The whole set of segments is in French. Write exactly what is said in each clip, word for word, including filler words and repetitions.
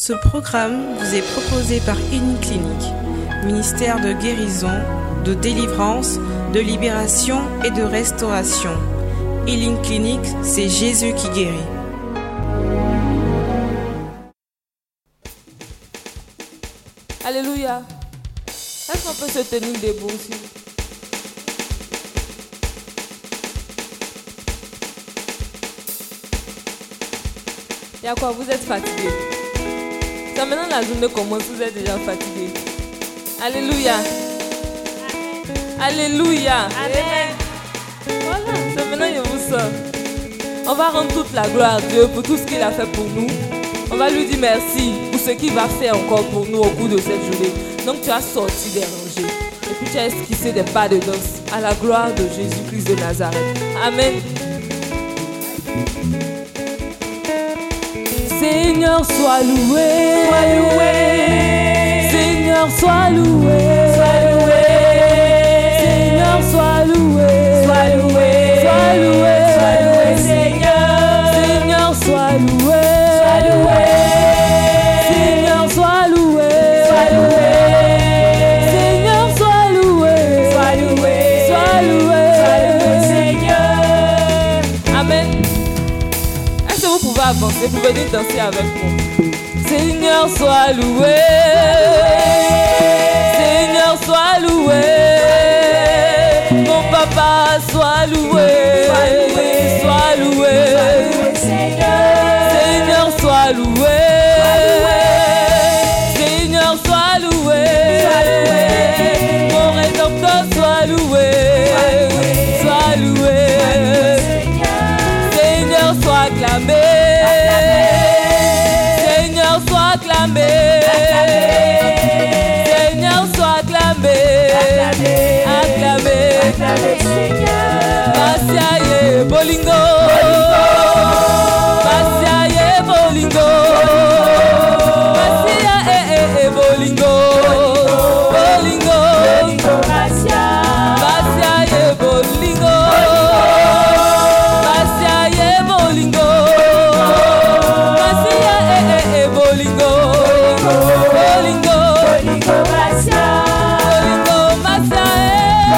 Ce programme vous est proposé par Healing Clinic, ministère de guérison, de délivrance, de libération et de restauration. Healing Clinic, c'est Jésus qui guérit. Alléluia. Est-ce qu'on peut se tenir debout aussi? Il y a quoi? Vous êtes fatigué. C'est maintenant la journée commence, vous êtes déjà fatigué. Alléluia. Alléluia. Amen. Voilà, c'est maintenant je vous sors. On va rendre toute la gloire à Dieu pour tout ce qu'il a fait pour nous. On va lui dire merci pour ce qu'il va faire encore pour nous au cours de cette journée. Donc tu as sorti des rangées et puis tu as esquissé des pas de danse à la gloire de Jésus-Christ de Nazareth. Amen. Seigneur, sois loué, sois loué. Seigneur, sois loué, sois loué. Seigneur, sois loué, sois loué, sois loué, sois loué, Seigneur. Seigneur, sois loué, sois loué. Seigneur, sois loué, sois loué. Seigneur, sois loué, sois loué, sois loué, sois loué, Seigneur. Amen. Est-ce que vous pouvez avancer, vous pouvez venir danser avec moi? Seigneur, sois loué. Seigneur, sois loué. Mon papa, sois loué. Sois loué. Seigneur, sois loué. Seigneur, sois loué. Mon rédempteur, sois loué. Sois loué. Seigneur, sois acclamé. Seigneur, sois acclamé. Seigneur, sois acclamé. Acclamé. Masiaye bolingo. Masiaye bolingo. Masia eh eh eh bolingo. Bolingo. Masiaye bolingo. Masiaye bolingo. Masia eh eh eh bolingo. Bolingo. Bolingo masia. Bolingo masia eh.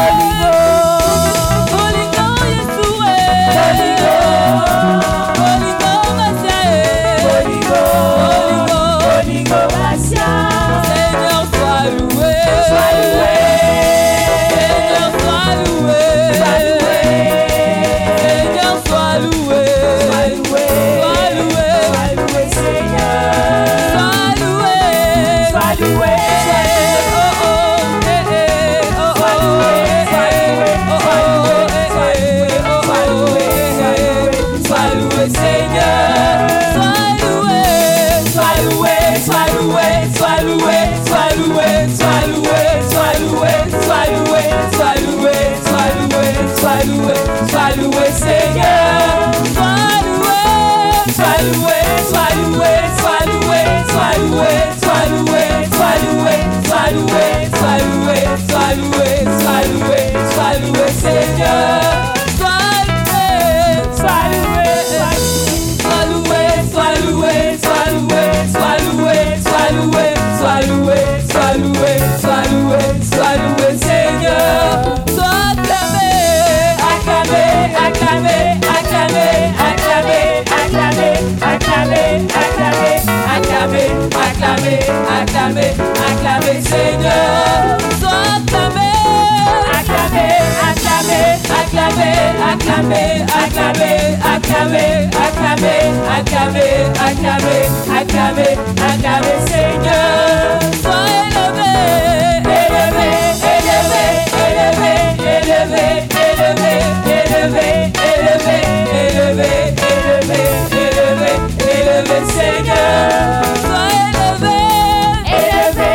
Bolingo Yeshua. Bolingo. Bolingo masia eh. Bolingo. Bolingo. Bolingo masia. Seigneur sois loué. Sois loué. Seigneur sois loué. Sois loué. Seigneur sois loué. Sois loué. Sois loué. Sois loué Seigneur. Sois loué. Sois loué. Oh oh eh eh oh oh sois loué. Sois loué. Sois loué. Sois loué Seigneur. Sois loué. Sois loué. Sois loué. Sois loué. Sois loué. Sois loué. Sois loué. Sois loué. Sois loué. Sois loué. Sois loué. Sois loué Seigneur. Sois loué. Sois loué. Sois loué. Sois loué. Sois loué. Sois loué. Sois loué. Sois loué. Sois loué. Sois loué. Sois loué. Sois loué Seigneur. Sois loué. Sois loué. Sois loué. Sois loué. Sois loué. Sois loué. Sois loué. Sois loué. Sois loué. Sois loué. Sois loué Seigneur. Sois acclamé. Acclamé. Acclamé. Acclamé. Acclamé. Acclamé. Acclamé. Acclamé. Acclamé. Acclamé. Acclamé. Acclamé Seigneur. Sois acclamé. Acclamé. Acclamé. Acclamé. Acclamé. Acclamé. Acclamé. Acclamé. Acclamé. Acclamé. Acclamé. Acclamé Seigneur. Sois élevé. Élevé. Élevé. Élevé. Élevé. Élevé. Élevé. Élevé. Élevé. Élevé. Élevé. Élevé Seigneur. Sois élevé. Élevé.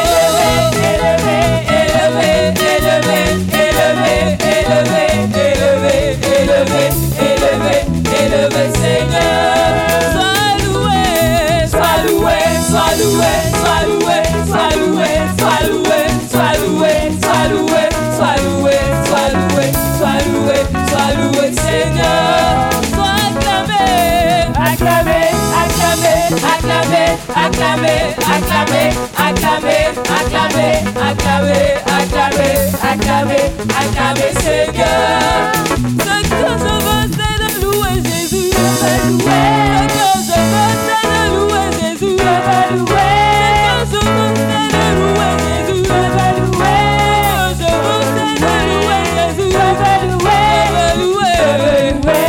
Élevé. Élevé. Élevé. Élevé. Élevé. Élevé. Élevé. Élevé. Élevé Seigneur. Sois loué. Sois loué. Sois loué. Sois loué. Sois loué. Sois loué. Sois loué. Sois loué. Sois loué. Sois loué. Sois loué. Sois loué Seigneur. Sois acclamé. Acclamé. Acclamé. Acclamé. acclamez, acclamez, acclamez, acclamez, acclamez, acclamez, acclamez, acclamez Seigneur. Ce que je veux c'est de louer Jésus, je veux louer. Ce que je veux c'est de louer Jésus, je veux louer. Ce que je veux c'est de louer Jésus, je veux louer. Ce que je veux c'est de louer Jésus, je veux louer. Je veux louer, je veux louer.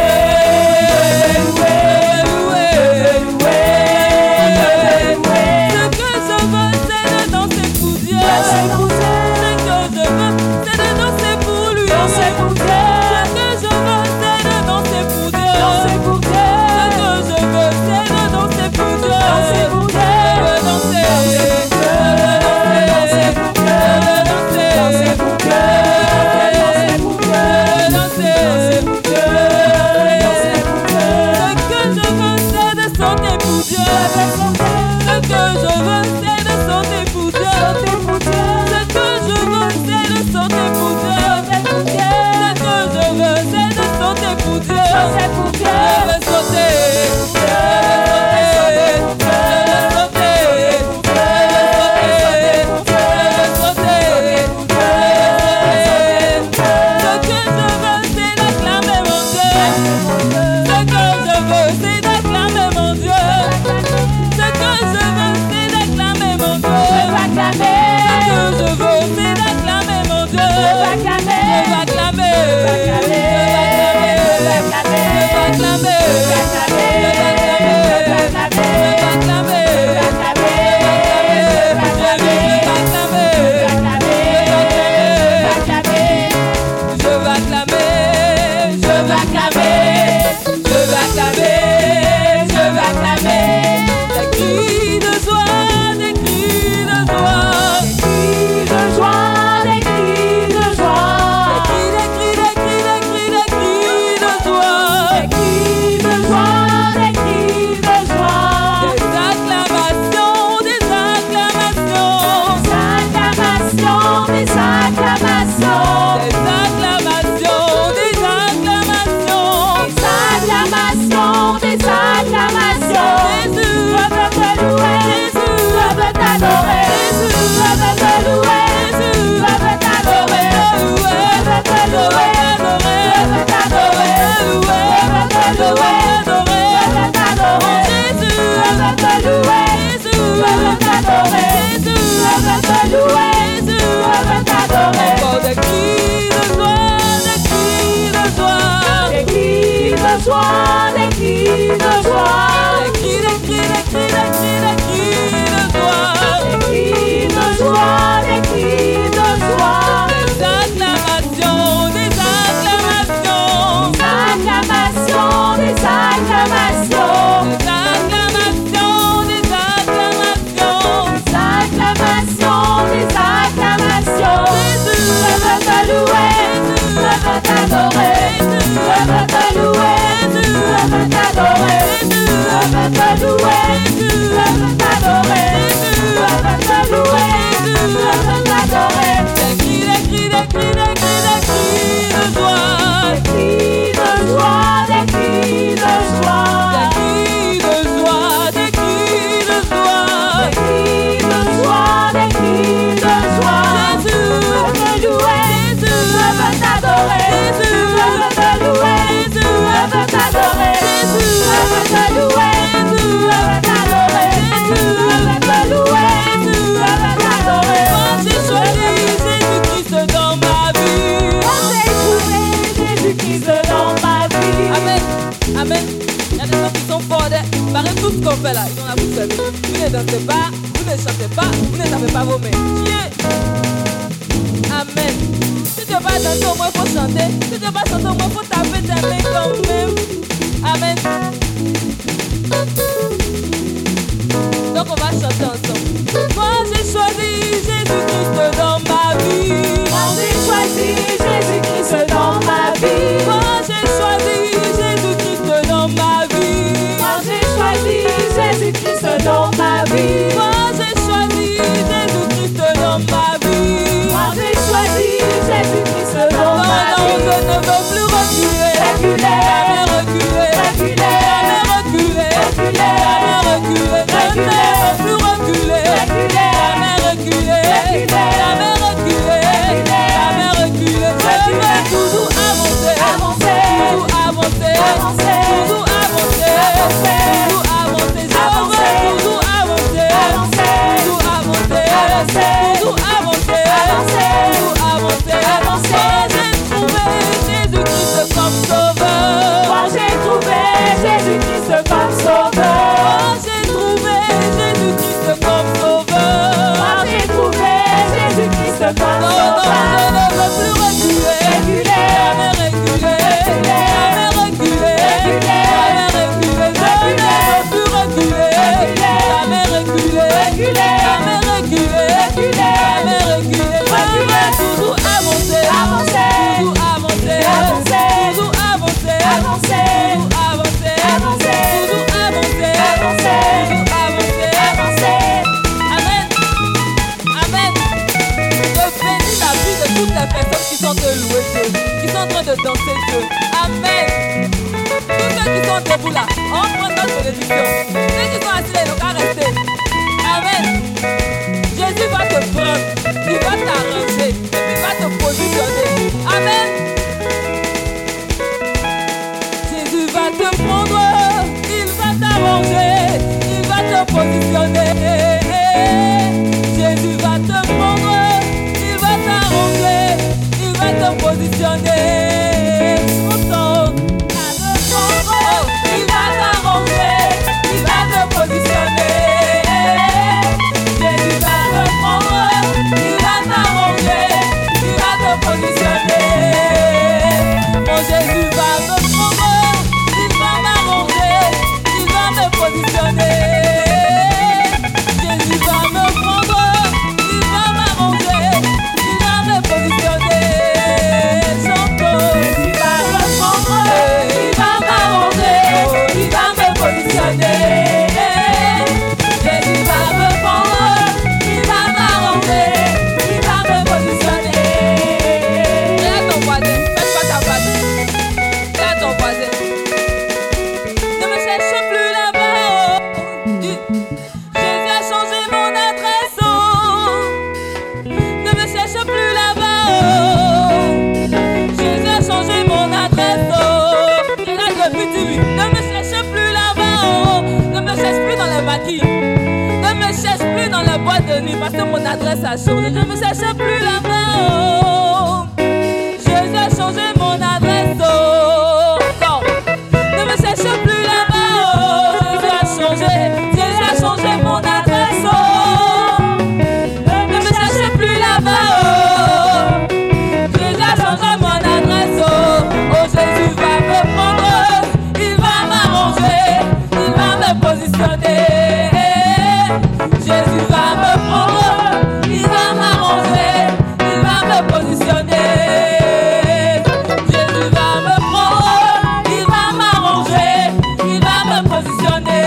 Tout ce qu'on fait là, ils ont la bouche fermée. Vous ne dansez pas, vous ne chantez pas, vous ne tapez pas vos mains. Tiens. Amen. Si tu ne veux pas danser, au moins il faut chanter. Si tu ne veux pas chanter, au moins il faut taper tes mains quand même. Amen. Donc on va chanter ensemble. Moi j'ai choisi Jésus-Christ dans ma vie. Moi j'ai choisi Jésus-Christ dans ma vie. Moi j'ai choisi Jésus-Christ dans ma vie. Moi j'ai choisi Jésus-Christ dans ma vie. Moi j'ai choisi Jésus-Christ dans ma vie. Moi j'ai choisi Jésus-Christ dans ma vie. Non, non, je ne veux plus reculer. Reculer, reculer, reculer, reculer, reculer, reculer, reculer. reculer, jamais reculer, reculer, jamais reculer, reculer, toujours avancer, avancer, toujours avancer, avancer, toujours avancer, avancer, toujours avancer, avancer, toujours avancer, avancer, toujours avancer, avancer. Amen, amen. Je bénis la vie de toutes les personnes qui sont en train de louer Dieu, qui sont en train de danser Dieu. Amen. Tous ceux qui sont debout là, on prend notre bénédiction. Ceux qui sont assis là, ils n'ont qu'à rester. Amen. Jésus va te prendre, il va t'arranger, et puis il va te positionner. Amen. Jésus va te prendre, il va t'arranger, il va te positionner. Jésus va te prendre, il va t'arranger, il va te positionner. Entends. Il va t'arranger, il va te positionner. Jésus va te prendre, il va t'arranger, il va te positionner. Mon Jésus va me prendre, il va m'arranger, il va me positionner. Jésus va me prendre, il va m'arranger, il va me positionner. Chantons. Il va me prendre, Il va m'arranger, il va me positionner. Jésus va me prendre, il va m'arranger, il va me positionner. Regarde ton voisin, fais pas ta voisine. Regarde ton voisin. Ne me cherche plus là-bas. Dis, Jésus a changé mon adresse. Ne me cherche plus là-bas. Jésus a changé mon adresse. Regarde le petit lui. Ne me cherche plus là-bas. Ne me cherche plus dans le maquis. Ne me cherche plus dans la boîte de nuit parce que mon adresse a changé. Je ne me cherche plus là-bas. Jésus a changé mon adresse. Encore. Ne me cherche plus là-bas. Jésus a changé. Jésus a changé mon adresse. Ne me cherche plus là-bas. Jésus a changé mon adresse. Oh, Jésus va me prendre. Il va m'arranger. Il va me positionner. Jésus va me prendre. Il va m'arranger. Il va me positionner. Jésus va me prendre. Il va m'arranger. Il va me positionner.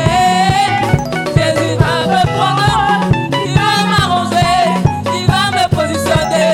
Jésus va me prendre. Il va m'arranger. Il va me positionner.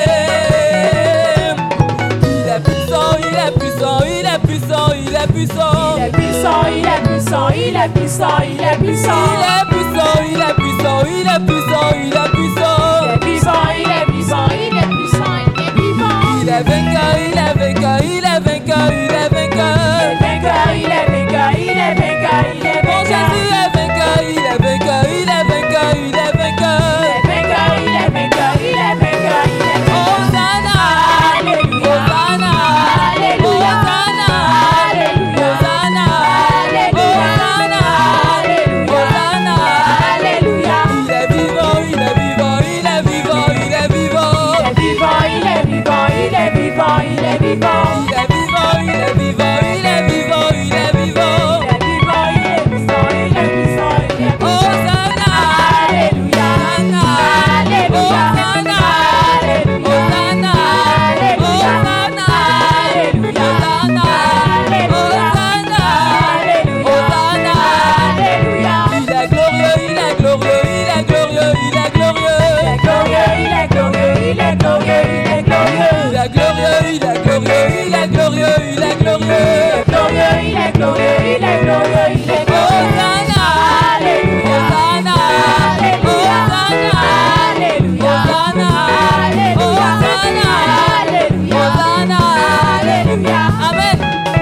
Il est puissant, il est puissant, il est puissant, il est puissant. il est puissant, il est puissant, il est puissant, il est puissant. Il est puissant, il est puissant, il est puissant, il est puissant. Il est puissant, il est puissant, il est puissant, il est vivant. Il est vainqueur, il est vainqueur, il est vainqueur, il est vainqueur. Il est vainqueur, il est vainqueur, il est vainqueur, il est Mon vainqueur. Jésus est vainqueur, il est vainqueur, il est vainqueur, il est vainqueur. Il est vainqueur, il est vainqueur, il est vainqueur, il est vainqueur. Hosanna, Alléluia. Hosanna, Alléluia. Hosanna, Alléluia. Hosanna, Alléluia. Hosanna, Hosanna. Alléluia. Il est vivant, il est vivant, il est vivant, il est vivant. Il est vivant, il est vivant, il est vivant, il est vivant. Il est vivant, il est vivant, il est vivant, il est vivant. Il est vivant, il est puissant, il est puissant, il est puissant. Hosanna, Alléluia. Hosanna, Alléluia. Hosanna, Alléluia. Hosanna, Alléluia. Hosanna, Alléluia. Hosanna, Hosanna, Hosanna. Alléluia. Il est glorieux, il est glorieux, il est glorieux, il est glorieux. Il est glorieux, il est glorieux, il est glorieux, il est glorieux. Il est glorieux, il est glorieux, il est glorieux, il est glorieux. Glorieux, il est glorieux, il est glorieux, il est glorieux. Hosanna, Alléluia. Hosanna, Alléluia. Hosanna, Alléluia. Hosanna, Alléluia. Hosanna, Alléluia. Hosanna. Alléluia. Amen.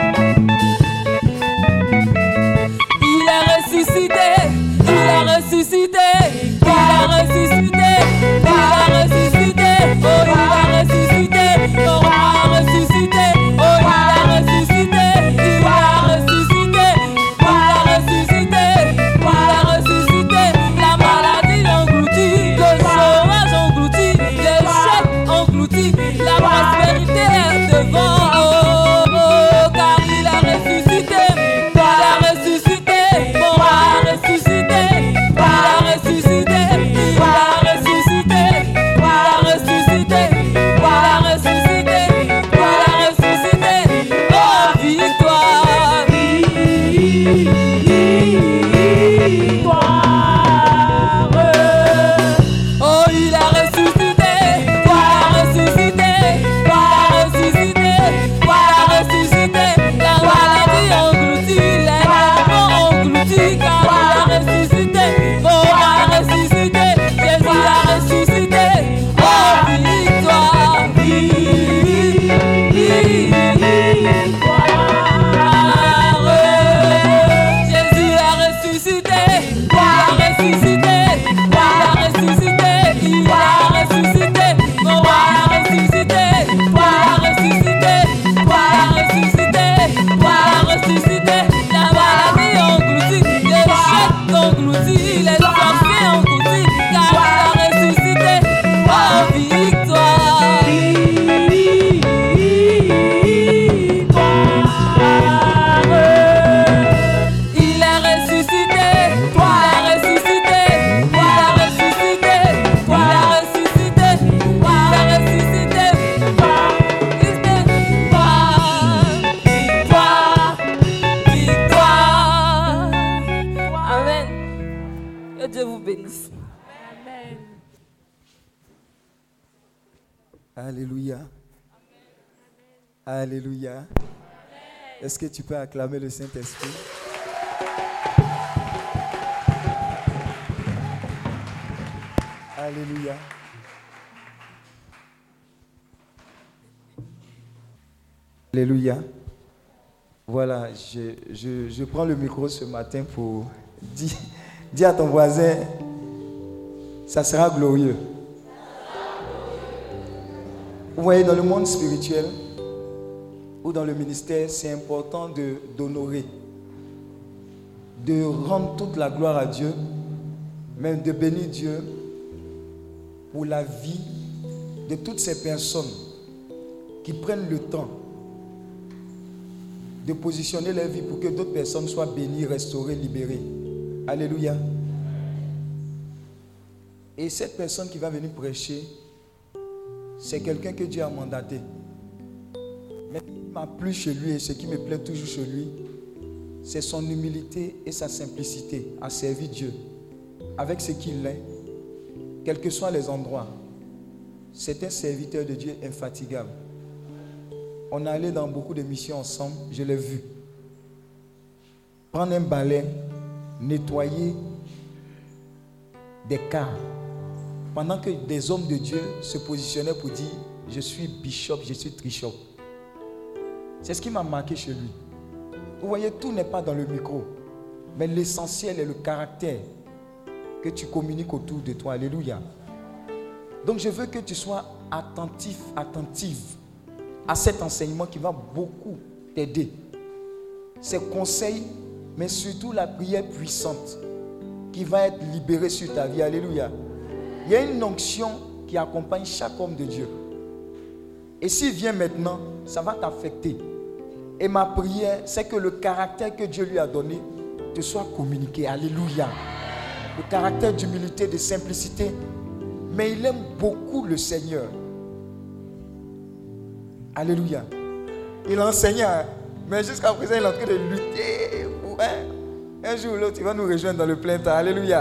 Il est ressuscité, il est ressuscité, il a ressuscité, il a ressuscité, oh il a ressuscité, oh il a ressuscité, oh il a ressuscité, il a ressuscité. bénisse. Amen. Alléluia. Alléluia. Est-ce que tu peux acclamer le Saint-Esprit? Alléluia. Alléluia. Voilà, je, je, je prends le micro ce matin pour dire, dire à ton voisin, ça sera glorieux. Vous voyez, dans le monde spirituel ou dans le ministère, c'est important de, d'honorer, de rendre toute la gloire à Dieu, même de bénir Dieu pour la vie de toutes ces personnes qui prennent le temps de positionner leur vie pour que d'autres personnes soient bénies, restaurées, libérées. Alléluia. Et cette personne qui va venir prêcher, c'est quelqu'un que Dieu a mandaté. Mais ce qui m'a plu chez lui et ce qui me plaît toujours chez lui, c'est son humilité et sa simplicité à servir Dieu avec ce qu'il est, quels que soient les endroits. C'est un serviteur de Dieu infatigable. On est allé dans beaucoup de missions ensemble, je l'ai vu. Prendre un balai, nettoyer des cas, pendant que des hommes de Dieu se positionnaient pour dire « Je suis bishop, je suis trichop ». C'est ce qui m'a marqué chez lui. Vous voyez, tout n'est pas dans le micro, mais l'essentiel est le caractère que tu communiques autour de toi. Alléluia. Donc je veux que tu sois attentif, attentive à cet enseignement qui va beaucoup t'aider. Ces conseils, mais surtout la prière puissante qui va être libérée sur ta vie. Alléluia. Il y a une onction qui accompagne chaque homme de Dieu. Et s'il vient maintenant, ça va t'affecter. Et ma prière, c'est que le caractère que Dieu lui a donné te soit communiqué. Alléluia. Le caractère d'humilité, de simplicité. Mais il aime beaucoup le Seigneur. Alléluia. Il enseignait, hein? Mais jusqu'à présent, il est en train de lutter pour un, un jour ou l'autre, il va nous rejoindre dans le plein temps. Alléluia.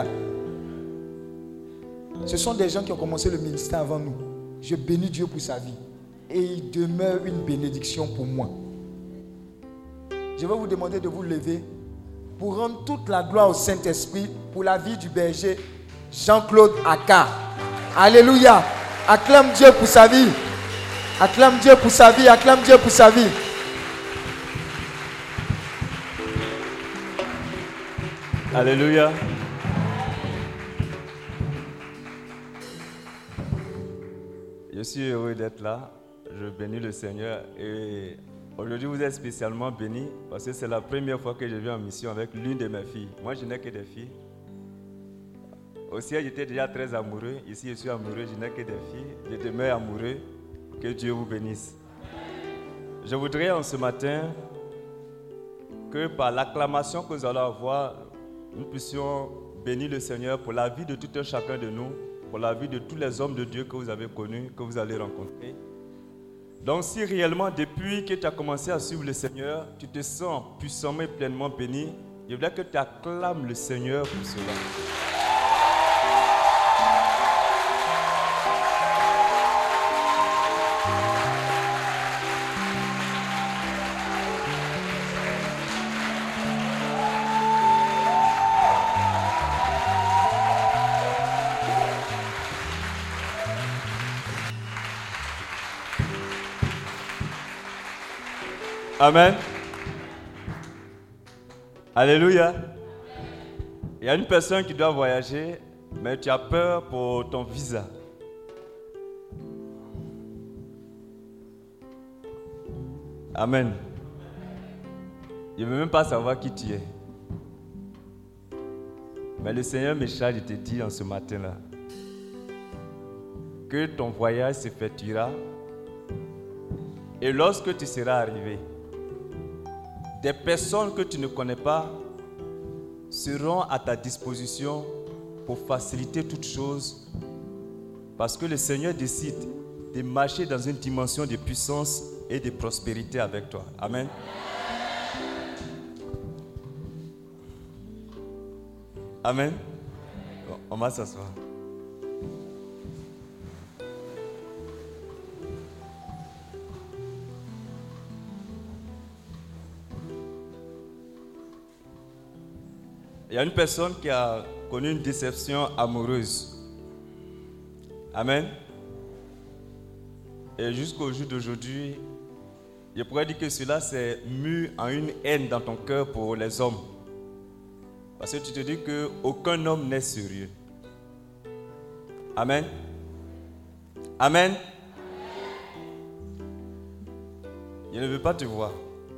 Ce sont des gens qui ont commencé le ministère avant nous. Je bénis Dieu pour sa vie. Et il demeure une bénédiction pour moi. Je vais vous demander de vous lever pour rendre toute la gloire au Saint-Esprit pour la vie du berger Jean-Claude Aka. Alléluia. Acclame Dieu pour sa vie. Acclame Dieu pour sa vie. Acclame Dieu pour sa vie. Alléluia. Je suis heureux d'être là. Je bénis le Seigneur. Et aujourd'hui, vous êtes spécialement bénis parce que c'est la première fois que je viens en mission avec l'une de mes filles. Moi, je n'ai que des filles. Au ciel, j'étais déjà très amoureux. Ici, je suis amoureux. Je n'ai que des filles. Je demeure amoureux. Que Dieu vous bénisse. Je voudrais en ce matin que par l'acclamation que nous allons avoir, nous puissions bénir le Seigneur pour la vie de tout un chacun de nous, pour la vie de tous les hommes de Dieu que vous avez connus, que vous allez rencontrer. Donc si réellement depuis que tu as commencé à suivre le Seigneur, tu te sens puissamment et pleinement béni, je voudrais que tu acclames le Seigneur pour cela. Amen. Alléluia. Il y a une personne qui doit voyager, mais tu as peur pour ton visa. Amen. Je ne veux même pas savoir qui tu es. Mais le Seigneur me charge de te dire en ce matin-là que ton voyage s'effectuera et lorsque tu seras arrivé, des personnes que tu ne connais pas seront à ta disposition pour faciliter toutes choses parce que le Seigneur décide de marcher dans une dimension de puissance et de prospérité avec toi. Amen. Amen. Bon. On va s'asseoir. Il y a une personne qui a connu une déception amoureuse. Amen. Et jusqu'au jour d'aujourd'hui, je pourrais dire que cela s'est mu en une haine dans ton cœur pour les hommes. Parce que tu te dis qu'aucun homme n'est sérieux. Amen. Amen. Je ne veux pas te voir.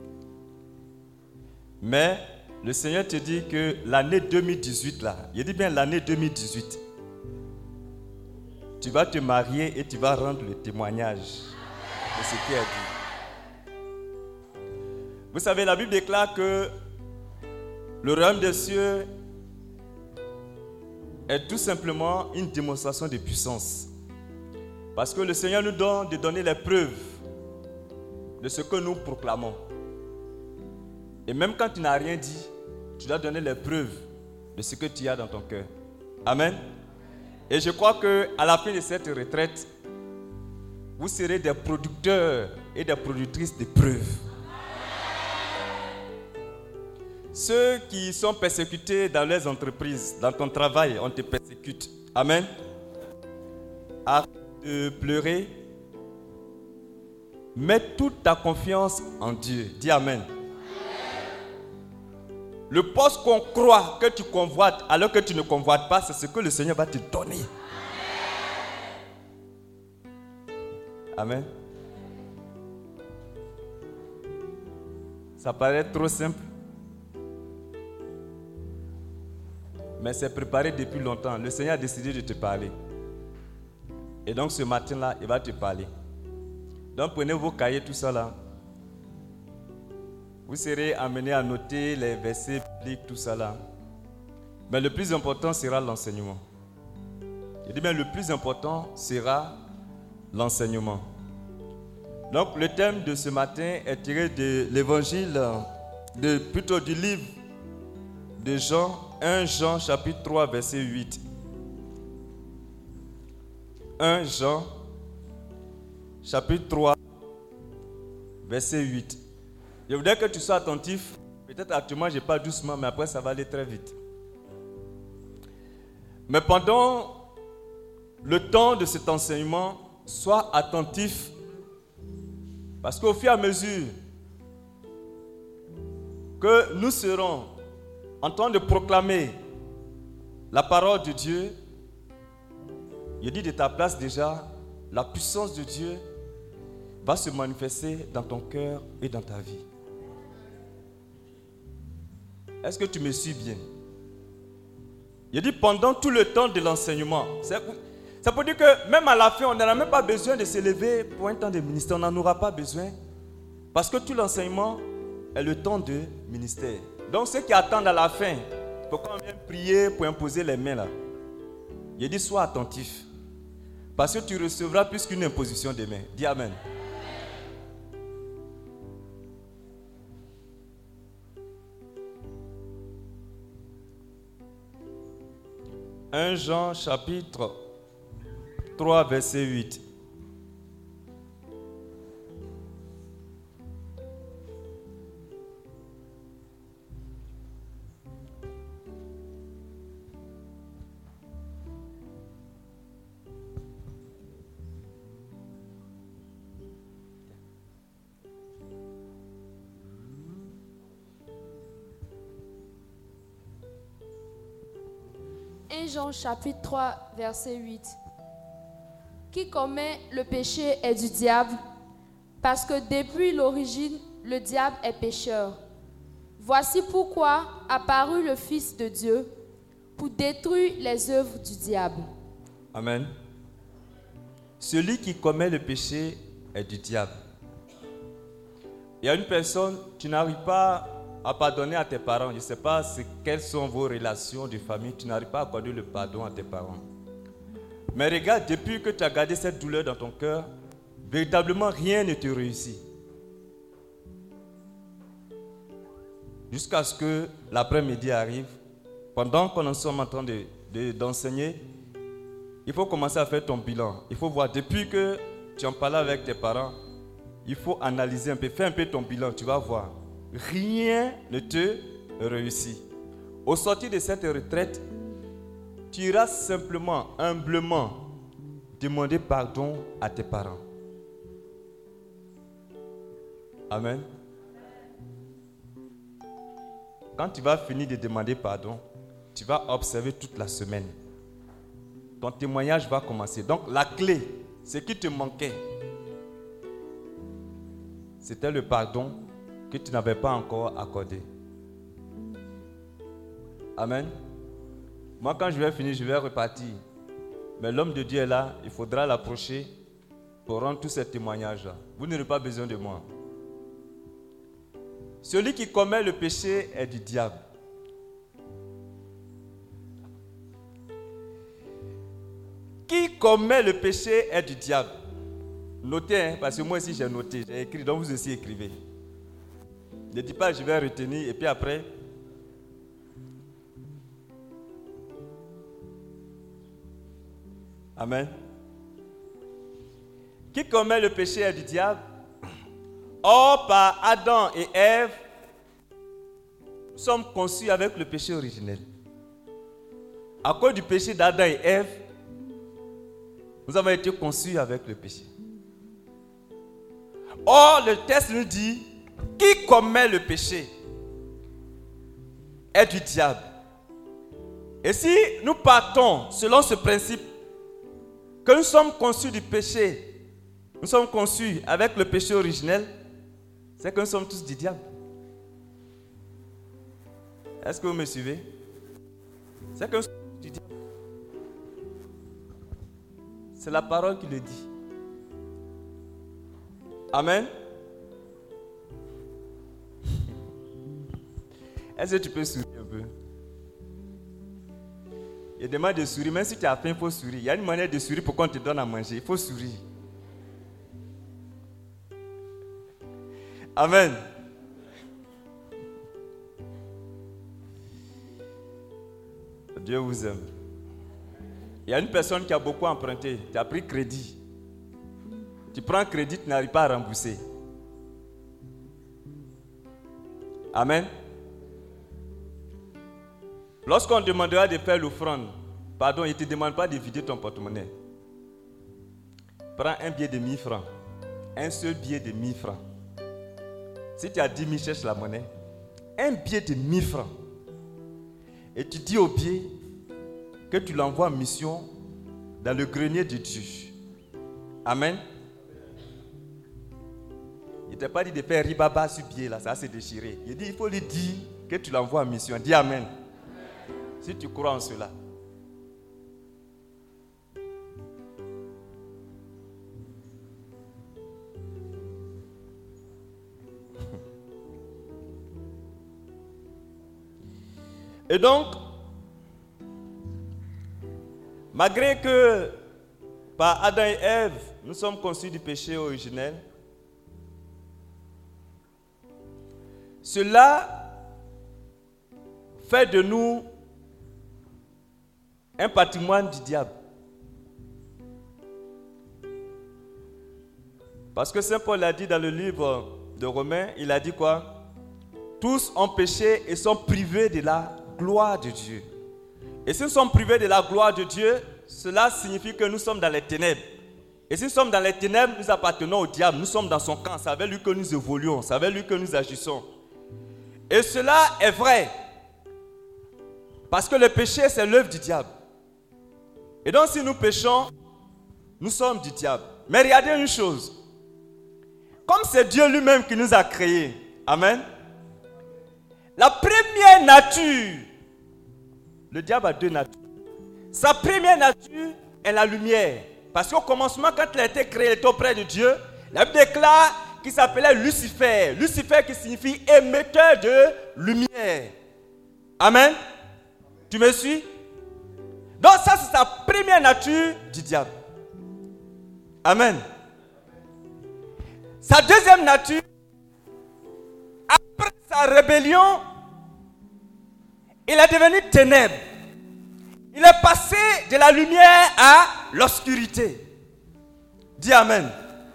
Mais le Seigneur te dit que l'année deux mille dix-huit, là, il dit bien l'année deux mille dix-huit, tu vas te marier et tu vas rendre le témoignage de ce qu'il a dit. Vous savez, la Bible déclare que le royaume des cieux est tout simplement une démonstration de puissance. Parce que le Seigneur nous donne de donner les preuves de ce que nous proclamons. Et même quand tu n'as rien dit, tu dois donner les preuves de ce que tu as dans ton cœur. Amen. Et je crois qu'à la fin de cette retraite, vous serez des producteurs et des productrices de preuves. Ceux qui sont persécutés dans leurs entreprises, dans ton travail, on te persécute. Amen. Arrête de pleurer. Mets toute ta confiance en Dieu. Dis Amen. Le poste qu'on croit que tu convoites alors que tu ne convoites pas, c'est ce que le Seigneur va te donner. Amen. Ça paraît trop simple. Mais c'est préparé depuis longtemps. Le Seigneur a décidé de te parler. Et donc ce matin-là, il va te parler. Donc prenez vos cahiers, tout ça là. Vous serez amenés à noter les versets bibliques, tout ça là. Mais le plus important sera l'enseignement. Je dis bien le plus important sera l'enseignement. Donc le thème de ce matin est tiré de l'évangile, de, plutôt du livre de Jean, premier Jean chapitre trois verset huit. premier Jean chapitre trois verset huit. Je voudrais que tu sois attentif. Peut-être actuellement je n'ai pas doucement, mais après ça va aller très vite. Mais pendant le temps de cet enseignement, sois attentif. Parce qu'au fur et à mesure que nous serons en train de proclamer la parole de Dieu, je dis de ta place déjà, la puissance de Dieu va se manifester dans ton cœur et dans ta vie. Est-ce que tu me suis bien? Je dis pendant tout le temps de l'enseignement. Ça peut dire que même à la fin, on n'aura même pas besoin de se lever pour un temps de ministère. On n'en aura pas besoin. Parce que tout l'enseignement est le temps de ministère. Donc ceux qui attendent à la fin, pour qu'on vienne prier pour imposer les mains là. Je dis sois attentif. Parce que tu recevras plus qu'une imposition des mains. Dis Amen. premier Jean chapitre trois verset huit. premier Jean chapitre trois verset huit. Qui commet le péché est du diable, parce que depuis l'origine, le diable est pécheur. Voici pourquoi apparut le Fils de Dieu, pour détruire les œuvres du diable. Amen. Celui qui commet le péché est du diable. Il y a une personne, tu n'arrives pas à pardonner à tes parents. Je ne sais pas quelles sont vos relations de famille. Tu n'arrives pas à accorder le pardon à tes parents. Mais regarde, depuis que tu as gardé cette douleur dans ton cœur, véritablement rien ne te réussit. Jusqu'à ce que l'après-midi arrive, pendant qu'on en sommes en train de de, d'enseigner, il faut commencer à faire ton bilan. Il faut voir, depuis que tu en parles avec tes parents, il faut analyser un peu, faire un peu ton bilan, tu vas voir. Rien ne te réussit. Au sortir de cette retraite, tu iras simplement, humblement, demander pardon à tes parents. Amen. Quand tu vas finir de demander pardon, tu vas observer toute la semaine. Ton témoignage va commencer. Donc la clé, ce qui te manquait, c'était le pardon que tu n'avais pas encore accordé. Amen. Moi, quand je vais finir, je vais repartir. Mais l'homme de Dieu est là, il faudra l'approcher pour rendre tous ces témoignages-là. Vous n'aurez pas besoin de moi. Celui qui commet le péché est du diable. Qui commet le péché est du diable. Notez, hein, parce que moi aussi j'ai noté, j'ai écrit, donc vous aussi écrivez. Ne dites pas je vais retenir et puis après. Amen. Qui commet le péché est du diable. Or, par Adam et Ève, nous sommes conçus avec le péché originel. À cause du péché d'Adam et Ève, nous avons été conçus avec le péché. Or, le texte nous dit, qui commet le péché est du diable. Et si nous partons selon ce principe, que nous sommes conçus du péché, nous sommes conçus avec le péché originel, c'est que nous sommes tous du diable. Est-ce que vous me suivez? C'est que nous sommes tous du diable. C'est la parole qui le dit. Amen. Est-ce que tu peux sourire un peu? Il demande de sourire, même si tu as faim, il faut sourire. Il y a une manière de sourire pour qu'on te donne à manger. Il faut sourire. Amen. Dieu vous aime. Il y a une personne qui a beaucoup emprunté. Tu as pris crédit. Tu prends crédit, tu n'arrives pas à rembourser. Amen. Lorsqu'on demandera de faire l'offrande, pardon, il ne te demande pas de vider ton porte-monnaie. Prends un billet de mille francs. Un seul billet de mille francs. Si tu as dix mille, cherche la monnaie. Un billet de mille francs. Et tu dis au billet que tu l'envoies en mission dans le grenier de Dieu. Amen. Il ne t'a pas dit de faire ribaba sur le billet là, ça s'est déchiré. Il dit il faut lui dire que tu l'envoies en mission. Dis Amen. Si tu crois en cela. Et donc, malgré que par Adam et Ève, nous sommes conçus du péché originel, cela fait de nous un patrimoine du diable. Parce que Saint Paul a dit dans le livre de Romains, il a dit quoi? Tous ont péché et sont privés de la gloire de Dieu. Et si nous sommes privés de la gloire de Dieu, cela signifie que nous sommes dans les ténèbres. Et si nous sommes dans les ténèbres, nous appartenons au diable, nous sommes dans son camp, c'est avec lui que nous évoluons, c'est avec lui que nous agissons. Et cela est vrai. Parce que le péché, c'est l'œuvre du diable. Et donc si nous péchons, nous sommes du diable. Mais regardez une chose. Comme c'est Dieu lui-même qui nous a créés, amen. La première nature, le diable a deux natures. Sa première nature est la lumière. Parce qu'au commencement, quand il a été créé, il était auprès de Dieu. La Bible déclare qu'il s'appelait Lucifer. Lucifer qui signifie émetteur de lumière. Amen. Tu me suis? Donc ça, c'est sa première nature du diable. Amen. Sa deuxième nature, après sa rébellion, il est devenu ténèbres. Il est passé de la lumière à l'obscurité. Dis Amen.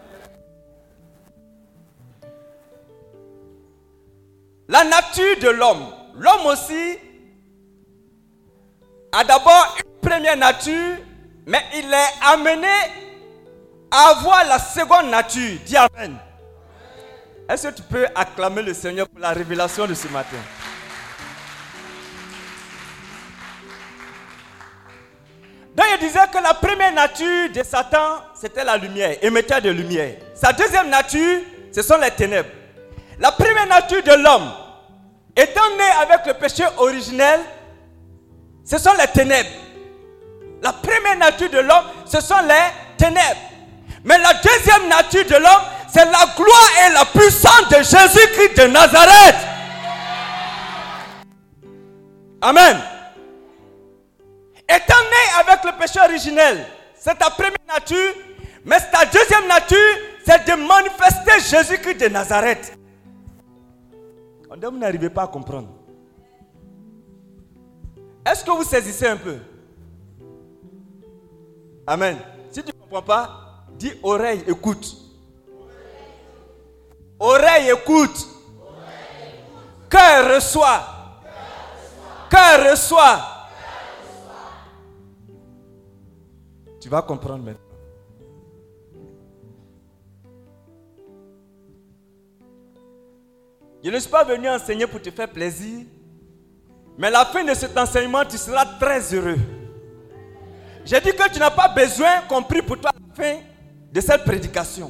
La nature de l'homme. L'homme aussi a d'abord une première nature, mais il est amené à avoir la seconde nature. Dis Amen. Est-ce que tu peux acclamer le Seigneur pour la révélation de ce matin? Donc il disait que la première nature de Satan, c'était la lumière, émetteur de lumière. Sa deuxième nature, ce sont les ténèbres. La première nature de l'homme, étant né avec le péché originel, ce sont les ténèbres. La première nature de l'homme, ce sont les ténèbres. Mais la deuxième nature de l'homme, c'est la gloire et la puissance de Jésus-Christ de Nazareth. Amen. Étant né avec le péché originel, c'est ta première nature, mais ta deuxième nature, c'est de manifester Jésus-Christ de Nazareth. Vous n'arrivez pas à comprendre. Est-ce que vous saisissez un peu? Amen. Si tu ne comprends pas, dis oreille, écoute. Oreille, écoute. Cœur, reçoit. Cœur, reçoit. Tu vas comprendre maintenant. Je ne suis pas venu enseigner pour te faire plaisir, mais à la fin de cet enseignement, tu seras très heureux. J'ai dit que tu n'as pas besoin qu'on prie pour toi à la fin de cette prédication.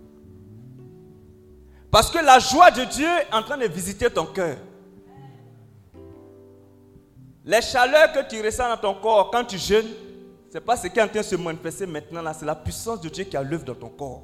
Parce que la joie de Dieu est en train de visiter ton cœur. Les chaleurs que tu ressens dans ton corps quand tu jeûnes, ce n'est pas ce qui est en train de se manifester maintenant, là, c'est la puissance de Dieu qui a l'œuvre dans ton corps.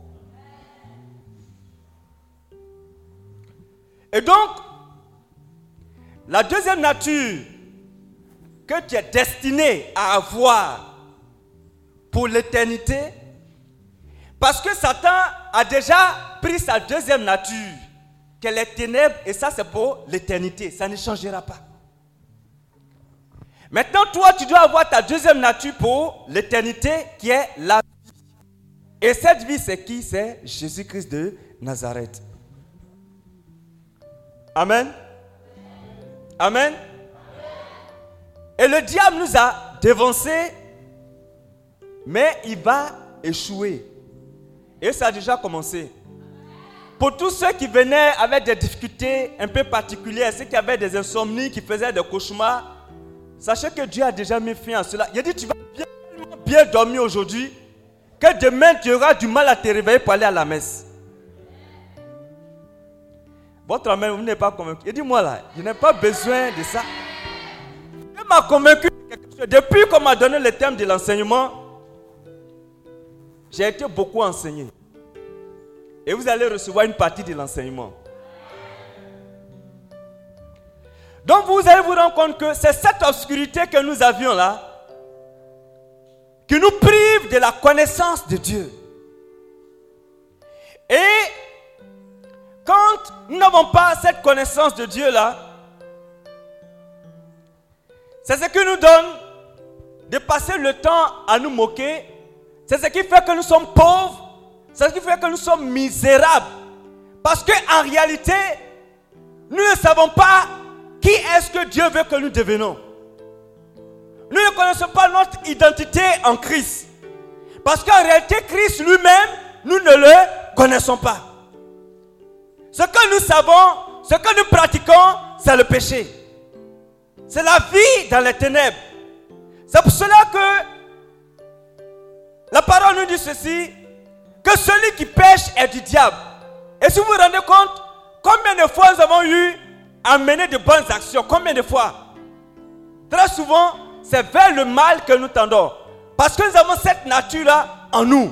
Et donc, la deuxième nature que tu es destiné à avoir pour l'éternité, parce que Satan a déjà pris sa deuxième nature, qui est les ténèbres, et ça c'est pour l'éternité, ça ne changera pas. Maintenant, toi, tu dois avoir ta deuxième nature pour l'éternité, qui est la vie. Et cette vie, c'est qui? C'est Jésus-Christ de Nazareth. Amen. Amen. Et le diable nous a dévancés, mais il va échouer. Et ça a déjà commencé. Pour tous ceux qui venaient avec des difficultés un peu particulières, ceux qui avaient des insomnies, qui faisaient des cauchemars, sachez que Dieu a déjà mis fin à cela. Il a dit, tu vas bien, bien dormir aujourd'hui, que demain tu auras du mal à te réveiller pour aller à la messe. Votre amen, vous n'êtes pas convaincu. Il dit, moi là, je n'ai pas besoin de ça. Il m'a convaincu de quelque chose. Depuis qu'on m'a donné le thème de l'enseignement, j'ai été beaucoup enseigné. Et vous allez recevoir une partie de l'enseignement. Donc vous allez vous rendre compte que c'est cette obscurité que nous avions là qui nous prive de la connaissance de Dieu. Et quand nous n'avons pas cette connaissance de Dieu là, c'est ce qui nous donne de passer le temps à nous moquer. C'est ce qui fait que nous sommes pauvres. C'est ce qui fait que nous sommes misérables. Parce qu'en réalité, nous ne savons pas qui est-ce que Dieu veut que nous devenions. Nous ne connaissons pas notre identité en Christ. Parce qu'en réalité, Christ lui-même, nous ne le connaissons pas. Ce que nous savons, ce que nous pratiquons, c'est le péché. C'est la vie dans les ténèbres. C'est pour cela que la parole nous dit ceci, que celui qui pêche est du diable. Et si vous vous rendez compte, combien de fois nous avons eu à mener de bonnes actions? Combien de fois? Très souvent, c'est vers le mal que nous tendons. Parce que nous avons cette nature-là en nous.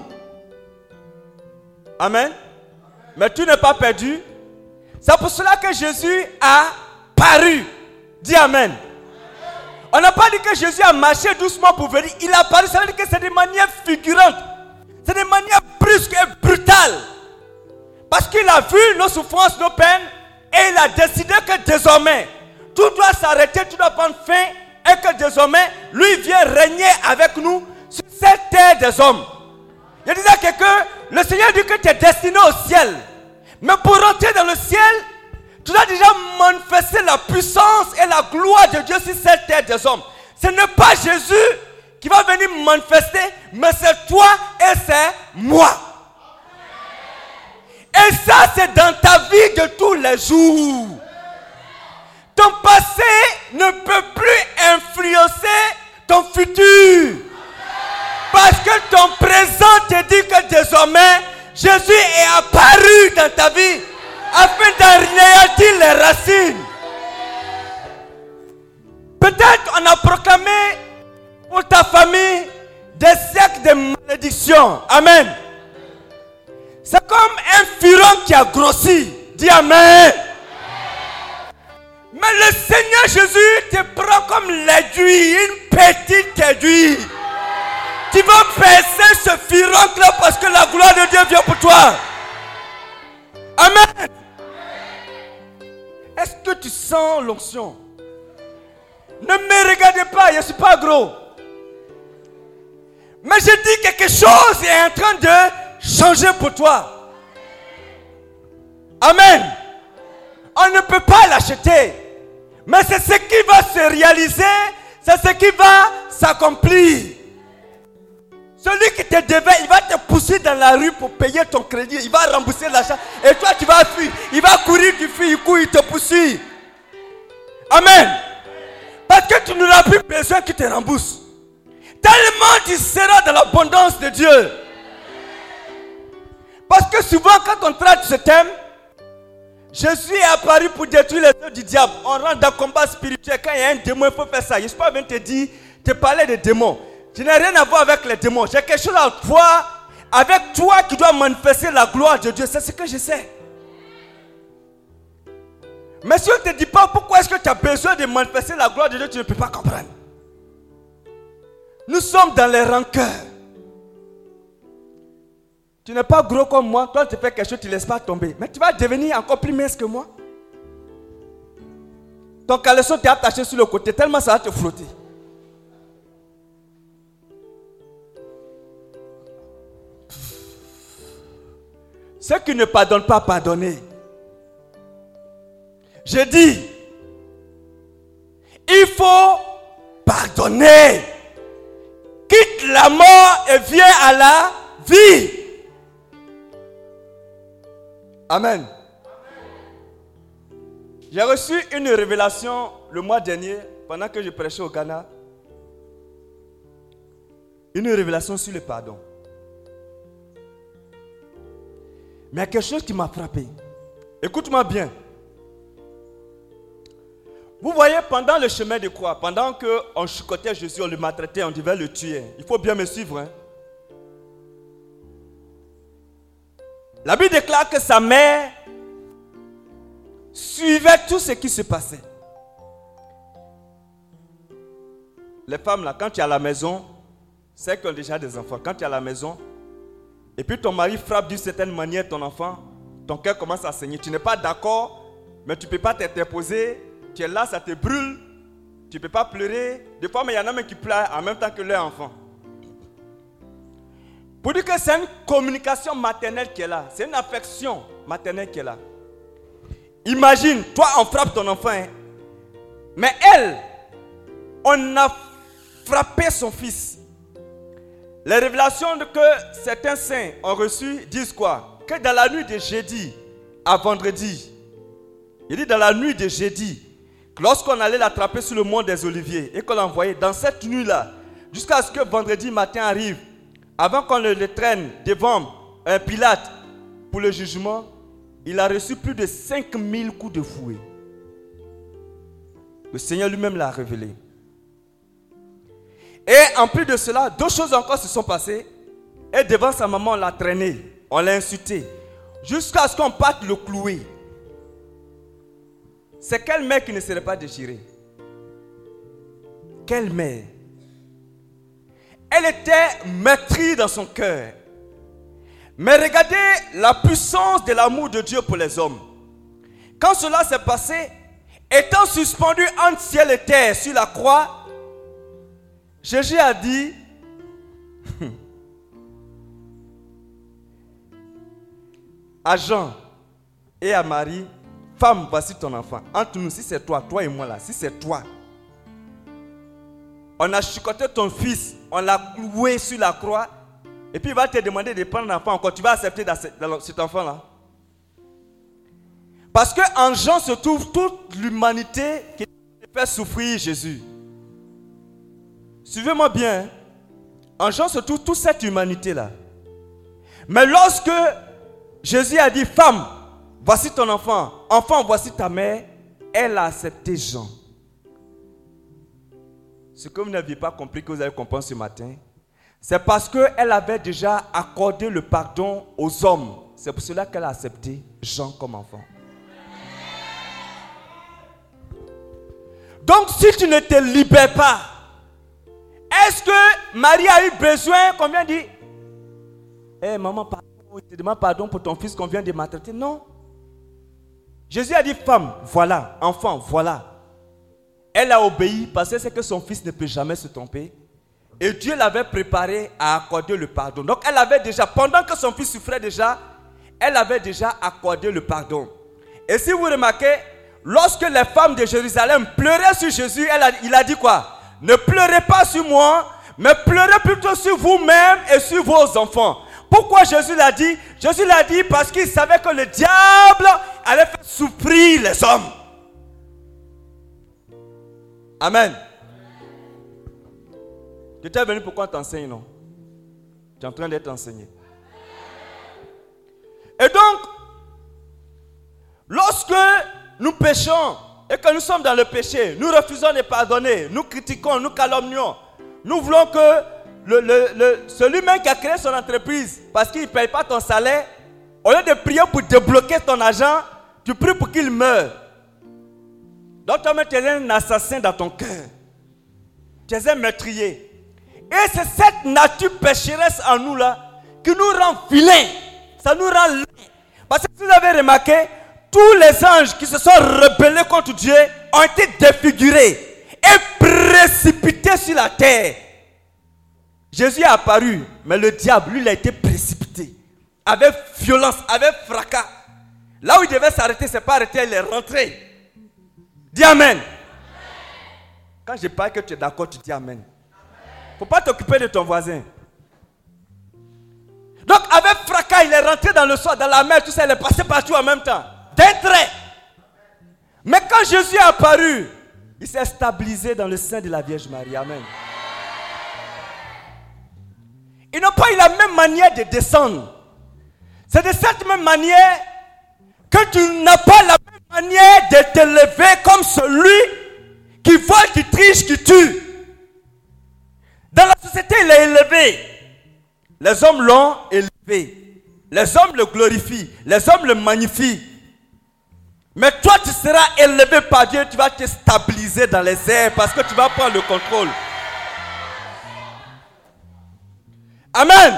Amen. Mais tu n'es pas perdu. C'est pour cela que Jésus a paru. Dis Amen. On n'a pas dit que Jésus a marché doucement pour venir. Il a paru, ça veut dire que c'est de manière figurante. C'est de manière brusque et brutale. Parce qu'il a vu nos souffrances, nos peines, et il a décidé que désormais, tout doit s'arrêter, tout doit prendre fin, et que désormais, lui vient régner avec nous sur cette terre des hommes. Je disais à quelqu'un, le Seigneur dit que tu es destiné au ciel. Mais pour rentrer dans le ciel, tu dois déjà manifester la puissance et la gloire de Dieu sur cette terre des hommes. Ce n'est pas Jésus qui va venir manifester, mais c'est toi et c'est moi. Et ça, c'est dans ta vie de tous les jours. Ton passé ne peut plus influencer ton futur. Parce que ton présent te dit que désormais, Jésus est apparu dans ta vie afin d'anéantir les racines. Peut-être on a proclamé pour ta famille des siècles de malédiction. Amen. C'est comme un furon qui a grossi. Dis Amen. Mais le Seigneur Jésus te prend comme l'aiguille, une petite aiguille. Tu vas percer ce furon-là parce que la gloire de Dieu vient pour toi. Amen. Est-ce que tu sens l'onction? Ne me regardez pas, je ne suis pas gros. Mais je dis quelque chose est en train de changer pour toi. Amen. On ne peut pas l'acheter. Mais c'est ce qui va se réaliser. C'est ce qui va s'accomplir. Celui qui te devait, il va te pousser dans la rue pour payer ton crédit. Il va rembourser l'achat. Et toi, tu vas fuir. Il va courir, tu fuis, il court, il te poursuit. Amen. Parce que tu n'auras plus besoin qu'il te rembourse. Tellement tu seras dans l'abondance de Dieu. Parce que souvent, quand on traite ce thème, Jésus est apparu pour détruire les œuvres du diable. On rentre dans le combat spirituel. Quand il y a un démon, il faut faire ça. Je ne suis pas venu te dire, te parler des démons. Je n'ai rien à voir avec les démons. J'ai quelque chose à toi, avec toi qui dois manifester la gloire de Dieu. C'est ce que je sais. Mais si on ne te dit pas pourquoi est-ce que tu as besoin de manifester la gloire de Dieu, tu ne peux pas comprendre. Nous sommes dans les rancœurs. Tu n'es pas gros comme moi. Toi, tu fais quelque chose, tu ne laisses pas tomber. Mais tu vas devenir encore plus mince que moi. Ton caleçon t'est attaché sur le côté, tellement ça va te frotter. Ceux qui ne pardonnent pas, pardonnez. Je dis, il faut pardonner. Quitte la mort et viens à la vie. Amen. J'ai reçu une révélation le mois dernier, pendant que je prêchais au Ghana. Une révélation sur le pardon. Mais il y a quelque chose qui m'a frappé. Écoute-moi bien. Vous voyez, pendant le chemin de croix, pendant qu'on chicotait Jésus, on le maltraitait, on devait le tuer. Il faut bien me suivre. Hein? La Bible déclare que sa mère suivait tout ce qui se passait. Les femmes, là, quand tu es à la maison, c'est qui ont déjà des enfants. Quand tu es à la maison, et puis ton mari frappe d'une certaine manière ton enfant, ton cœur commence à saigner. Tu n'es pas d'accord, mais tu ne peux pas t'interposer. Tu es là, ça te brûle. Tu ne peux pas pleurer. Des fois, mais il y en a même qui pleurent en même temps que leur enfant. Pour dire que c'est une communication maternelle qui est là. C'est une affection maternelle qui est là. Imagine, toi, on frappe ton enfant. Hein, mais elle, on a frappé son fils. Les révélations que certains saints ont reçues disent quoi? Que dans la nuit de jeudi à vendredi, il dit dans la nuit de jeudi, lorsqu'on allait l'attraper sur le mont des Oliviers et qu'on l'envoyait dans cette nuit-là, jusqu'à ce que vendredi matin arrive, avant qu'on le, le traîne devant un Pilate pour le jugement, il a reçu plus de cinq mille coups de fouet. Le Seigneur lui-même l'a révélé. Et en plus de cela, deux choses encore se sont passées. Et devant sa maman, on l'a traîné, on l'a insulté, jusqu'à ce qu'on parte le clouer. C'est quelle mère qui ne serait pas déchirée? Quelle mère? Elle était meurtrie dans son cœur. Mais regardez la puissance de l'amour de Dieu pour les hommes. Quand cela s'est passé, étant suspendu entre ciel et terre sur la croix, Jésus a dit, à Jean et à Marie, femme, voici ton enfant. Entre nous, si c'est toi, toi et moi là, si c'est toi, on a chicoté ton fils, on l'a cloué sur la croix, et puis il va te demander de prendre l'enfant encore. Tu vas accepter cet enfant-là? Parce qu'en Jean se trouve toute l'humanité qui fait souffrir Jésus. Suivez-moi bien. En Jean se trouve toute cette humanité-là. Mais lorsque Jésus a dit, femme, voici ton enfant, enfant, voici ta mère, elle a accepté Jean. Ce que vous n'aviez pas compris, que vous avez compris ce matin, c'est parce qu'elle avait déjà accordé le pardon aux hommes. C'est pour cela qu'elle a accepté Jean comme enfant. Donc si tu ne te libères pas, est-ce que Marie a eu besoin qu'on vienne dire, hé hey, maman, pardon, il te demande pardon pour ton fils qu'on vient de maltraiter? Non. Jésus a dit, femme, voilà, enfant, voilà. Elle a obéi parce qu'elle sait que son fils ne peut jamais se tromper. Et Dieu l'avait préparé à accorder le pardon. Donc elle avait déjà, pendant que son fils souffrait déjà, elle avait déjà accordé le pardon. Et si vous remarquez, lorsque les femmes de Jérusalem pleuraient sur Jésus, elle a, il a dit quoi? Ne pleurez pas sur moi, mais pleurez plutôt sur vous-même et sur vos enfants. Pourquoi Jésus l'a dit? Jésus l'a dit parce qu'il savait que le diable allait faire souffrir les hommes. Amen. Tu étais venu pour qu'on t'enseigne, non? Tu es en train d'être enseigné. Et donc, lorsque nous péchons et que nous sommes dans le péché, nous refusons de pardonner, nous critiquons, nous calomnions, nous voulons que le, le, le, celui-même qui a créé son entreprise, parce qu'il ne paye pas ton salaire, au lieu de prier pour débloquer ton argent, tu pries pour qu'il meure. Donc toi-même tu es un assassin dans ton cœur. Tu es un meurtrier. Et c'est cette nature pécheresse en nous là qui nous rend vilains. Ça nous rend laid. Parce que si vous avez remarqué, tous les anges qui se sont rebellés contre Dieu ont été défigurés et précipités sur la terre. Jésus est apparu, mais le diable, lui, il a été précipité. Avec violence, avec fracas. Là où il devait s'arrêter, c'est pas arrêté, il est rentré. Dis amen. Quand je parle que tu es d'accord, tu dis amen. Il ne faut pas t'occuper de ton voisin. Donc avec fracas, il est rentré dans le sol, dans la mer, tout ça, il est passé partout en même temps. D'un trait. Mais quand Jésus est apparu, il s'est stabilisé dans le sein de la Vierge Marie. Amen. Ils n'ont pas eu la même manière de descendre. C'est de cette même manière que tu n'as pas la même manière de te lever comme celui qui vole, qui triche, qui tue. Dans la société, il est élevé. Les hommes l'ont élevé. Les hommes le glorifient. Les hommes le magnifient. Mais toi, tu seras élevé par Dieu. Tu vas te stabiliser dans les airs parce que tu vas prendre le contrôle. Amen.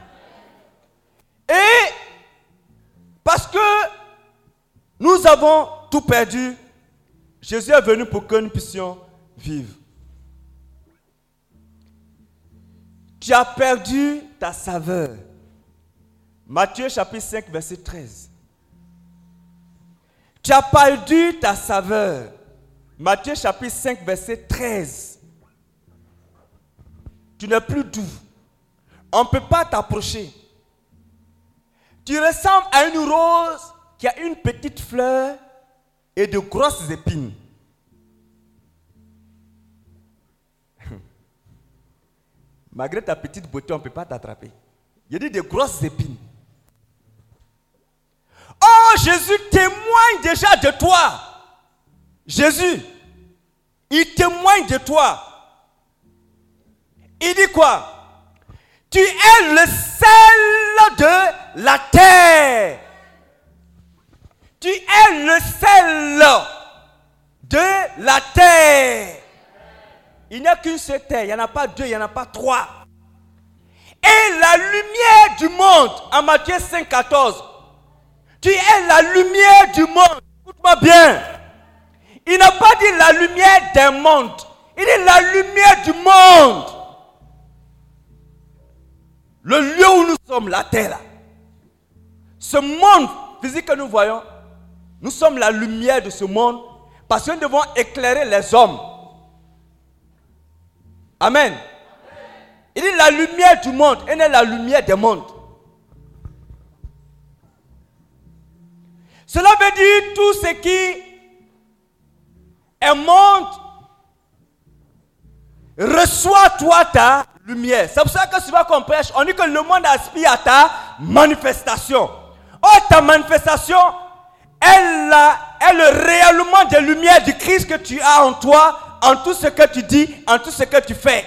Et parce que nous avons tout perdu, Jésus est venu pour que nous puissions vivre. Tu as perdu ta saveur. Matthieu chapitre cinq, verset treize. Tu as perdu ta saveur. Matthieu chapitre cinq, verset treize. Tu n'es plus doux. On ne peut pas t'approcher. Tu ressembles à une rose qui a une petite fleur et de grosses épines. Malgré ta petite beauté, on ne peut pas t'attraper. Il y a dit de grosses épines. Oh, Jésus témoigne déjà de toi. Jésus, il témoigne de toi. Il dit quoi? Tu es le sel de la terre. Tu es le sel de la terre. Il n'y a qu'une seule terre. Il n'y en a pas deux, il n'y en a pas trois. Et la lumière du monde, en Matthieu cinq, quatorze. Tu es la lumière du monde. Écoute-moi bien. Il n'a pas dit la lumière d'un monde. Il est la lumière du monde. Le lieu où nous sommes, la terre là. Ce monde physique que nous voyons, nous sommes la lumière de ce monde parce que nous devons éclairer les hommes. Amen. Il est la lumière du monde, elle est la lumière des mondes. Cela veut dire tout ce qui est monde reçoit toi ta lumière. C'est pour ça que souvent qu'on prêche, on dit que le monde aspire à ta manifestation. Oh, ta manifestation est, la, est le réellement des lumières du Christ que tu as en toi, en tout ce que tu dis, en tout ce que tu fais.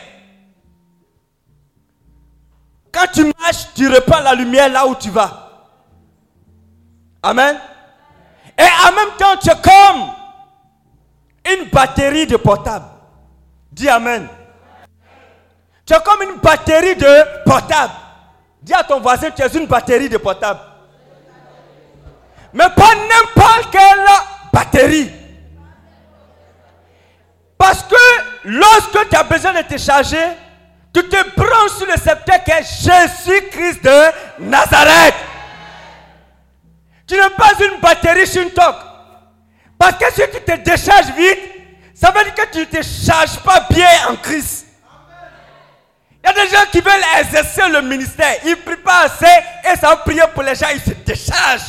Quand tu marches, tu reprends la lumière là où tu vas. Amen. Et en même temps, tu es comme une batterie de portable. Dis amen. Tu es comme une batterie de portable. Dis à ton voisin, tu es une batterie de portable. Mais pas n'importe quelle batterie. Parce que lorsque tu as besoin de te charger, tu te branches sur le sceptre qui est Jésus-Christ de Nazareth. Tu n'es pas une batterie sur une toque. Parce que si tu te décharges vite, ça veut dire que tu ne te charges pas bien en Christ. Il y a des gens qui veulent exercer le ministère. Ils ne prient pas assez et ça va prier pour les gens, ils se déchargent.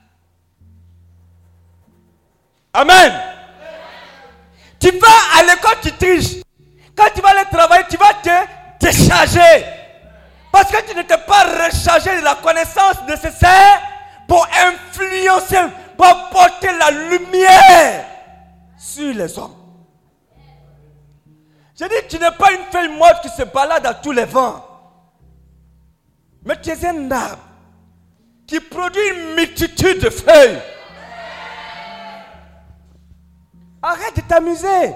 Amen. Tu vas à l'école, tu triches. Quand tu vas aller travailler, tu vas te décharger. Parce que tu ne t'es pas rechargé de la connaissance nécessaire pour influencer, pour porter la lumière sur les hommes. Je dis, tu n'es pas une feuille morte qui se balade à tous les vents. Mais tu es un arbre qui produit une multitude de feuilles. Arrête de t'amuser.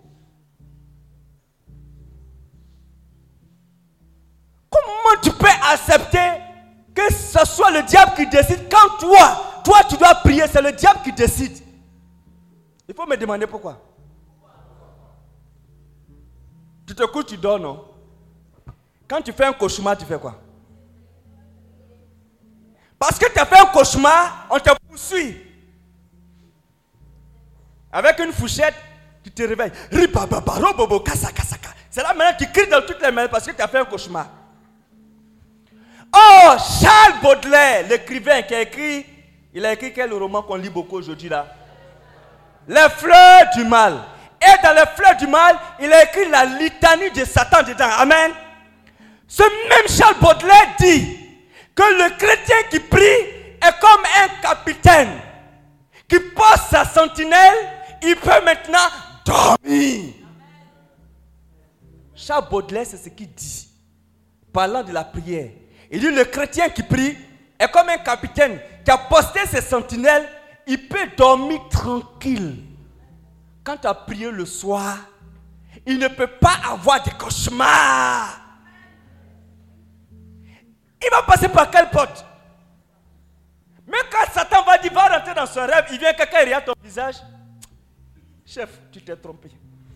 Comment tu peux accepter que ce soit le diable qui décide quand toi, toi tu dois prier, c'est le diable qui décide? Il faut me demander pourquoi. Tu te couches, tu dors, non? Quand tu fais un cauchemar, tu fais quoi? Parce que tu as fait un cauchemar, on te poursuit. Avec une fourchette, tu te réveilles. C'est là maintenant que tu cries dans toutes les mains parce que tu as fait un cauchemar. Oh, Charles Baudelaire, l'écrivain qui a écrit, il a écrit quel roman qu'on lit beaucoup aujourd'hui là? Les fleurs du mal. Et dans les fleurs du mal, il a écrit la litanie de Satan dedans. Amen. Ce même Charles Baudelaire dit que le chrétien qui prie est comme un capitaine qui pose sa sentinelle, il peut maintenant dormir. Charles Baudelaire, c'est ce qu'il dit, parlant de la prière. Il dit le chrétien qui prie est comme un capitaine qui a posté ses sentinelles, il peut dormir tranquille. Quand tu as prié le soir, il ne peut pas avoir de cauchemars. Il va passer par quelle porte? Mais quand Satan va dire, va rentrer dans son rêve, il vient, quelqu'un regarde ton visage. Chef, tu t'es trompé.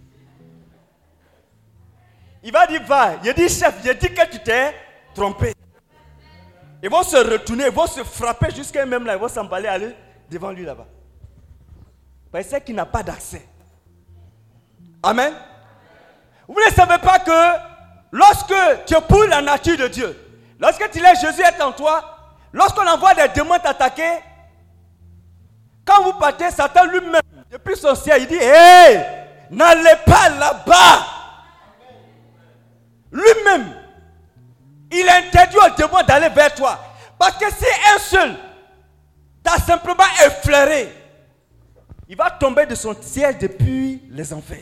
Il va dire, va. Il dit, chef, j'ai dit que tu t'es trompé. Ils vont se retourner, ils vont se frapper jusqu'à même là, ils vont s'emballer, aller devant lui là-bas. Parce qu'il n'a pas d'accès. Amen. Vous ne savez pas que lorsque tu es pour la nature de Dieu, lorsque tu laisses Jésus être en toi, lorsqu'on envoie des démons t'attaquer, quand vous partez, Satan lui-même, depuis son ciel, il dit, hé, n'allez pas là-bas. Lui-même, il interdit aux démons d'aller vers toi. Parce que si un seul t'a simplement effleuré, il va tomber de son siège depuis les enfers.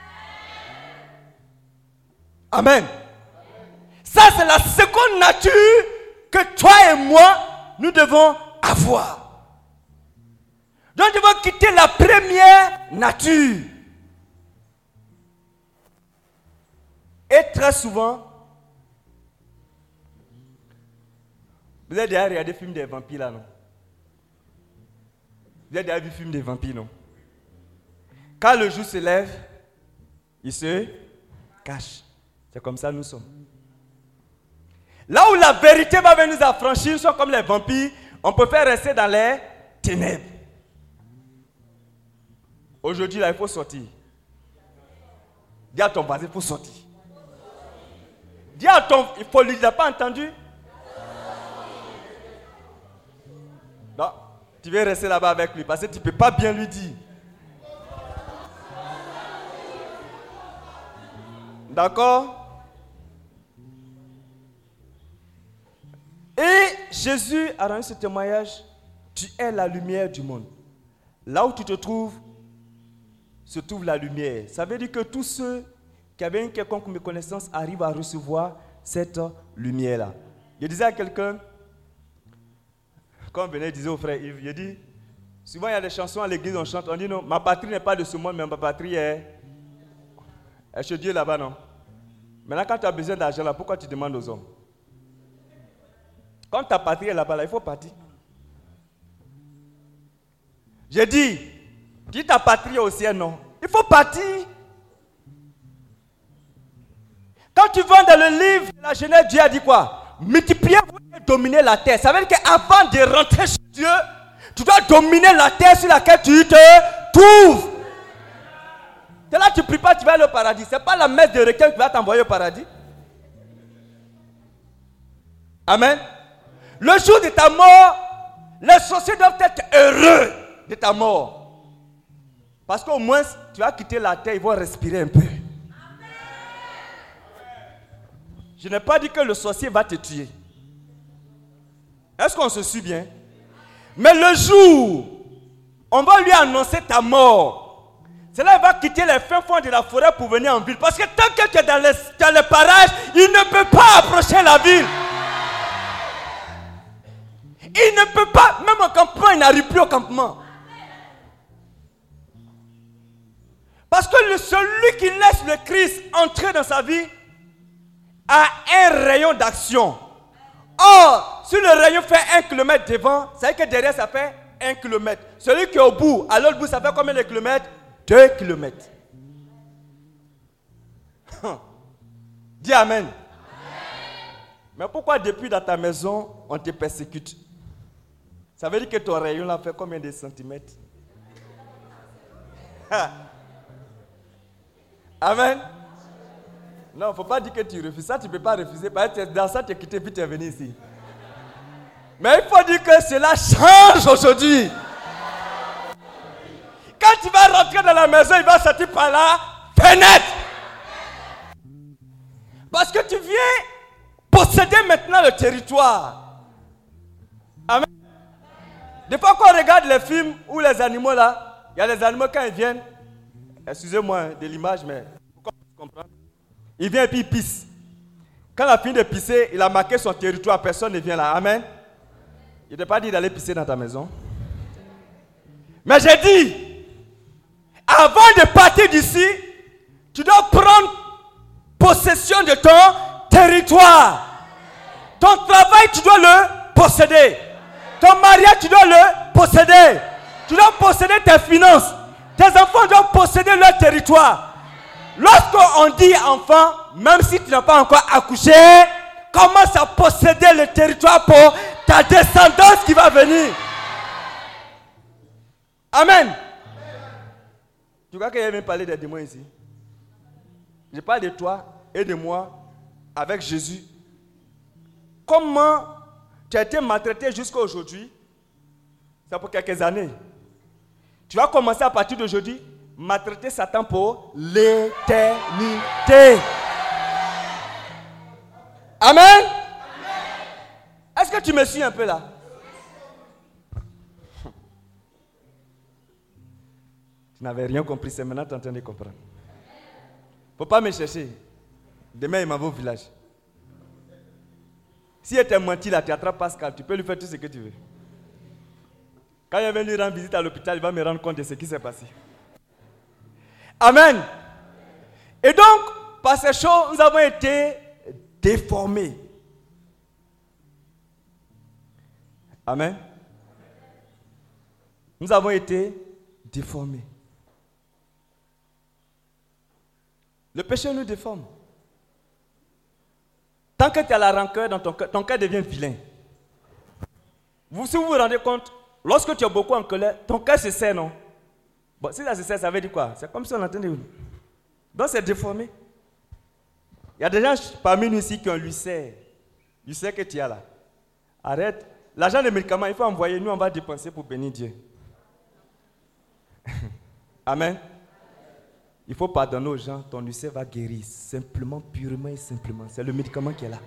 Amen. Ça, c'est la seconde nature que toi et moi, nous devons avoir. Donc, nous devons quitter la première nature. Et très souvent, vous avez déjà regardé le film des vampires là, non? Vous avez déjà vu le film des vampires, non? Quand le jour se lève, il se cache. C'est comme ça que nous sommes. Là où la vérité va venir nous affranchir, nous sommes comme les vampires, on peut faire rester dans les ténèbres. Aujourd'hui, là, il faut sortir. Dis à ton voisin, il faut sortir. Dis à ton... Il faut lui, il n'a pas entendu? Non, tu veux rester là-bas avec lui parce que tu ne peux pas bien lui dire. D'accord? Et Jésus a rendu ce témoignage. Tu es la lumière du monde. Là où tu te trouves, se trouve la lumière. Ça veut dire que tous ceux qui avaient une quelconque méconnaissance arrivent à recevoir cette lumière-là. Je disais à quelqu'un, quand on venait, disait au frère Yves, je dis, souvent il y a des chansons à l'église, on chante, on dit non, ma patrie n'est pas de ce monde, mais ma patrie est, est chez Dieu là-bas, non. Maintenant, quand tu as besoin d'argent là, pourquoi tu demandes aux hommes? Quand ta patrie est là-bas, là, il faut partir. J'ai dit, dis ta patrie au ciel, non. Il faut partir. Quand tu vas dans le livre de la Genèse, Dieu a dit quoi? Multipliez-vous et dominez la terre. Ça veut dire qu'avant de rentrer chez Dieu, tu dois dominer la terre sur laquelle tu te trouves. C'est là que tu ne pries pas, tu vas aller au paradis. Ce n'est pas la messe de requin qui va t'envoyer au paradis. Amen. Le jour de ta mort, les sorciers doivent être heureux de ta mort. Parce qu'au moins, tu vas quitter la terre, ils vont respirer un peu. Je n'ai pas dit que le sorcier va te tuer. Est-ce qu'on se suit bien? Mais le jour, on va lui annoncer ta mort. C'est là qu'il va quitter les fins fonds de la forêt pour venir en ville. Parce que tant que tu es dans les, dans les parages, il ne peut pas approcher la ville. Il ne peut pas, même au campement, il n'arrive plus au campement. Parce que le, celui qui laisse le Christ entrer dans sa vie a un rayon d'action. Or, si le rayon fait un kilomètre devant, ça veut dire que derrière ça fait un kilomètre. Celui qui est au bout, à l'autre bout, ça fait combien de kilomètres? Deux kilomètres. Dis amen. Amen. Mais pourquoi depuis dans ta maison, on te persécute? Ça veut dire que ton rayon là fait combien de centimètres? Amen. Non, il ne faut pas dire que tu refuses. Ça, tu ne peux pas refuser. Parce que dans ça, tu es quitté, puis tu es venu ici. Mais il faut dire que cela change aujourd'hui. Quand tu vas rentrer dans la maison, il va sortir par la fenêtre. Parce que tu viens posséder maintenant le territoire. Amen. Des fois, quand on regarde les films où les animaux là, il y a les animaux quand ils viennent, excusez-moi de l'image, mais pourquoi vous comprenez? Il vient et puis il pisse. Quand il a fini de pisser, il a marqué son territoire, personne ne vient là. Amen. Je ne t'ai pas dit d'aller pisser dans ta maison. Mais j'ai dit, avant de partir d'ici, tu dois prendre possession de ton territoire. Ton travail, tu dois le posséder. Ton mariage, tu dois le posséder. Tu dois posséder tes finances. Tes enfants doivent posséder leur territoire. Lorsqu'on dit enfant, même si tu n'as pas encore accouché, commence à posséder le territoire pour ta descendance qui va venir. Amen. Amen. Tu crois qu'il y a même parlé des démons ici? Je parle de toi et de moi avec Jésus. Comment tu as été maltraité jusqu'à aujourd'hui? C'est pour quelques années. Tu vas commencer à partir d'aujourd'hui maltraiter Satan pour l'éternité. Amen. Amen. Est-ce que tu me suis un peu là? Tu n'avais rien compris, c'est maintenant que tu es en train de comprendre. Il ne faut pas me chercher. Demain, il m'en va au village. Si elle t'a menti là, tu attrapes Pascal, tu peux lui faire tout ce que tu veux. Quand il va lui rendre visite à l'hôpital, il va me rendre compte de ce qui s'est passé. Amen. Et donc, par ces choses, nous avons été déformés. Amen. Nous avons été déformés. Le péché nous déforme. Tant que tu as la rancœur dans ton cœur, ton cœur devient vilain. Vous, si vous vous rendez compte, lorsque tu es beaucoup en colère, ton cœur se serre, non? Bon, si ça se serre, ça veut dire quoi? C'est comme si on entendait. Donc c'est déformé. Il y a des gens parmi nous ici qui ont l'ulcère. L'ulcère que tu as là. Arrête. L'argent des médicaments, il faut envoyer. Nous, on va dépenser pour bénir Dieu. Amen. Il faut pardonner aux gens. Ton ulcère va guérir. Simplement, purement et simplement. C'est le médicament qui est là.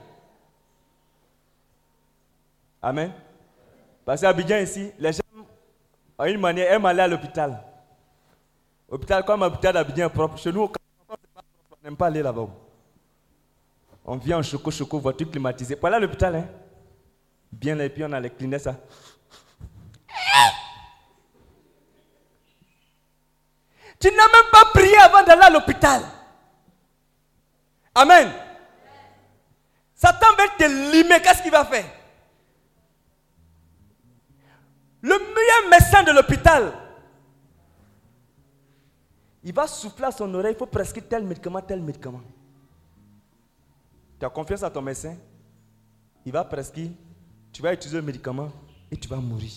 Amen. Parce qu'à Abidjan ici, les gens ont une manière, aiment aller à l'hôpital. Hôpital, comme l'hôpital d'Abidjan est propre. Chez nous, on n'aime pas aller là-bas. On vient en choco-choco, voiture climatisée. Pas là à l'hôpital, hein. Bien là, et puis on a les Kleenex, ça. Tu n'as même pas prié avant d'aller à l'hôpital. Amen. Satan va te limer, qu'est-ce qu'il va faire? Le meilleur médecin de l'hôpital, il va souffler à son oreille, il faut prescrire tel médicament, tel médicament. Tu as confiance à ton médecin, il va prescrire, tu vas utiliser le médicament et tu vas mourir.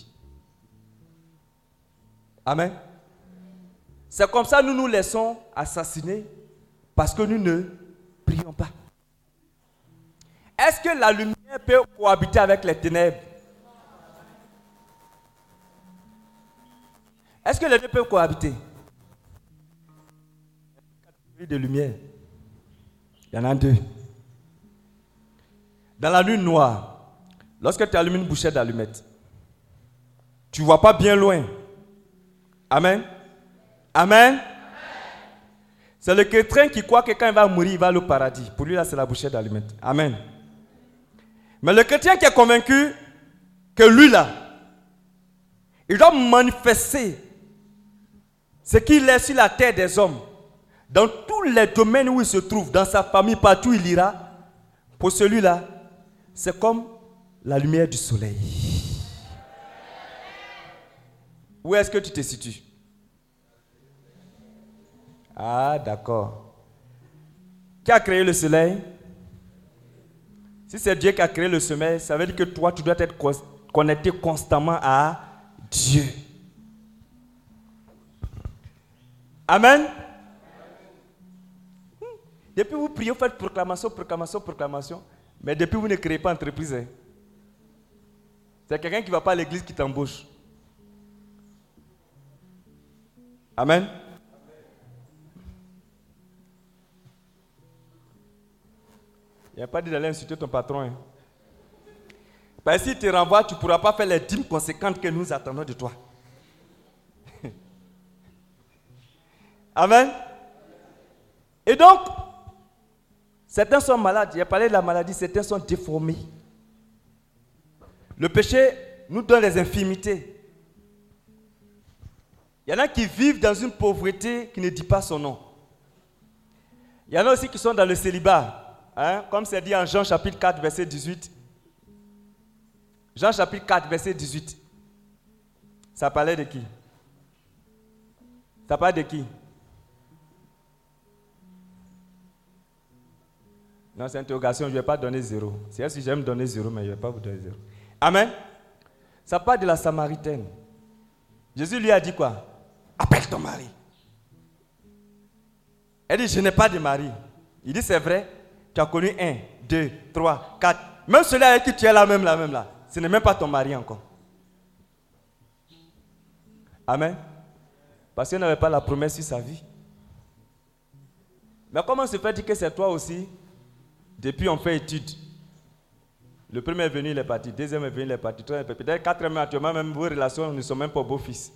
Amen. C'est comme ça que nous nous laissons assassiner parce que nous ne prions pas. Est-ce que la lumière peut cohabiter avec les ténèbres? Est-ce que les deux peuvent cohabiter? Il y a de lumière. Il y en a deux. Dans la lune noire, lorsque tu allumes une bouchette d'allumettes, tu ne vois pas bien loin. Amen. Amen. Amen. C'est le chrétien qui croit que quand il va mourir, il va au paradis. Pour lui, là, c'est la bouchette d'allumettes. Amen. Mais le chrétien qui est convaincu que lui, là, il doit manifester ce qu'il est sur la terre des hommes, dans tous les domaines où il se trouve, dans sa famille, partout où il ira. Pour celui-là, c'est comme la lumière du soleil. Où est-ce que tu te situes? Ah, d'accord. Qui a créé le soleil? Si c'est Dieu qui a créé le soleil, ça veut dire que toi, tu dois être connecté constamment à Dieu. Amen. Depuis vous priez, vous faites proclamation, proclamation, proclamation. Mais depuis vous ne créez pas entreprise. Hein. C'est quelqu'un qui ne va pas à l'église qui t'embauche. Amen. Il n'y a pas dit d'aller insulter ton patron. Hein. Parce que s'il te renvoie, tu ne pourras pas faire les dîmes conséquentes que nous attendons de toi. Amen. Et donc, certains sont malades. Il a parlé de la maladie, certains sont déformés. Le péché nous donne des infirmités. Il y en a qui vivent dans une pauvreté qui ne dit pas son nom. Il y en a aussi qui sont dans le célibat. Hein, comme c'est dit en Jean chapitre quatre, verset dix-huit. Jean chapitre quatre, verset dix-huit. Ça parlait de qui? Ça parlait de qui? Non, c'est une interrogation, je ne vais pas donner zéro. C'est si j'aime donner zéro, mais je ne vais pas vous donner zéro. Amen. Ça parle de la Samaritaine. Jésus lui a dit quoi? Appelle ton mari. Elle dit, je n'ai pas de mari. Il dit, c'est vrai, tu as connu un, deux, trois, quatre. Même celui avec qui tu es là, même là, même là. Ce n'est même pas ton mari encore. Amen. Parce qu'il n'avait pas la promesse sur sa vie. Mais comment se fait dire que c'est toi aussi? Depuis on fait étude. Le premier est venu, il est parti. Deuxième est venu, il est parti. Troisième est parti. Peut-être quatrième, actuellement, même vos relations ne sont même pas beaux-fils.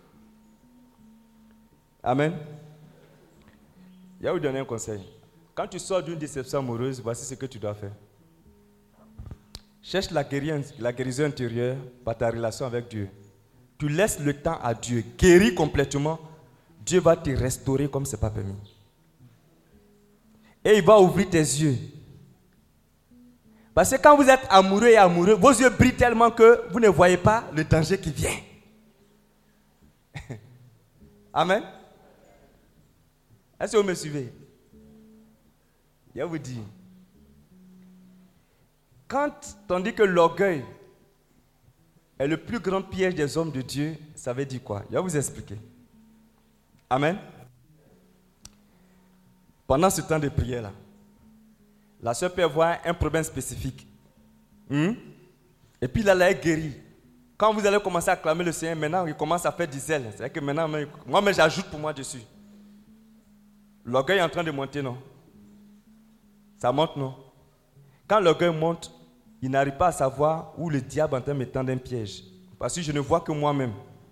Amen. Je vais vous donner un conseil. Quand tu sors d'une déception amoureuse, voici ce que tu dois faire. Cherche la guérison, la guérison intérieure par ta relation avec Dieu. Tu laisses le temps à Dieu. Guéris complètement. Dieu va te restaurer comme ce n'est pas permis. Et il va ouvrir tes yeux. Parce que quand vous êtes amoureux et amoureux, vos yeux brillent tellement que vous ne voyez pas le danger qui vient. Amen. Est-ce que vous me suivez? Je vais vous dire. Quand on dit que l'orgueil est le plus grand piège des hommes de Dieu, ça veut dire quoi? Je vais vous expliquer. Amen. Pendant ce temps de prière-là, la soeur peut avoir un problème spécifique. Hmm? Et puis là, elle est guérie. Quand vous allez commencer à clamer le Seigneur, maintenant, il commence à faire du zèle. C'est que maintenant, moi, mais j'ajoute pour moi dessus. L'orgueil est en train de monter, non? Ça monte, non? Quand l'orgueil monte, il n'arrive pas à savoir où le diable est en train de me tendre un piège. Parce que je ne vois que moi-même.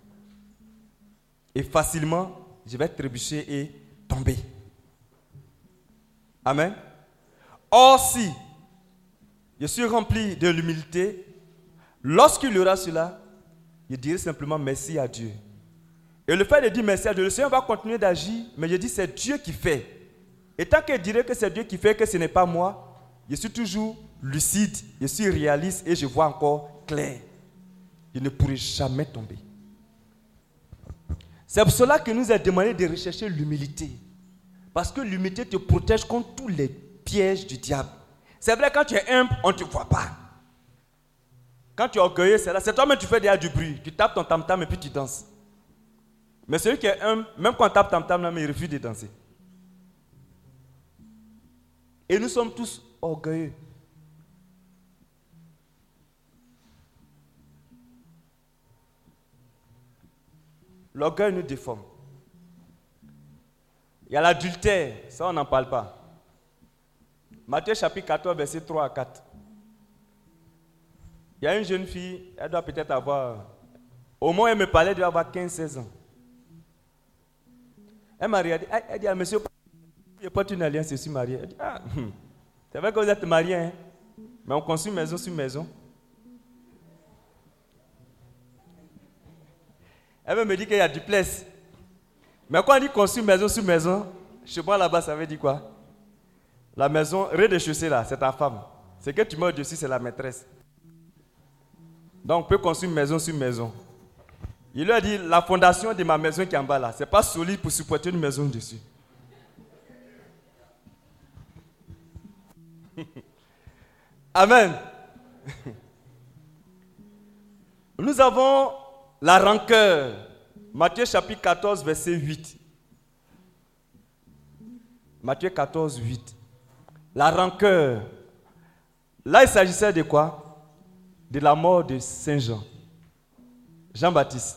Et facilement, je vais trébucher et tomber. Amen. Or, si je suis rempli de l'humilité, lorsqu'il y aura cela, je dirai simplement merci à Dieu. Et le fait de dire merci à Dieu, le Seigneur va continuer d'agir, mais je dis c'est Dieu qui fait. Et tant qu'il dirait que c'est Dieu qui fait, que ce n'est pas moi, je suis toujours lucide, je suis réaliste et je vois encore clair. Je ne pourrai jamais tomber. C'est pour cela que nous a demandé de rechercher l'humilité. Parce que l'humilité te protège contre tous les pièges du diable. C'est vrai, quand tu es humble, on ne te voit pas. Quand tu es orgueilleux, c'est là. C'est toi-même tu fais déjà du bruit. Tu tapes ton tam-tam et puis tu danses. Mais celui qui est humble, même quand on tape tam-tam, il refuse de danser. Et nous sommes tous orgueilleux. L'orgueil nous déforme. Il y a l'adultère, ça on n'en parle pas. Matthieu chapitre quatorze, verset trois à quatre. Il y a une jeune fille, elle doit peut-être avoir, au moins elle me parlait, elle doit avoir quinze seize ans. Elle m'a regardé, elle dit, ah, monsieur, je porte une alliance, je suis marié. Elle dit, ah, c'est vrai que vous êtes marié, hein? Mais on construit maison sur maison. Elle me dit qu'il y a du place. Mais quand on dit construire maison sur maison, chez moi là-bas, ça veut dire quoi? La maison, rez-de-chaussée là, c'est ta femme. Ce que tu mets au-dessus, c'est la maîtresse. Donc on peut construire maison sur maison. Il lui a dit, la fondation de ma maison qui est en bas là, ce n'est pas solide pour supporter une maison dessus. Amen. Nous avons la rancœur. Matthieu chapitre quatorze, verset huit. Matthieu quatorze, huit. La rancœur. Là, il s'agissait de quoi? De la mort de Saint Jean. Jean-Baptiste.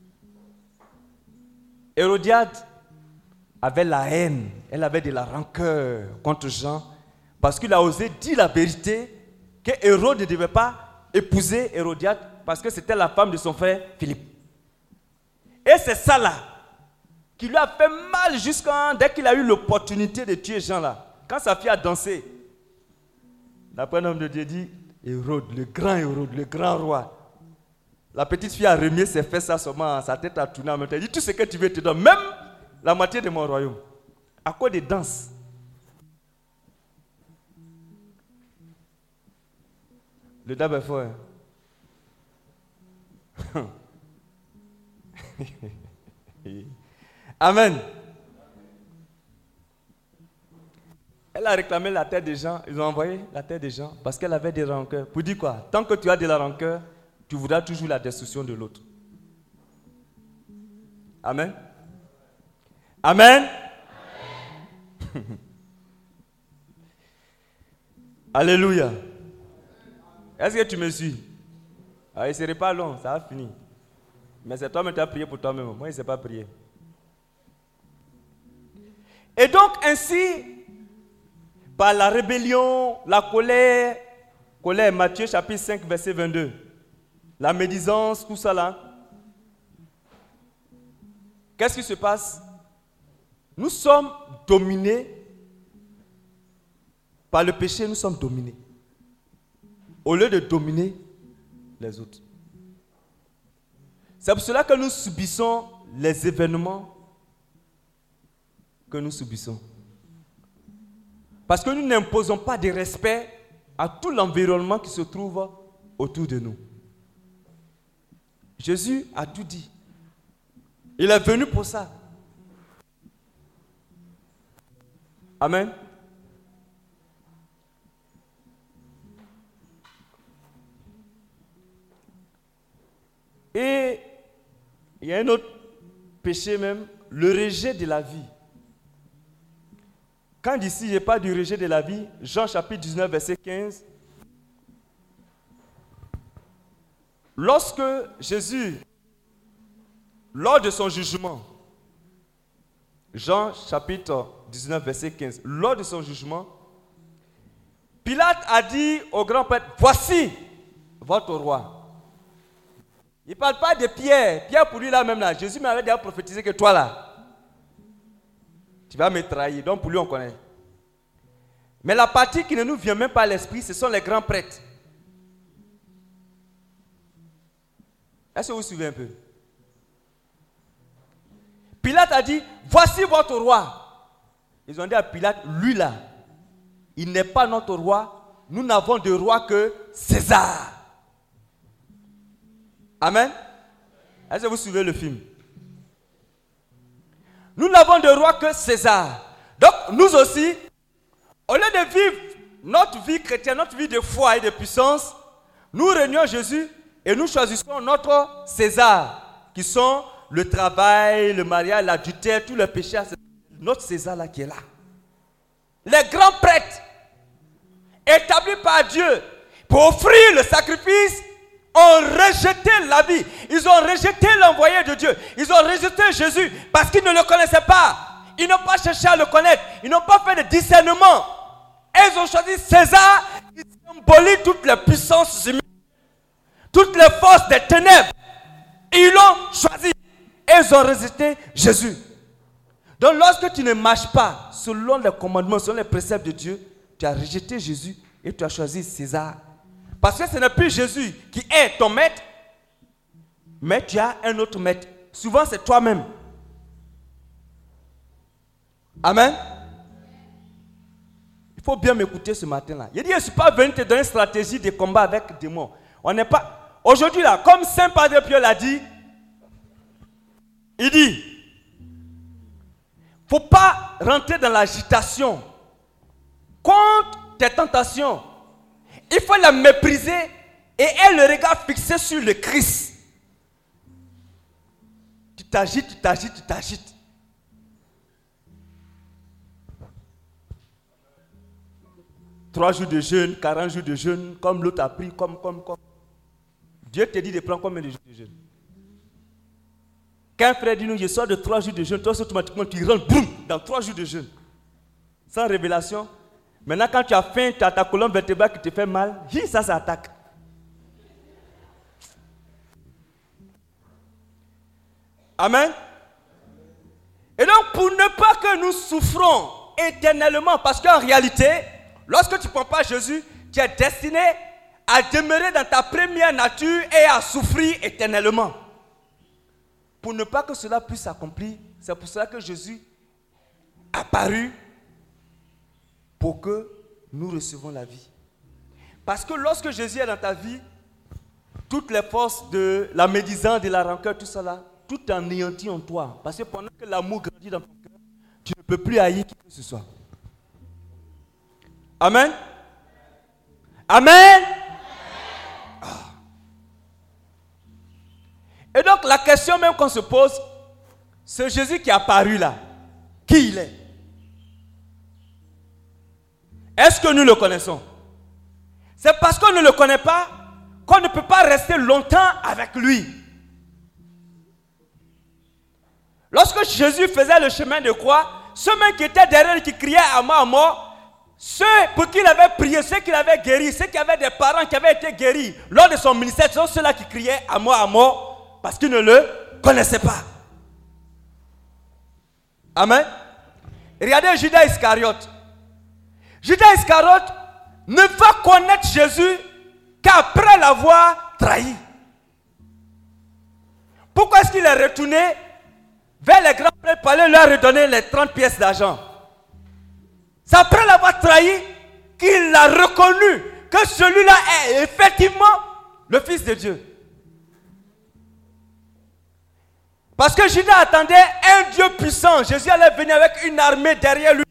Hérodiade avait la haine. Elle avait de la rancœur contre Jean parce qu'il a osé dire la vérité que Hérode ne devait pas épouser Hérodiade parce que c'était la femme de son frère Philippe. Et c'est ça là qui lui a fait mal jusqu'à dès qu'il a eu l'opportunité de tuer Jean là. Quand sa fille a dansé, d'après un homme de Dieu dit, Hérode, le grand Hérode, le grand roi. La petite fille a remis ses fesses à son main, sa tête a tourné en même temps. Elle dit, tout ce que tu veux te donne, même la moitié de mon royaume. À quoi des danses? Le dab est fort. Hein? Amen. Elle a réclamé la tête des gens. Ils ont envoyé la tête des gens parce qu'elle avait des rancœurs. Pour dire quoi? Tant que tu as de la rancœur, tu voudras toujours la destruction de l'autre. Amen. Amen. Amen. Alléluia. Est-ce que tu me suis? Ah, il ne serait pas long, ça va finir. Mais c'est toi-même qui as prié pour toi-même. Moi, il ne s'est pas prié. Et donc, ainsi, par la rébellion, la colère, colère, Matthieu chapitre cinq, verset vingt-deux, la médisance, tout ça là, qu'est-ce qui se passe? Nous sommes dominés par le péché, nous sommes dominés. Au lieu de dominer les autres. C'est pour cela que nous subissons les événements que nous subissons. Parce que nous n'imposons pas de respect à tout l'environnement qui se trouve autour de nous. Jésus a tout dit. Il est venu pour ça. Amen. il y a un autre péché même, le rejet de la vie. Quand ici, je parle du rejet de la vie, Jean chapitre dix-neuf, verset quinze. Lorsque Jésus, lors de son jugement, Jean chapitre dix-neuf, verset quinze, lors de son jugement, Pilate a dit au grand prêtre, voici votre roi. Il ne parle pas de Pierre. Pierre pour lui là même là, Jésus m'avait déjà prophétisé que toi là, tu vas me trahir. Donc pour lui on connaît. Mais la partie qui ne nous vient même pas à l'esprit, ce sont les grands prêtres. Est-ce que vous vous suivez un peu? Pilate a dit, voici votre roi. Ils ont dit à Pilate, lui là, il n'est pas notre roi. Nous n'avons de roi que César. Amen. Est-ce que vous suivez le film? Nous n'avons de roi que César. Donc nous aussi, au lieu de vivre notre vie chrétienne, notre vie de foi et de puissance, nous réunions Jésus et nous choisissons notre César, qui sont le travail, le mariage, l'adultère, tous les péchés. C'est notre César là qui est là. Les grands prêtres, établis par Dieu pour offrir le sacrifice, ont rejeté la vie. Ils ont rejeté l'envoyé de Dieu. Ils ont rejeté Jésus parce qu'ils ne le connaissaient pas. Ils n'ont pas cherché à le connaître. Ils n'ont pas fait de discernement. Et ils ont choisi César qui symbolise toutes les puissances humaines, toutes les forces des ténèbres. Ils l'ont choisi. Et ils ont rejeté Jésus. Donc lorsque tu ne marches pas selon les commandements, selon les préceptes de Dieu, tu as rejeté Jésus et tu as choisi César. Parce que ce n'est plus Jésus qui est ton maître, mais tu as un autre maître. Souvent, c'est toi-même. Amen. Il faut bien m'écouter ce matin-là. Il dit, je ne suis pas venu te donner une stratégie de combat avec des démons. On n'est pas... Aujourd'hui, là, comme Saint Padre Pio l'a dit, il dit, il ne faut pas rentrer dans l'agitation contre tes tentations. Il faut la mépriser et elle le regard fixé sur le Christ. Tu t'agites, tu t'agites, tu t'agites. Trois jours de jeûne, quarante jours de jeûne, comme l'autre a pris, comme, comme, comme. Dieu te dit de prendre combien de jours de jeûne? Quand un frère dit nous, je sors de trois jours de jeûne, toi automatiquement tu rentres, boum, dans trois jours de jeûne. Sans révélation. Maintenant, quand tu as faim, tu as ta colonne vertébrale qui te fait mal, ça, ça attaque. Amen. Et donc, pour ne pas que nous souffrons éternellement, parce qu'en réalité, lorsque tu ne prends pas Jésus, tu es destiné à demeurer dans ta première nature et à souffrir éternellement. Pour ne pas que cela puisse s'accomplir, c'est pour cela que Jésus est apparu pour que nous recevons la vie. Parce que lorsque Jésus est dans ta vie, toutes les forces de la médisance, de la rancœur, tout ça là, tout est anéanti en toi. Parce que pendant que l'amour grandit dans ton cœur, tu ne peux plus haïr qui que ce soit. Amen. Amen. Ah. Et donc la question même qu'on se pose, c'est Jésus qui est apparu là. Qui il est? Est-ce que nous le connaissons? C'est parce qu'on ne le connaît pas qu'on ne peut pas rester longtemps avec lui. Lorsque Jésus faisait le chemin de croix, ceux mêmes qui étaient derrière lui, qui criaient à mort, à mort, ceux pour qui il avait prié, ceux qui l'avaient guéri, ceux qui avaient des parents qui avaient été guéris lors de son ministère, ce sont ceux-là qui criaient à mort, à mort, parce qu'ils ne le connaissaient pas. Amen. Regardez Judas Iscariote. Judas Iscariote ne va connaître Jésus qu'après l'avoir trahi. Pourquoi est-ce qu'il est retourné vers les grands prêtres pour aller leur redonner les trente pièces d'argent? C'est après l'avoir trahi qu'il a reconnu que celui-là est effectivement le Fils de Dieu. Parce que Judas attendait un Dieu puissant. Jésus allait venir avec une armée derrière lui.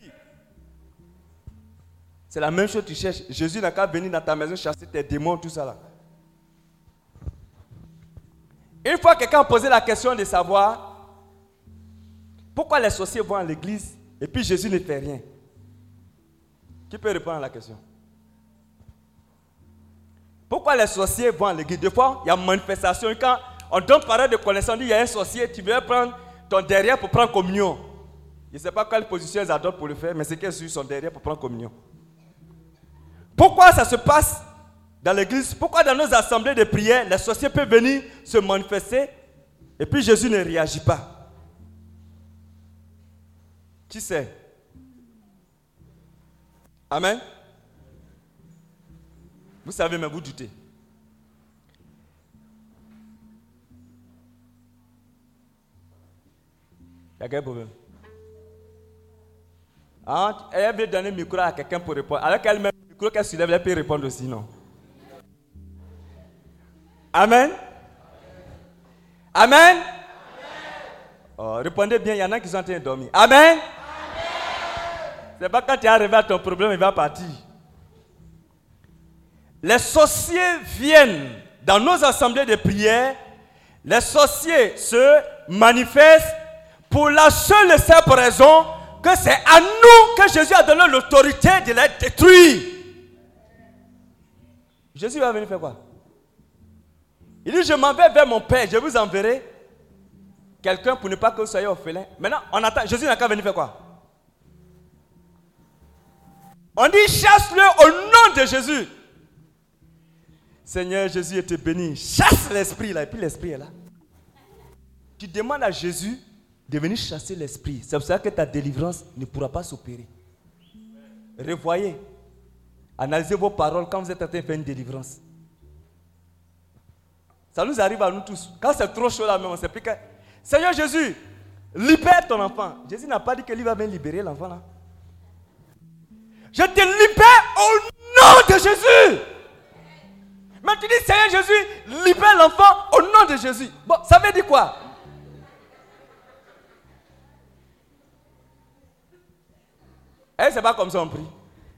C'est la même chose que tu cherches. Jésus n'a qu'à venir dans ta maison chasser tes démons, tout ça là. Une fois quelqu'un a posé la question de savoir pourquoi les sorciers vont à l'église et puis Jésus ne fait rien. Qui peut répondre à la question? Pourquoi les sorciers vont à l'église? Des fois, il y a une manifestation. Quand on donne parole de connaissance, on dit il y a un sorcier, tu veux prendre ton derrière pour prendre communion. Je ne sais pas quelle position ils adoptent pour le faire, mais c'est qu'ils sont derrière pour prendre communion. Pourquoi ça se passe dans l'église? Pourquoi dans nos assemblées de prière, les sorciers peuvent venir se manifester et puis Jésus ne réagit pas? Qui sait? Amen. Vous savez, mais vous doutez. Il y a quel problème? Ah, elle veut donner le micro à quelqu'un pour répondre. Alors qu'elle met le micro qu'elle soulève, elle peut répondre aussi, non? Amen. Amen. Amen. Oh, répondez bien, il y en a qui sont en train de dormir. Amen. Amen. C'est pas quand tu es arrivé à ton problème, il va partir. Les sorciers viennent dans nos assemblées de prière. Les sorciers se manifestent pour la seule et simple raison que c'est à nous que Jésus a donné l'autorité de les détruire. Jésus va venir faire quoi? Il dit, je m'en vais vers mon Père, je vous enverrai quelqu'un pour ne pas que vous soyez orphelins. Maintenant, on attend. Jésus n'a qu'à venir faire quoi? On dit, chasse-le au nom de Jésus. Seigneur, Jésus était béni. Chasse l'esprit là, et puis l'esprit est là. Tu demandes à Jésus de venir chasser l'esprit. C'est pour ça que ta délivrance ne pourra pas s'opérer. Revoyez. Analysez vos paroles quand vous êtes en train de faire une délivrance. Ça nous arrive à nous tous. Quand c'est trop chaud là même, on s'explique. Seigneur Jésus, libère ton enfant. Jésus n'a pas dit que lui va venir libérer l'enfant là. Je te libère au nom de Jésus. Mais tu dis, Seigneur Jésus, libère l'enfant au nom de Jésus. Bon, ça veut dire quoi? Eh, c'est pas comme ça on prie.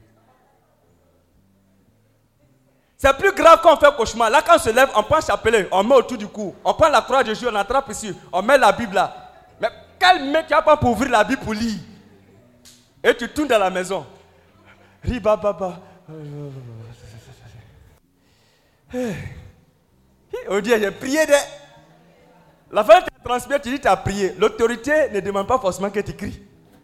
C'est plus grave quand on fait cauchemar. Là, quand on se lève, on prend le chapelet, on met autour du cou. On prend la croix de Jésus, on attrape ici. On met la Bible là. Mais quel mec tu vas pas pour ouvrir la Bible pour lire? Et tu tournes dans la maison. Riba baba. On dit, j'ai prié de... La fin, tu as transmis, tu dis, tu as prié. L'autorité ne demande pas forcément que tu cries.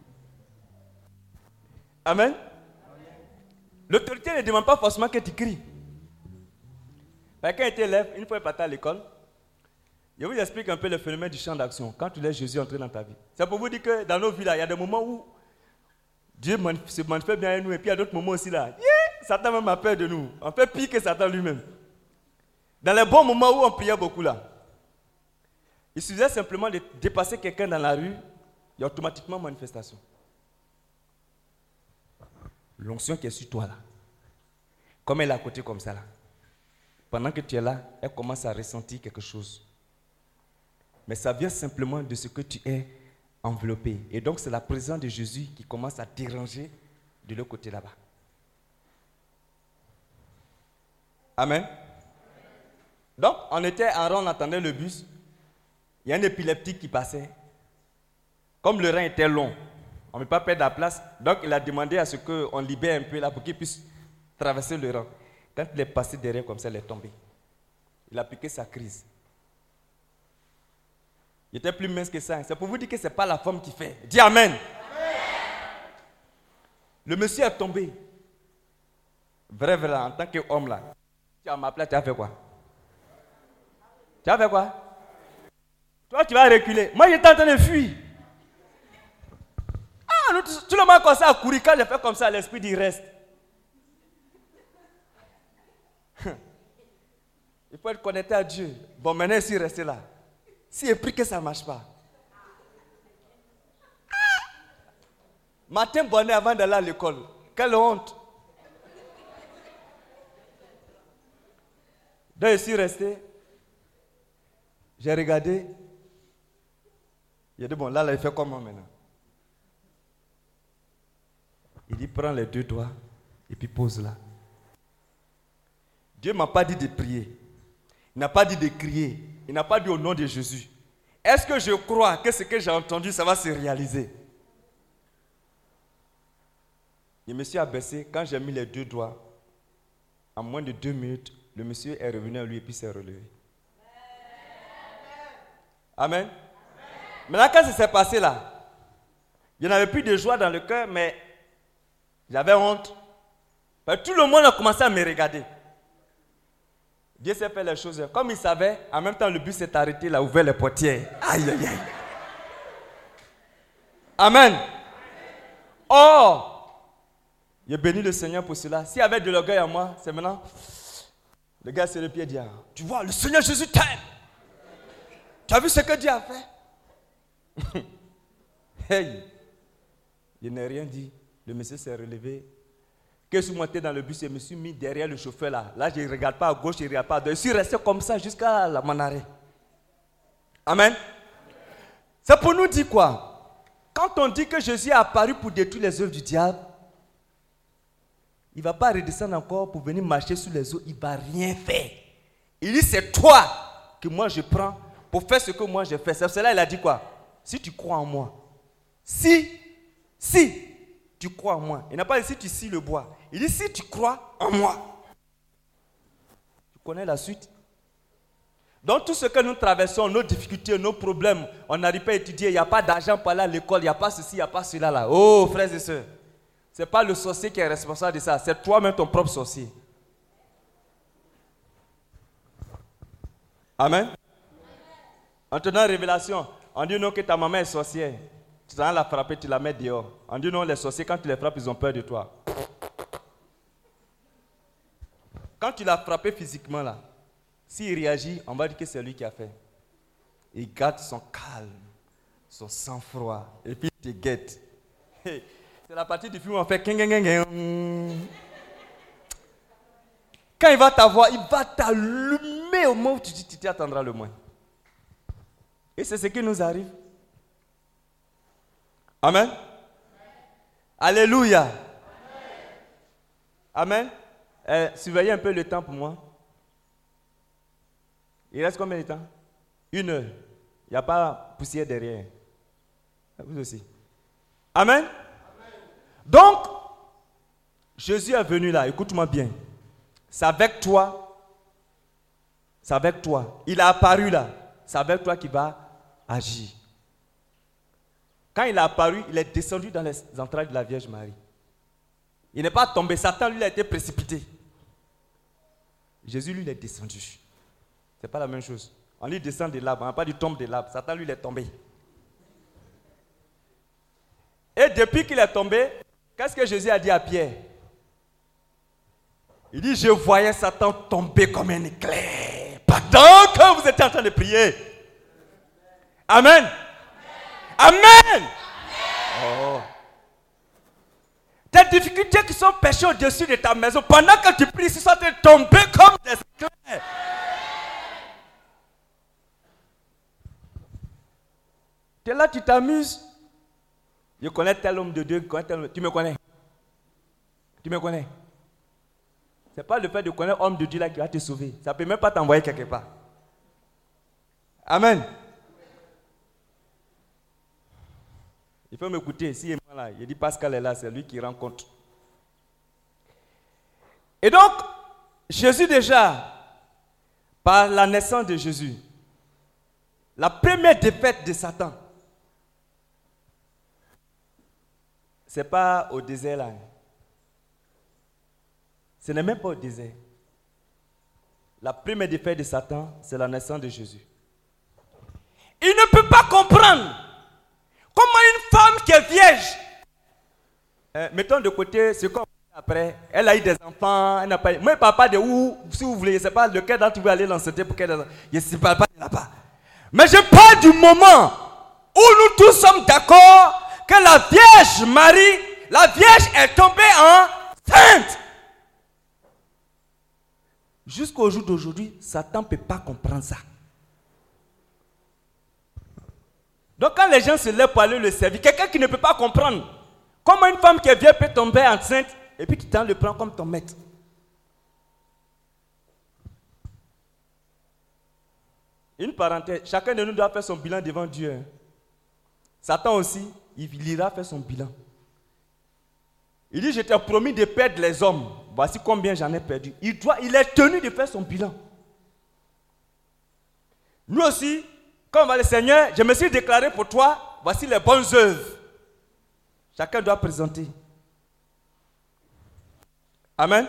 Amen. L'autorité ne demande pas forcément que tu cries. Quand tu es élève, une fois parti à l'école, je vous explique un peu le phénomène du champ d'action. Quand tu laisses Jésus entrer dans ta vie. C'est pour vous dire que dans nos vies, là, il y a des moments où Dieu se manifeste bien à nous, et puis il y a d'autres moments aussi là. Yeah, Satan même a peur de nous. On fait pire que Satan lui-même. Dans les bons moments où on priait beaucoup là, il suffisait simplement de dépasser quelqu'un dans la rue, il y a automatiquement manifestation. L'onction qui est sur toi là, comme elle est à côté comme ça là, pendant que tu es là, elle commence à ressentir quelque chose. Mais ça vient simplement de ce que tu es enveloppé. Et donc c'est la présence de Jésus qui commence à déranger de l'autre côté là-bas. Amen. Donc on était en rang, on attendait le bus. Il y a un épileptique qui passait. Comme le rang était long, on ne peut pas perdre la place. Donc il a demandé à ce qu'on libère un peu là pour qu'il puisse traverser le rang. Quand il est passé derrière comme ça, il est tombé. Il a piqué sa crise. Il était plus mince que ça. C'est pour vous dire que ce n'est pas la femme qui fait. Dis Amen. Amen. Le monsieur est tombé. Vrai, vrai, en tant qu'homme là. Tu as ma place, tu as fait quoi? Tu as fait quoi? Toi, tu vas reculer. Moi, j'étais en train de fuir. Ah, nous, tout le monde a commencé à courir. Quand j'ai fait comme ça, l'esprit dit reste. Il faut être connecté à Dieu. Bon, maintenant, si rester là. Si il prie que ça ne marche pas. Ah! Matin bonnet avant d'aller à l'école. Quelle honte. Donc, je suis resté. J'ai regardé. Il a dit, bon, là, là, il fait comment maintenant? Il dit, prends les deux doigts et puis pose là. Dieu ne m'a pas dit de prier. Il n'a pas dit de crier. Il n'a pas dit au nom de Jésus. Est-ce que je crois que ce que j'ai entendu, ça va se réaliser? Le monsieur a baissé. Quand j'ai mis les deux doigts, en moins de deux minutes, le monsieur est revenu à lui et puis s'est relevé. Amen. Amen. Maintenant, quand ça s'est passé là, il n'y en avait plus de joie dans le cœur, mais j'avais honte. Mais tout le monde a commencé à me regarder. Dieu s'est fait les choses. Comme il savait, en même temps, le bus s'est arrêté, il a ouvert les portières. Aïe, aïe, aïe. Amen. Oh! J'ai béni le Seigneur pour cela. S'il y avait de l'orgueil à moi, c'est maintenant. Le gars sur le pied dit, tu vois, le Seigneur Jésus t'aime. Tu as vu ce que Dieu a fait? Hey! Je n'ai rien dit. Le monsieur s'est relevé. Quand je suis monté dans le bus, je me suis mis derrière le chauffeur là. Là, je ne regarde pas à gauche, je ne regarde pas à droite. Je suis resté comme ça jusqu'à la mon arrêt. Amen. C'est pour nous dire quoi? Quand on dit que Jésus est apparu pour détruire les œuvres du diable, il ne va pas redescendre encore pour venir marcher sur les eaux. Il ne va rien faire. Il dit, c'est toi que moi je prends pour faire ce que moi j'ai fait. C'est pour cela qu'il a dit quoi? Si tu crois en moi. Si, si tu crois en moi. Il n'a pas dit si tu scies le bois. Il dit si tu crois en moi. Tu connais la suite? Dans tout ce que nous traversons, nos difficultés, nos problèmes, on n'arrive pas à étudier, il n'y a pas d'argent pour aller à l'école, il n'y a pas ceci, il n'y a pas cela là. Oh frères et sœurs, ce n'est pas le sorcier qui est responsable de ça, c'est toi-même ton propre sorcier. Amen. En te donnant révélation, on dit non que ta maman est sorcière. Tu vas la frapper, tu la mets dehors. On dit non, les sorciers, quand tu les frappes, ils ont peur de toi. Quand tu l'as frappé physiquement là, s'il réagit, on va dire que c'est lui qui a fait. Il garde son calme, son sang-froid, et puis il te guette. C'est la partie du film où on fait king, king, king. Quand il va t'avoir, il va t'allumer au moment où tu t'y attendras le moins. Et c'est ce qui nous arrive. Amen. Amen. Alléluia. Amen. Amen. Euh, surveillez un peu le temps pour moi. Il reste combien de temps? Une heure. Il n'y a pas poussière derrière. Vous aussi. Amen. Amen. Donc, Jésus est venu là. Écoute-moi bien. C'est avec toi. C'est avec toi. Il est apparu là. C'est avec toi qu'il va agir. Quand il est apparu, il est descendu dans les entrailles de la Vierge Marie. Il n'est pas tombé. Satan, lui, il a été précipité. Jésus, lui, il est descendu. Ce n'est pas la même chose. On lui descend de l'arbre. On n'a pas dit tombe de l'arbre. Satan, lui, il est tombé. Et depuis qu'il est tombé, qu'est-ce que Jésus a dit à Pierre? Il dit, je voyais Satan tomber comme un éclair pendant que vous étiez en train de prier. Amen. Amen. Amen. Oh. Tes difficultés qui sont perchées au-dessus de ta maison, pendant que tu pries, ils sont en train de tomber comme des éclairs. Tu es là, tu t'amuses. Je connais tel homme de Dieu, je connais tel homme. Tu me connais? Tu me connais? Ce n'est pas le fait de connaître homme de Dieu là qui va te sauver. Ça ne peut même pas t'envoyer quelque part. Amen. Il faut m'écouter. Si il est là, il dit Pascal est là, c'est lui qui rencontre. Et donc, Jésus déjà, par la naissance de Jésus, la première défaite de Satan, ce n'est pas au désert là. Ce n'est même pas au désert. La première défaite de Satan, c'est la naissance de Jésus. Il ne peut pas comprendre comment une femme qui est vierge, euh, mettons de côté ce qu'on fait après, elle a eu des enfants, elle n'a pas eu. Moi, je ne parle pas de où, si vous voulez, je ne sais pas lequel d'entre vous aller l'enceinte pour quelle raison. Je ne parle pas de là-bas. Mais je parle du moment où nous tous sommes d'accord que la Vierge Marie, la Vierge est tombée enceinte. Jusqu'au jour d'aujourd'hui, Satan ne peut pas comprendre ça. Donc quand les gens se lèvent pour aller le servir, quelqu'un qui ne peut pas comprendre comment une femme qui est vieille peut tomber enceinte et puis tu t'en le prends comme ton maître. Une parenthèse, chacun de nous doit faire son bilan devant Dieu. Hein. Satan aussi, il ira faire son bilan. Il dit, je t'ai promis de perdre les hommes. Voici combien j'en ai perdu. Il, doit, il est tenu de faire son bilan. Nous aussi, comme va le Seigneur, je me suis déclaré pour toi, voici les bonnes œuvres. Chacun doit présenter. Amen.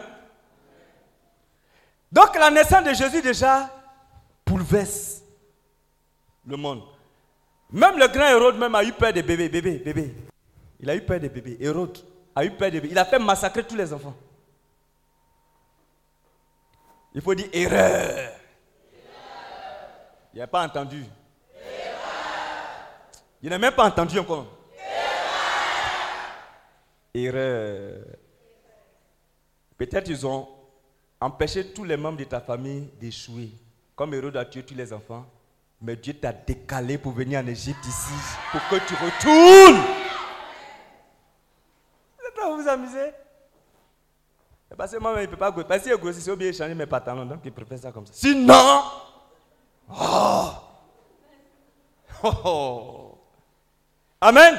Donc la naissance de Jésus déjà bouleverse le monde. Même le grand Hérode même a eu peur des bébés, bébés, bébés. Il a eu peur des bébés. Hérode a eu peur des bébés. Il a fait massacrer tous les enfants. Il faut dire erreur. Il n'a pas entendu. Il n'a même pas entendu encore. Erreur. Peut-être ils ont empêché tous les membres de ta famille d'échouer. Comme Hérode a tué tous les enfants. Mais Dieu t'a décalé pour venir en Égypte ici. Pour que tu retournes. Vous êtes là, vous vous amusez? Parce que moi, il ne peut pas grossir. Parce qu'il grossit, c'est obligé de changer mes pantalons. Donc il préfère ça comme ça. Sinon. Oh. Oh, oh. Amen.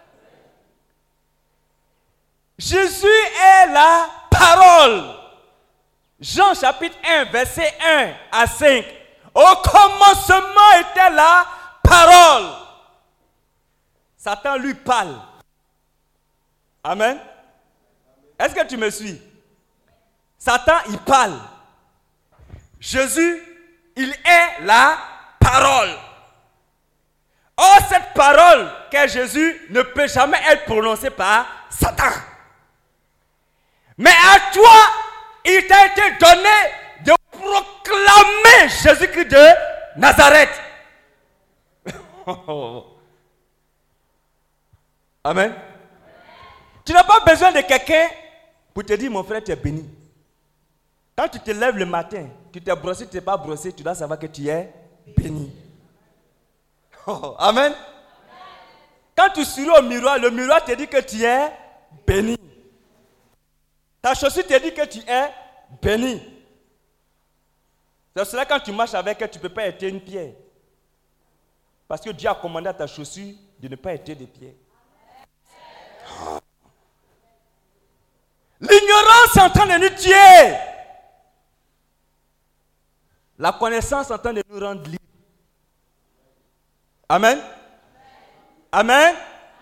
Jésus est la parole. Jean chapitre un, verset un à cinq. Au commencement était la parole. Satan lui parle. Amen. Est-ce que tu me suis? Satan, il parle. Jésus, il est la parole. Or, cette parole qu'est Jésus ne peut jamais être prononcée par Satan. Mais à toi, il t'a été donné de proclamer Jésus-Christ de Nazareth. Amen. Tu n'as pas besoin de quelqu'un pour te dire, mon frère, tu es béni. Quand tu te lèves le matin, tu t'es brossé, tu t'es pas brossé, tu dois savoir que tu es béni. Oh, amen. Amen. Quand tu souris au miroir, le miroir te dit que tu es béni. Ta chaussure te dit que tu es béni. C'est cela quand tu marches avec elle, tu ne peux pas éteindre une pierre. Parce que Dieu a commandé à ta chaussure de ne pas éteindre des pierres. Oh. L'ignorance est en train de nous tuer. La connaissance est en train de nous rendre libres. Amen. Amen. Amen.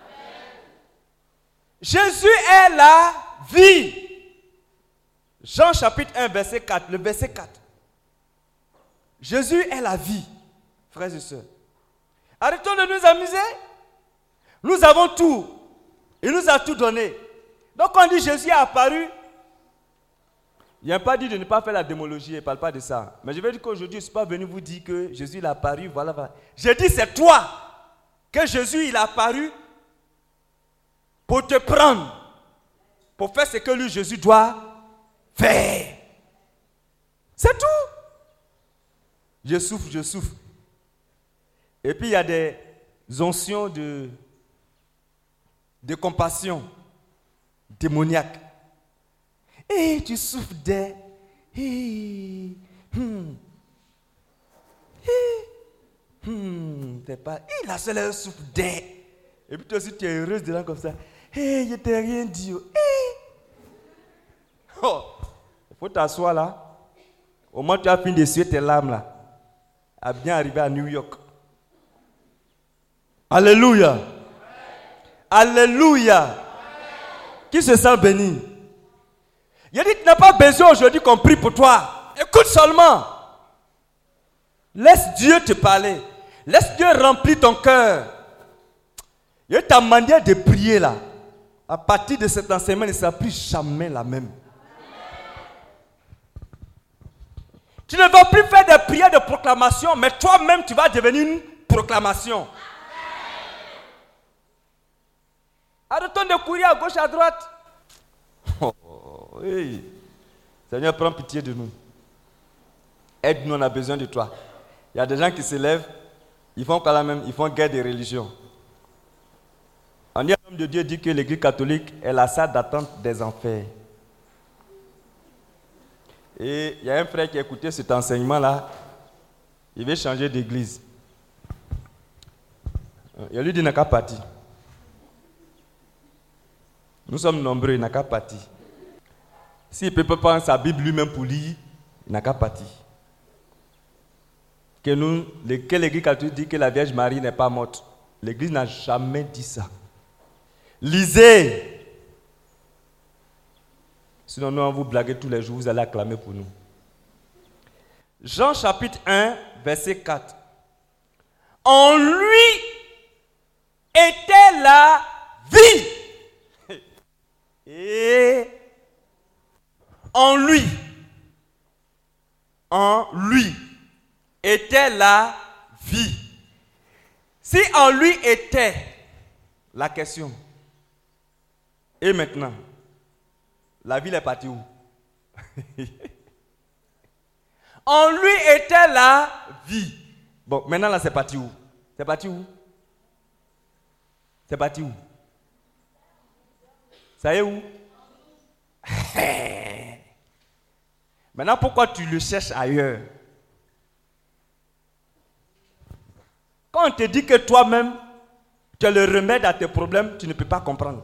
Jésus est la vie. Jean chapitre un, verset quatre. Le verset quatre. Jésus est la vie, frères et sœurs. Arrêtons de nous amuser. Nous avons tout. Il nous a tout donné. Donc on dit Jésus est apparu. Il n'y a pas dit de ne pas faire la démologie, il ne parle pas de ça. Mais je vais dire qu'aujourd'hui, je ne suis pas venu vous dire que Jésus il est apparu, voilà, voilà. Je dis c'est toi que Jésus il est apparu pour te prendre, pour faire ce que lui, Jésus, doit faire. C'est tout. Je souffre, je souffre. Et puis il y a des onctions de, de compassion démoniaque. Et hey, tu souffres des... Hey, hmm, hey, hmm, t'es pas... Hey, la seule elle souffre des... Et puis toi aussi tu es heureuse de là comme ça. Hey, je t'ai rien dit. Hey. Oh, il faut t'asseoir là. Au moins tu as fini d'essuyer tes larmes là. À bien arriver à New York. Alléluia. Alléluia. Qui se sent béni? Il dit, tu n'as pas besoin aujourd'hui qu'on prie pour toi. Écoute seulement. Laisse Dieu te parler. Laisse Dieu remplir ton cœur. Il t'a demandé de prier là. À partir de cet enseignement, il ne sera plus jamais la même. Tu ne vas plus faire des prières de proclamation, mais toi-même, tu vas devenir une proclamation. Arrêtons de courir à gauche, à droite. Oh, oui. Seigneur, prends pitié de nous. Aide-nous, on a besoin de toi. Il y a des gens qui se lèvent, ils font quand même, ils font guerre des religions. On dit, l'homme de Dieu dit que l'Église catholique est la salle d'attente des enfers. Et il y a un frère qui a écouté cet enseignement-là. Il veut changer d'église. Il lui dit, il n'a qu'à partir. Nous sommes nombreux, il n'a qu'à partir. S'il ne peut pas prendre sa Bible lui-même pour lire, il n'a qu'à partir. Que, nous, que l'Église catholique dit que la Vierge Marie n'est pas morte. L'Église n'a jamais dit ça. Lisez. Sinon, nous, on vous blague tous les jours, vous allez acclamer pour nous. Jean chapitre un, verset quatre. En lui était la vie. Et en lui, en lui était la vie. Si en lui était la question, et maintenant, la vie est partie où? En lui était la vie. Bon, maintenant là, c'est parti où? C'est parti où? C'est parti où? Ça y est où? Maintenant, pourquoi tu le cherches ailleurs? Quand on te dit que toi-même, tu as le remède à tes problèmes, tu ne peux pas comprendre.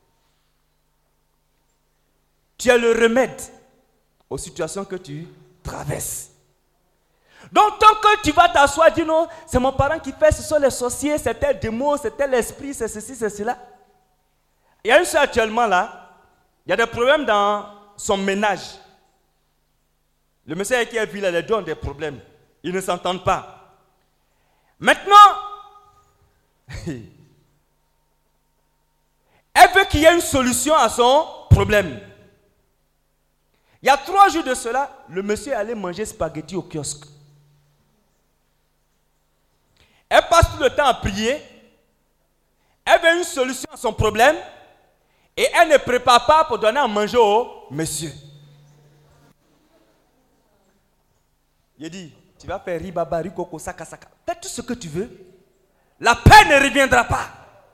Tu as le remède aux situations que tu traverses. Donc, tant que tu vas t'asseoir et dire non, c'est mon parent qui fait, ce sont les sorciers, c'est tel démon, c'est tel esprit, c'est ceci, c'est cela. Il y a une soeur actuellement là, il y a des problèmes dans son ménage. Le monsieur qui est vu là, les deux ont des problèmes. Ils ne s'entendent pas. Maintenant, elle veut qu'il y ait une solution à son problème. Il y a trois jours de cela, le monsieur allait manger spaghetti au kiosque. Elle passe tout le temps à prier. Elle veut une solution à son problème. Et elle ne prépare pas pour donner à manger au monsieur. Il dit, tu vas faire ribaba, rikoko, saka, saka. Fais tout ce que tu veux. La paix ne reviendra pas.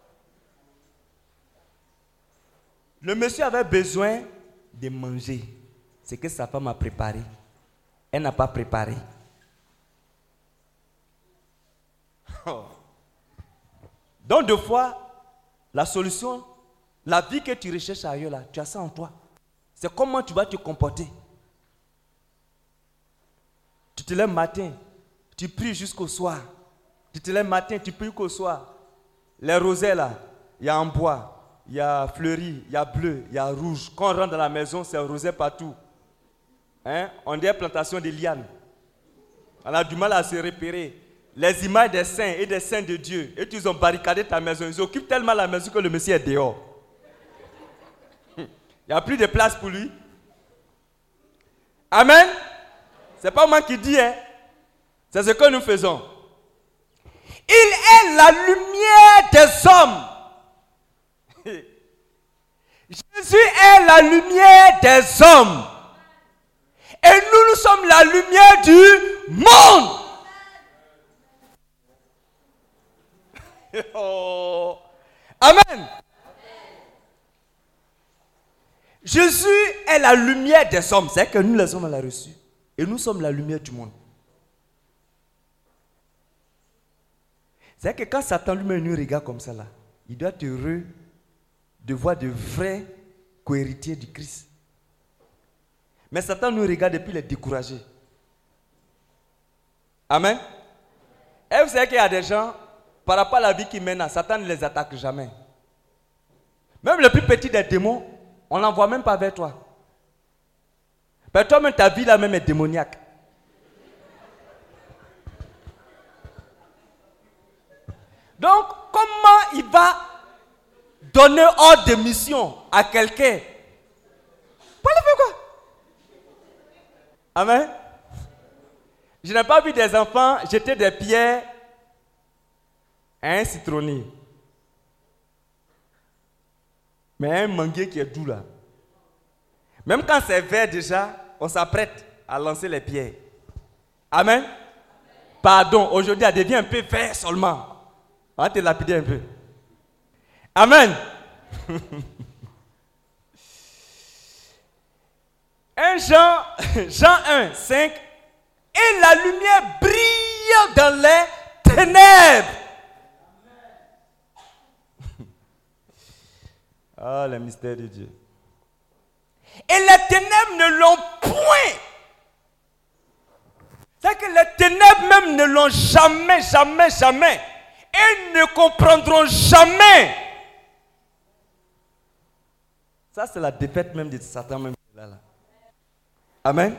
Le monsieur avait besoin de manger. Ce que sa femme a préparé. Elle n'a pas préparé. Oh. Donc, deux fois, la solution, la vie que tu recherches ailleurs, là, tu as ça en toi. C'est comment tu vas te comporter. Tu te lèves matin, tu pries jusqu'au soir. Tu te lèves matin, tu pries jusqu'au soir. Les rosets là, il y a en bois, il y a fleuri, il y a bleu, il y a rouge. Quand on rentre dans la maison, c'est un rosé partout. Hein? On dit plantation de lianes. On a du mal à se repérer. Les images des saints et des saints de Dieu. Et ils ont barricadé ta maison. Ils occupent tellement la maison que le monsieur est dehors. Il n'y a plus de place pour lui. Amen. Ce n'est pas moi qui dis, hein. C'est ce que nous faisons. Il est la lumière des hommes. Jésus est la lumière des hommes. Et nous, nous sommes la lumière du monde. Oh. Amen. Jésus est la lumière des hommes. C'est que nous les hommes l'avons reçu. Et nous sommes la lumière du monde. C'est que quand Satan lui-même nous regarde comme ça là, il doit être heureux de voir de vrais co-héritiers du Christ. Mais Satan nous regarde et puis il est découragé. Amen. Et vous savez qu'il y a des gens, par rapport à la vie qu'ils mènent, Satan ne les attaque jamais. Même le plus petit des démons, on ne l'envoie même pas vers toi. Mais toi-même, ta vie là-même est démoniaque. Donc, comment il va donner ordre de mission à quelqu'un? Pour aller faire quoi? Amen. Je n'ai pas vu des enfants jeter des pierres à un citronnier. Mais un manguier qui est doux là. Même quand c'est vert déjà, on s'apprête à lancer les pierres. Amen. Pardon, aujourd'hui, elle devient un peu vert seulement. On va te lapider un peu. Amen. un Jean, Jean un, cinq. Et la lumière brillait dans les ténèbres. Ah, le mystère de Dieu. Et les ténèbres ne l'ont point. C'est que les ténèbres même ne l'ont jamais, jamais, jamais. Et ne comprendront jamais. Ça, c'est la défaite même de Satan. Même là, là. Amen.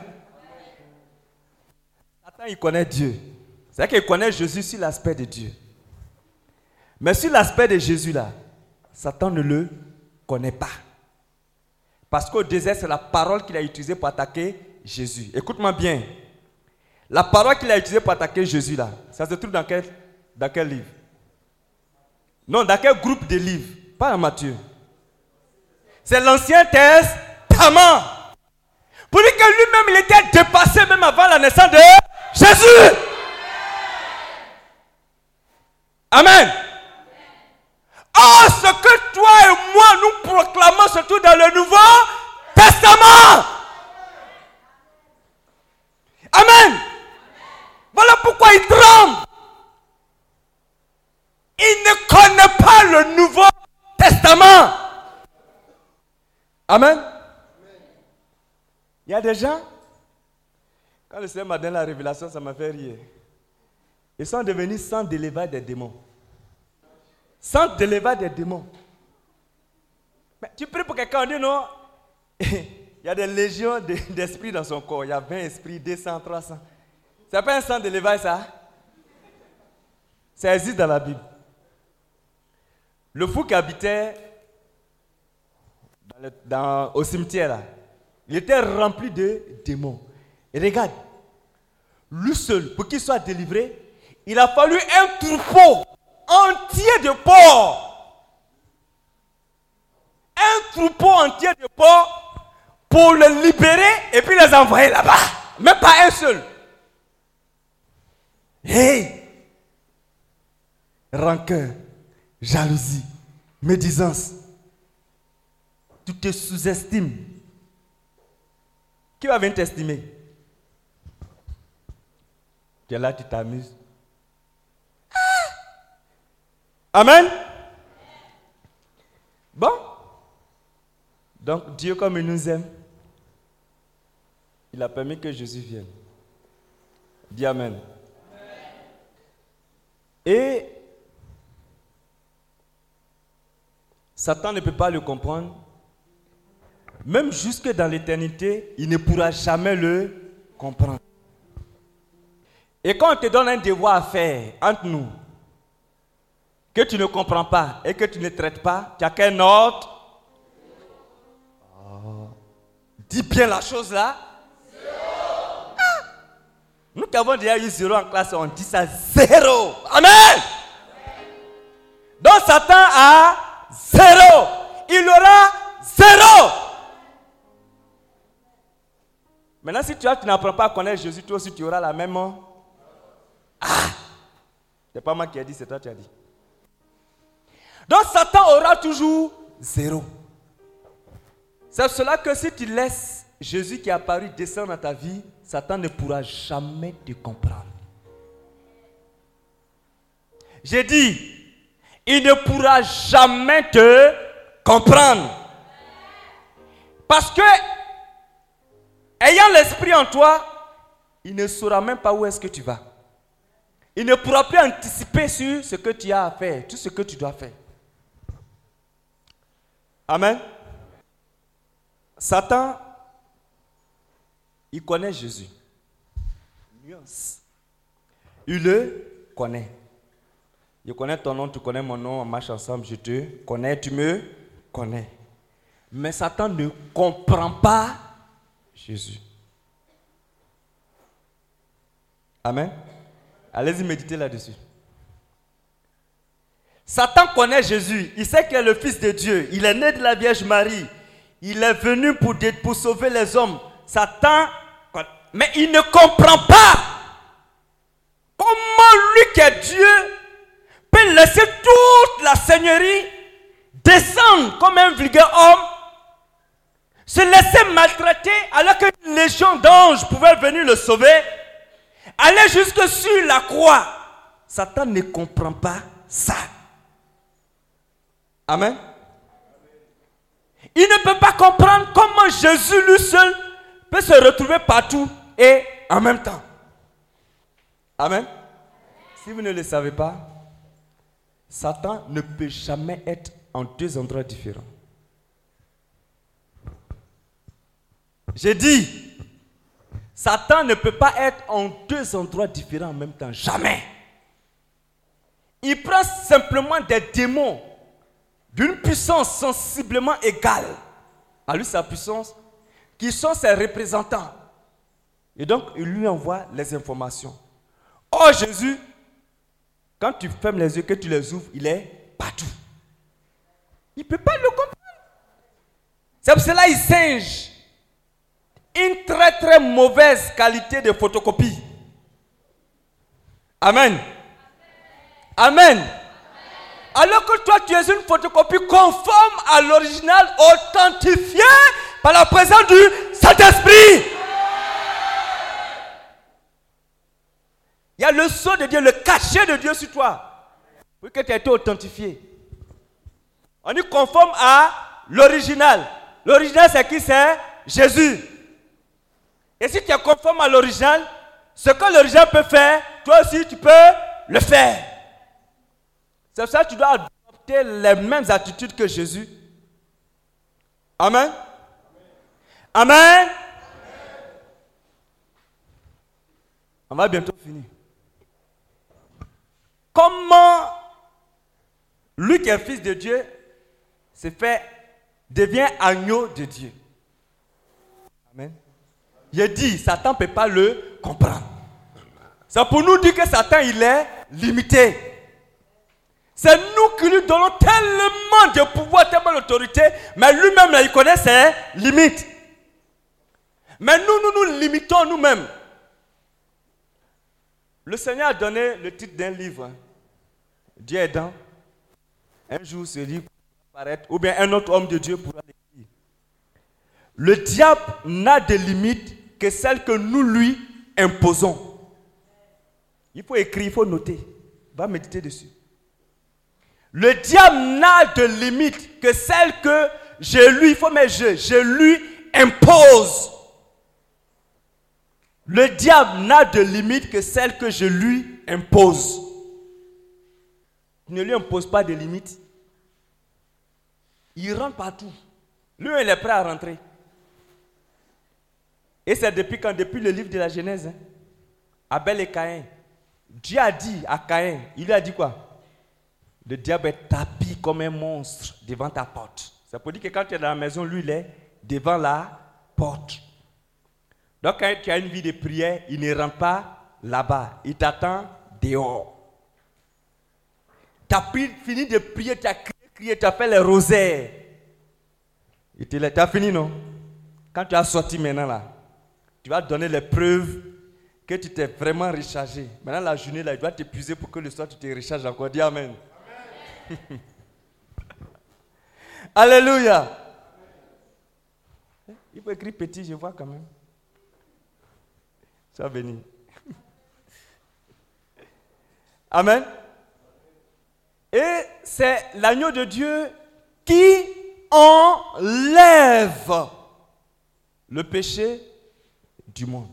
Satan, il connaît Dieu. C'est qu'il connaît Jésus sur l'aspect de Dieu. Mais sur l'aspect de Jésus, là, Satan ne le connaît pas. Parce qu'au désert, c'est la parole qu'il a utilisée pour attaquer Jésus. Écoute-moi bien. La parole qu'il a utilisée pour attaquer Jésus, là, ça se trouve dans quel, dans quel livre? Non, dans quel groupe de livres? Pas dans Matthieu. C'est l'Ancien Testament. Pour dire que lui-même, il était dépassé même avant la naissance de Jésus. Amen. Oh, ce que toi et moi nous proclamons surtout dans le Nouveau Testament. Amen. Voilà pourquoi il tremble. Il ne connaît pas le Nouveau Testament. Amen. Il y a des gens, quand le Seigneur m'a donné la révélation, ça m'a fait rire. Ils sont devenus sans d'élevage des démons. Sans d'élevage des démons. Mais tu pries pour quelqu'un, on dit non. Il y a des légions d'esprits dans son corps. Il y a vingt esprits, deux cents, trois cents. C'est pas un sang d'élevage, ça. Ça existe dans la Bible. Le fou qui habitait dans le, dans, au cimetière, là, il était rempli de démons. Et regarde, lui seul, pour qu'il soit délivré, il a fallu un troupeau entier de porcs. Un troupeau entier de porcs pour le libérer et puis les envoyer là-bas. Même pas un seul. Hey! Rancœur, jalousie, médisance. Tu te sous-estimes. Qui va venir t'estimer? Tu es là, tu t'amuses. Ah! Amen. Bon. Donc Dieu, comme il nous aime, il a permis que Jésus vienne. Dis Amen. Et Satan ne peut pas le comprendre. Même jusque dans l'éternité, il ne pourra jamais le comprendre. Et quand on te donne un devoir à faire entre nous, que tu ne comprends pas et que tu ne traites pas, tu as quel ordre? Oh. Dis bien la chose là. Zéro. Ah. Nous qui avons déjà eu zéro en classe, on dit ça zéro. Amen. Amen. Donc Satan a zéro. Il aura zéro. Maintenant, si tu, as, tu n'apprends pas à connaître Jésus, toi aussi tu auras la même. Ah! C'est pas moi qui ai dit, c'est toi qui as dit. Donc Satan aura toujours zéro. C'est cela que si tu laisses Jésus qui est apparu descendre dans ta vie, Satan ne pourra jamais te comprendre. J'ai dit, il ne pourra jamais te comprendre. Parce que, ayant l'esprit en toi, il ne saura même pas où est-ce que tu vas. Il ne pourra plus anticiper sur ce que tu as à faire, tout ce que tu dois faire. Amen. Satan, il connaît Jésus. Il le connaît. Je connais ton nom, tu connais mon nom, on marche ensemble, je te connais, tu me connais. Mais Satan ne comprend pas Jésus. Amen. Allez-y méditer là-dessus. Satan connaît Jésus. Il sait qu'il est le Fils de Dieu. Il est né de la Vierge Marie. Il est venu pour, pour sauver les hommes. Satan, mais il ne comprend pas comment lui qui est Dieu peut laisser toute la seigneurie descendre comme un vulgaire homme, se laisser maltraiter alors qu'une légion d'anges pouvait venir le sauver. aller jusque sur la croix. Satan ne comprend pas ça. Amen. Il ne peut pas comprendre comment Jésus lui seul peut se retrouver partout et en même temps. Amen. Si vous ne le savez pas, Satan ne peut jamais être en deux endroits différents. J'ai dit, Satan ne peut pas être en deux endroits différents en même temps. Jamais. Il prend simplement des démons d'une puissance sensiblement égale à lui, sa puissance, qui sont ses représentants. Et donc, il lui envoie les informations. Oh Jésus, quand tu fermes les yeux, que tu les ouvres, il est partout. Il ne peut pas le comprendre. C'est pour cela qu'il singe une très très mauvaise qualité de photocopie. Amen. Amen. Alors que toi, tu es une photocopie conforme à l'original, authentifiée par la présence du Saint-Esprit. Il y a le sceau de Dieu, le cachet de Dieu sur toi, pour que tu aies été authentifié. On est conforme à l'original. L'original, c'est qui? C'est Jésus. Et si tu es conforme à l'original, ce que l'original peut faire, toi aussi, tu peux le faire. C'est pour ça que tu dois adopter les mêmes attitudes que Jésus. Amen. Amen. Amen. On va bientôt finir. Comment lui qui est fils de Dieu se fait, devient agneau de Dieu? Amen. Il dit, Satan ne peut pas le comprendre. C'est pour nous dire que Satan, il est limité. C'est nous qui lui donnons tellement de pouvoir, tellement d'autorité, mais lui-même, là, il connaît ses limites. Mais nous, nous nous limitons nous-mêmes. Le Seigneur a donné le titre d'un livre. Dieu aidant. Un jour, ce livre pourra apparaître, ou bien un autre homme de Dieu pourra l'écrire. Le diable n'a de limite que celles que nous lui imposons. Il faut écrire, il faut noter. Va méditer dessus. Le diable n'a de limite que celle que je lui, il faut mettre je, je lui impose. Le diable n'a de limite que celle que je lui impose. Ne lui impose pas de limite. Il rentre partout. Lui, il est prêt à rentrer. Et c'est depuis quand? Depuis le livre de la Genèse. Hein? Abel et Caïn. Dieu a dit à Caïn, il lui a dit quoi? Le diable est tapis comme un monstre devant ta porte. Ça peut dire que quand tu es dans la maison, lui, il est devant la porte. Donc, quand tu as une vie de prière, il ne rentre pas là-bas. Il t'attend dehors. Tu as fini de prier, tu as crié, crié, tu as fait les rosaires. Tu as fini, non? Quand tu as sorti maintenant, là, tu vas donner les preuves que tu t'es vraiment rechargé. Maintenant, la journée, là, il doit t'épuiser pour que le soir, tu te recharges encore. Dis Amen. Amen. Alléluia. Il faut écrire petit, je vois quand même. Sois béni. Amen. Et c'est l'agneau de Dieu qui enlève le péché du monde.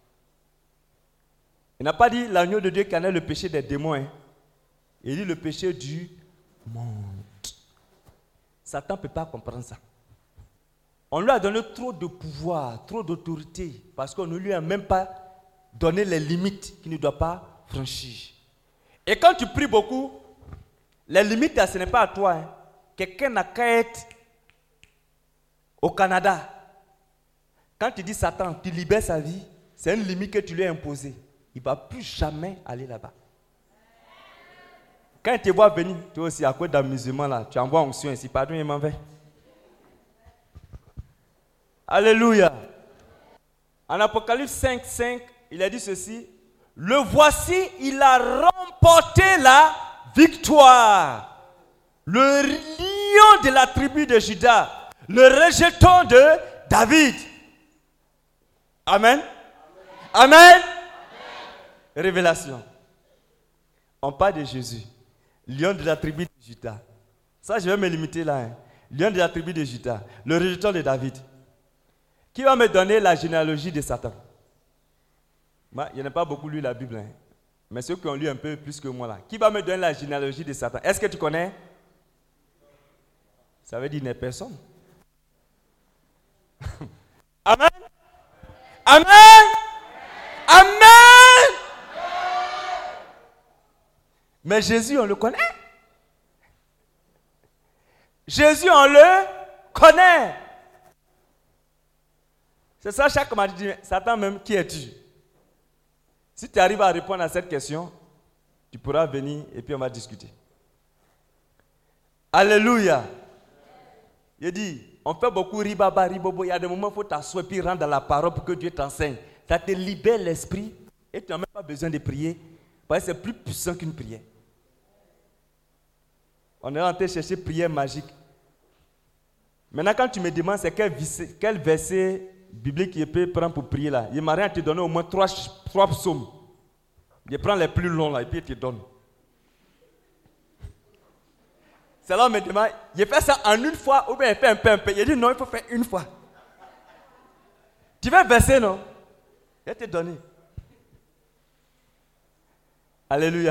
Il n'a pas dit l'agneau de Dieu qui enlève le péché des démons. Hein. Il dit le péché du monde. Satan ne peut pas comprendre ça. On lui a donné trop de pouvoir, trop d'autorité, parce qu'on ne lui a même pas donné les limites qu'il ne doit pas franchir. Et quand tu pries beaucoup, les limites, ce n'est pas à toi. Hein. Quelqu'un n'a qu'à être au Canada. Quand tu dis Satan, tu libères sa vie, c'est une limite que tu lui as imposée. Il ne va plus jamais aller là-bas. Quand il te voit venir, toi aussi, à cause d'amusement là, tu envoies onction ici, pardon, il m'en va. Alléluia. En Apocalypse cinq, cinq, il a dit ceci. Le voici, il a remporté la victoire. Le lion de la tribu de Juda, le rejeton de David. Amen. Amen. Amen. révélation. On parle de Jésus, lion de la tribu de Juda. Ça, je vais me limiter là. Hein. Lion de la tribu de Juda, le rejeton de David. Qui va me donner la généalogie de Satan? Moi, il n'y en a pas beaucoup lu la Bible, hein. Mais ceux qui ont lu un peu plus que moi là. Qui va me donner la généalogie de Satan? Est-ce que tu connais? Ça veut dire qu'il n'est personne. Amen. Amen. Amen. Mais Jésus, on le connaît. Jésus, on le connaît. C'est ça, chaque m'a dit, Satan même, qui es-tu? Si tu arrives à répondre à cette question, tu pourras venir et puis on va discuter. Alléluia. Il dit, on fait beaucoup ribaba, ribobo. Il y a des moments où il faut t'asseoir et puis rentrer dans la parole pour que Dieu t'enseigne. Ça te libère l'esprit et tu n'as même pas besoin de prier parce que c'est plus puissant qu'une prière. On est en train de chercher prière magique. Maintenant, quand tu me demandes c'est quel verset, quel verset biblique il peut prendre pour prier là, il m'a rien te donner au moins trois, trois psaumes. Il prend les plus longs là et puis il te donne. C'est là on me demande, il fait ça en une fois ou bien il fait un peu un peu. Il dit non, il faut faire une fois. Tu veux verser non? Il va te donner. Alléluia.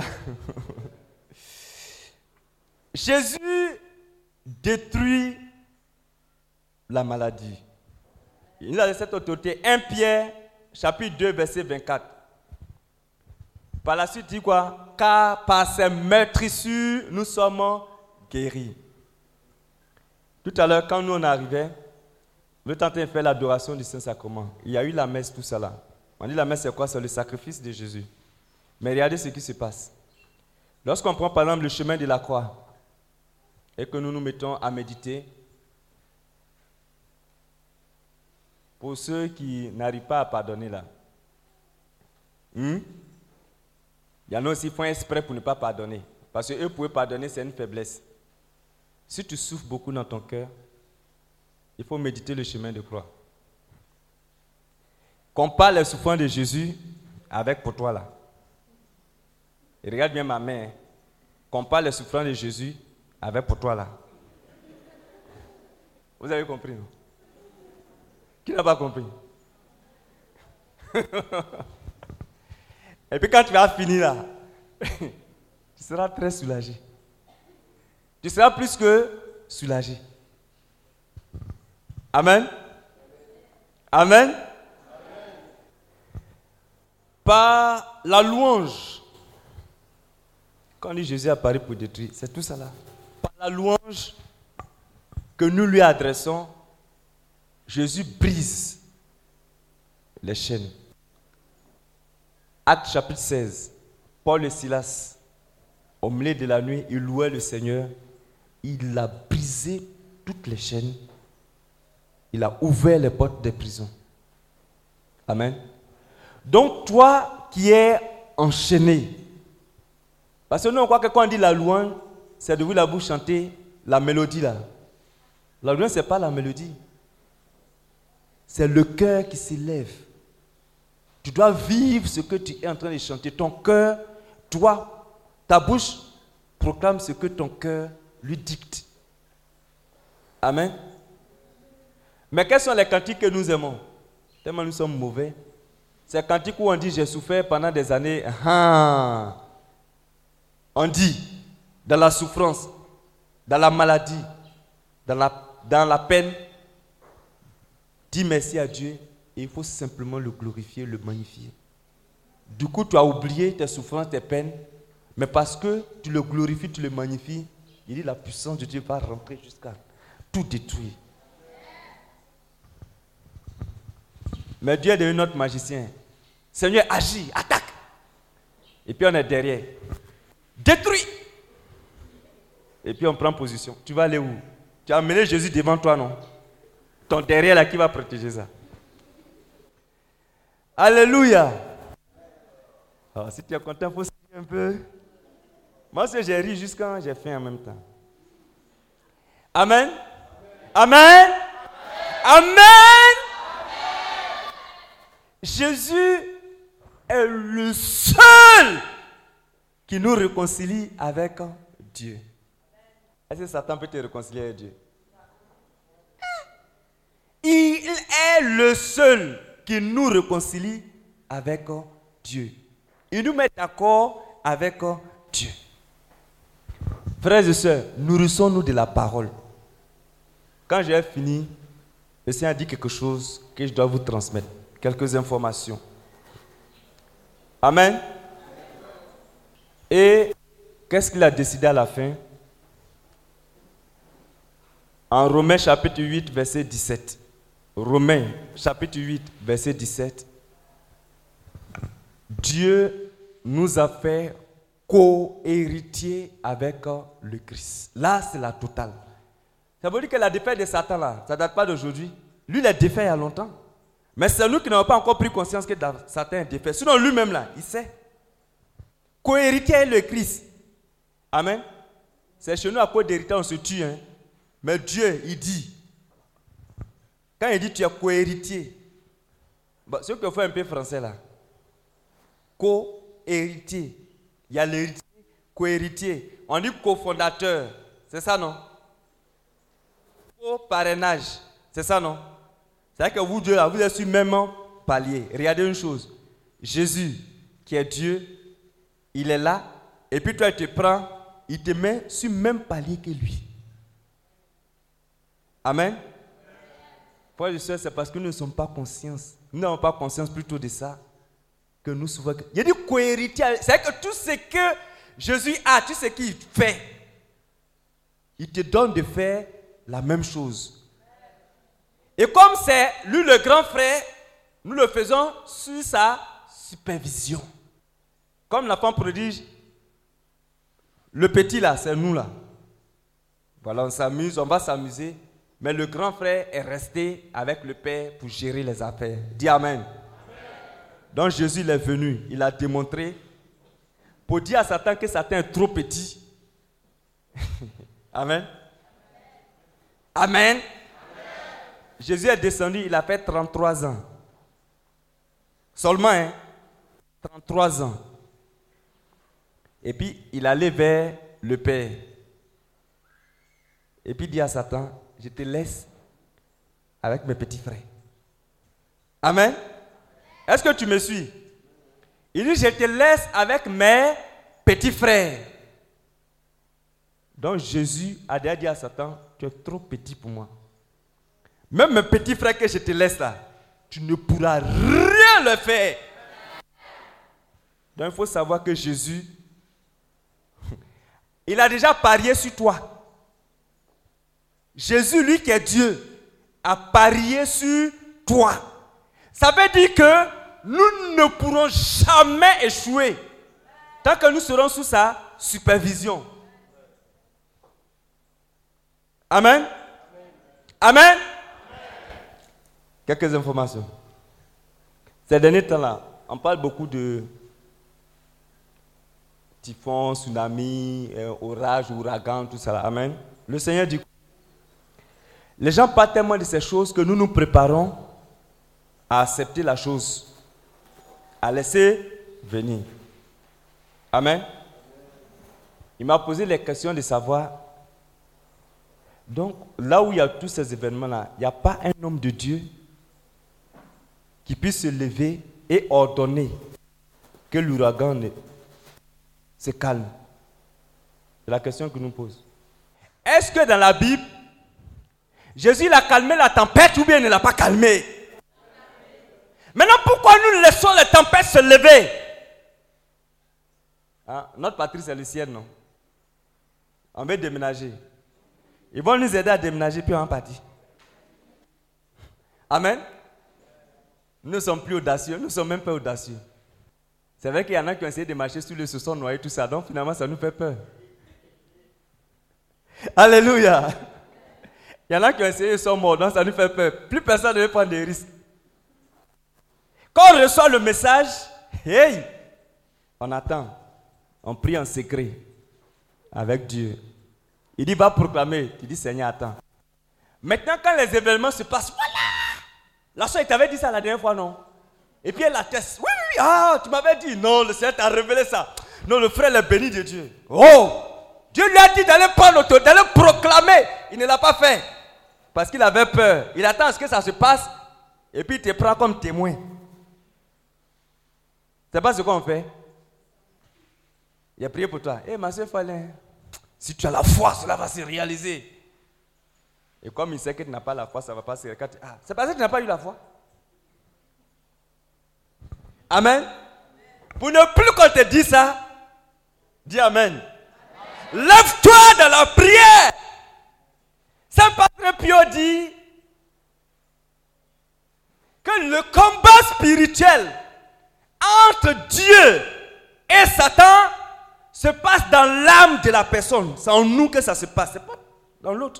Jésus détruit la maladie. Il a cette autorité. premier Pierre, chapitre deux, verset vingt-quatre. Par la suite, il dit quoi? Car par ses meurtrissures, nous sommes guéris. Tout à l'heure, quand nous on arrivait, le temps de faire l'adoration du Saint-Sacrement. Il y a eu la messe, tout ça là. On dit la messe, c'est quoi? C'est le sacrifice de Jésus. Mais regardez ce qui se passe. Lorsqu'on prend par exemple le chemin de la croix et que nous nous mettons à méditer, pour ceux qui n'arrivent pas à pardonner là, hmm? il y en a aussi qui font exprès pour ne pas pardonner. Parce qu'eux, pour pardonner, c'est une faiblesse. Si tu souffres beaucoup dans ton cœur, il faut méditer le chemin de croix. Compare les souffrances de Jésus avec pour toi là. Et regarde bien ma main. Compare les souffrances de Jésus avec pour toi là. Vous avez compris, non? Qui n'a pas compris? Et puis quand tu vas finir là, tu seras très soulagé. Tu seras plus que soulagé. Amen. Amen. Amen. Par la louange. Quand on dit Jésus apparaît pour détruire, c'est tout ça là. Par la louange que nous lui adressons, Jésus brise les chaînes. Actes chapitre seize. Paul et Silas, au milieu de la nuit, ils louaient le Seigneur. Il a brisé toutes les chaînes. Il a ouvert les portes des prisons. Amen. Donc toi qui es enchaîné, parce que nous on croit que quand on dit la louange, c'est de vous la bouche chanter la mélodie là. La louange c'est pas la mélodie. C'est le cœur qui s'élève. Tu dois vivre ce que tu es en train de chanter. Ton cœur, toi, ta bouche proclame ce que ton cœur lui dicte. Amen. Mais quels sont les cantiques que nous aimons? Tellement nous sommes mauvais. C'est les cantiques où on dit j'ai souffert pendant des années. Ah. On dit dans la souffrance, dans la maladie, dans la, dans la peine. Dis merci à Dieu et il faut simplement le glorifier, le magnifier. Du coup, tu as oublié tes souffrances, tes peines, mais parce que tu le glorifies, tu le magnifies, il dit la puissance de Dieu va rentrer jusqu'à tout détruire. Mais Dieu est devenu notre magicien. Seigneur, agis, attaque. Et puis on est derrière. Détruis. Et puis on prend position. Tu vas aller où? Tu as amené Jésus devant toi, non? Ton derrière là qui va protéger ça. Alléluia. Alors, si tu es content, il faut signer un peu. Moi, c'est j'ai ri jusqu'à j'ai faim en même temps. Amen. Amen. Amen. Amen. Jésus est le seul qui nous réconcilie avec Dieu. Est-ce que Satan peut te réconcilier avec Dieu? Il est le seul qui nous réconcilie avec Dieu. Il nous met d'accord avec Dieu. Frères et sœurs, nourrissons-nous de la parole. Quand j'ai fini, le Seigneur a dit quelque chose que je dois vous transmettre. Quelques informations. Amen. Et qu'est-ce qu'il a décidé à la fin? En Romains chapitre huit, verset dix-sept. Romains chapitre huit, verset dix-sept. Dieu nous a fait co-héritiers avec le Christ. Là, c'est la totale. Ça veut dire que la défaite de Satan, là, ça ne date pas d'aujourd'hui. Lui, il est défait il y a longtemps. Mais c'est nous qui n'avons pas encore pris conscience que Satan est défait. Sinon, lui-même, là, il sait. Co-héritier est le Christ. Amen. C'est chez nous, à cause d'héritage, on se tue. Hein. Mais Dieu, il dit, quand il dit tu es co-héritier, bon, ceux qui font un peu français là, co-héritier, il y a l'héritier, co-héritier, on dit cofondateur, c'est ça non? Co-parrainage, c'est ça non? C'est-à-dire que vous deux là, vous êtes sur le même palier. Regardez une chose, Jésus qui est Dieu, il est là, et puis toi il te prend, il te met sur le même palier que lui. Amen. Frères et sœurs, c'est parce que nous ne sommes pas conscients. Nous n'avons pas conscience plutôt de ça que nous souvent. Il y a dit co-héritier. C'est que tout ce que Jésus a, tout ce qu'il fait, il te donne de faire la même chose. Et comme c'est lui le grand frère, nous le faisons sous sa supervision. Comme l'enfant prodige, le petit là, c'est nous là. Voilà, on s'amuse, on va s'amuser. Mais le grand frère est resté avec le Père pour gérer les affaires. Dis Amen. Amen. Donc Jésus il est venu, il a démontré pour dire à Satan que Satan est trop petit. Amen. Amen. Amen. Jésus est descendu, il a fait trente-trois ans. Seulement, hein? trente-trois ans. Et puis, il allait vers le Père. Et puis, il dit à Satan, je te laisse avec mes petits frères. Amen. Est-ce que tu me suis? Il dit, je te laisse avec mes petits frères. Donc, Jésus a déjà dit à Satan, tu es trop petit pour moi. Même mes petits frères que je te laisse là, tu ne pourras rien leur faire. Donc, il faut savoir que Jésus, il a déjà parié sur toi. Jésus, lui qui est Dieu, a parié sur toi. Ça veut dire que nous ne pourrons jamais échouer tant que nous serons sous sa supervision. Amen. Amen. Quelques informations. Ces derniers temps-là, on parle beaucoup de typhon, tsunami, euh, orage, ouragan, tout ça. Là. Amen. Le Seigneur dit, les gens parlent tellement de ces choses que nous nous préparons à accepter la chose, à laisser venir. Amen. Il m'a posé les questions de savoir, donc là où il y a tous ces événements-là, il n'y a pas un homme de Dieu qui puisse se lever et ordonner que l'ouragan se calme. C'est la question que nous pose. Est-ce que dans la Bible, Jésus a calmé la tempête ou bien il ne l'a pas calmé? Maintenant, pourquoi nous laissons les tempêtes se lever? Hein? Notre patrie, c'est le ciel, non? On veut déménager. Ils vont nous aider à déménager, puis on va partir. Amen. Nous ne sommes plus audacieux, nous ne sommes même pas audacieux. C'est vrai qu'il y en a qui ont essayé de marcher sur le se noyer, tout ça, donc finalement, ça nous fait peur. Alléluia. Il y en a qui ont essayé, ils sont morts, donc ça nous fait peur. Plus personne ne veut prendre des risques. Quand on reçoit le message, hey, on attend. On prie en secret avec Dieu. Il dit, va proclamer. Tu dis, Seigneur, attends. Maintenant, quand les événements se passent, voilà. La soeur, il t'avait dit ça la dernière fois, non? Et puis elle atteste. Oui, oui, ah, tu m'avais dit, non, le Seigneur t'a révélé ça. Non, le frère est béni de Dieu. Oh, Dieu lui a dit d'aller prendre l'autorité, d'aller proclamer. Il ne l'a pas fait. Parce qu'il avait peur. Il attend à ce que ça se passe. Et puis il te prend comme témoin. C'est pas ce qu'on fait. Il a prié pour toi. Eh, hey, ma soeur Falin, si tu as la foi, cela va se réaliser. Et comme il sait que tu n'as pas la foi, ça ne va pas se réaliser. Ah, c'est parce que tu n'as pas eu la foi. Amen. Pour ne plus qu'on te dise ça, dis Amen. Lève-toi dans la prière. Saint Padre Pio dit que le combat spirituel entre Dieu et Satan se passe dans l'âme de la personne. C'est en nous que ça se passe, c'est pas dans l'autre.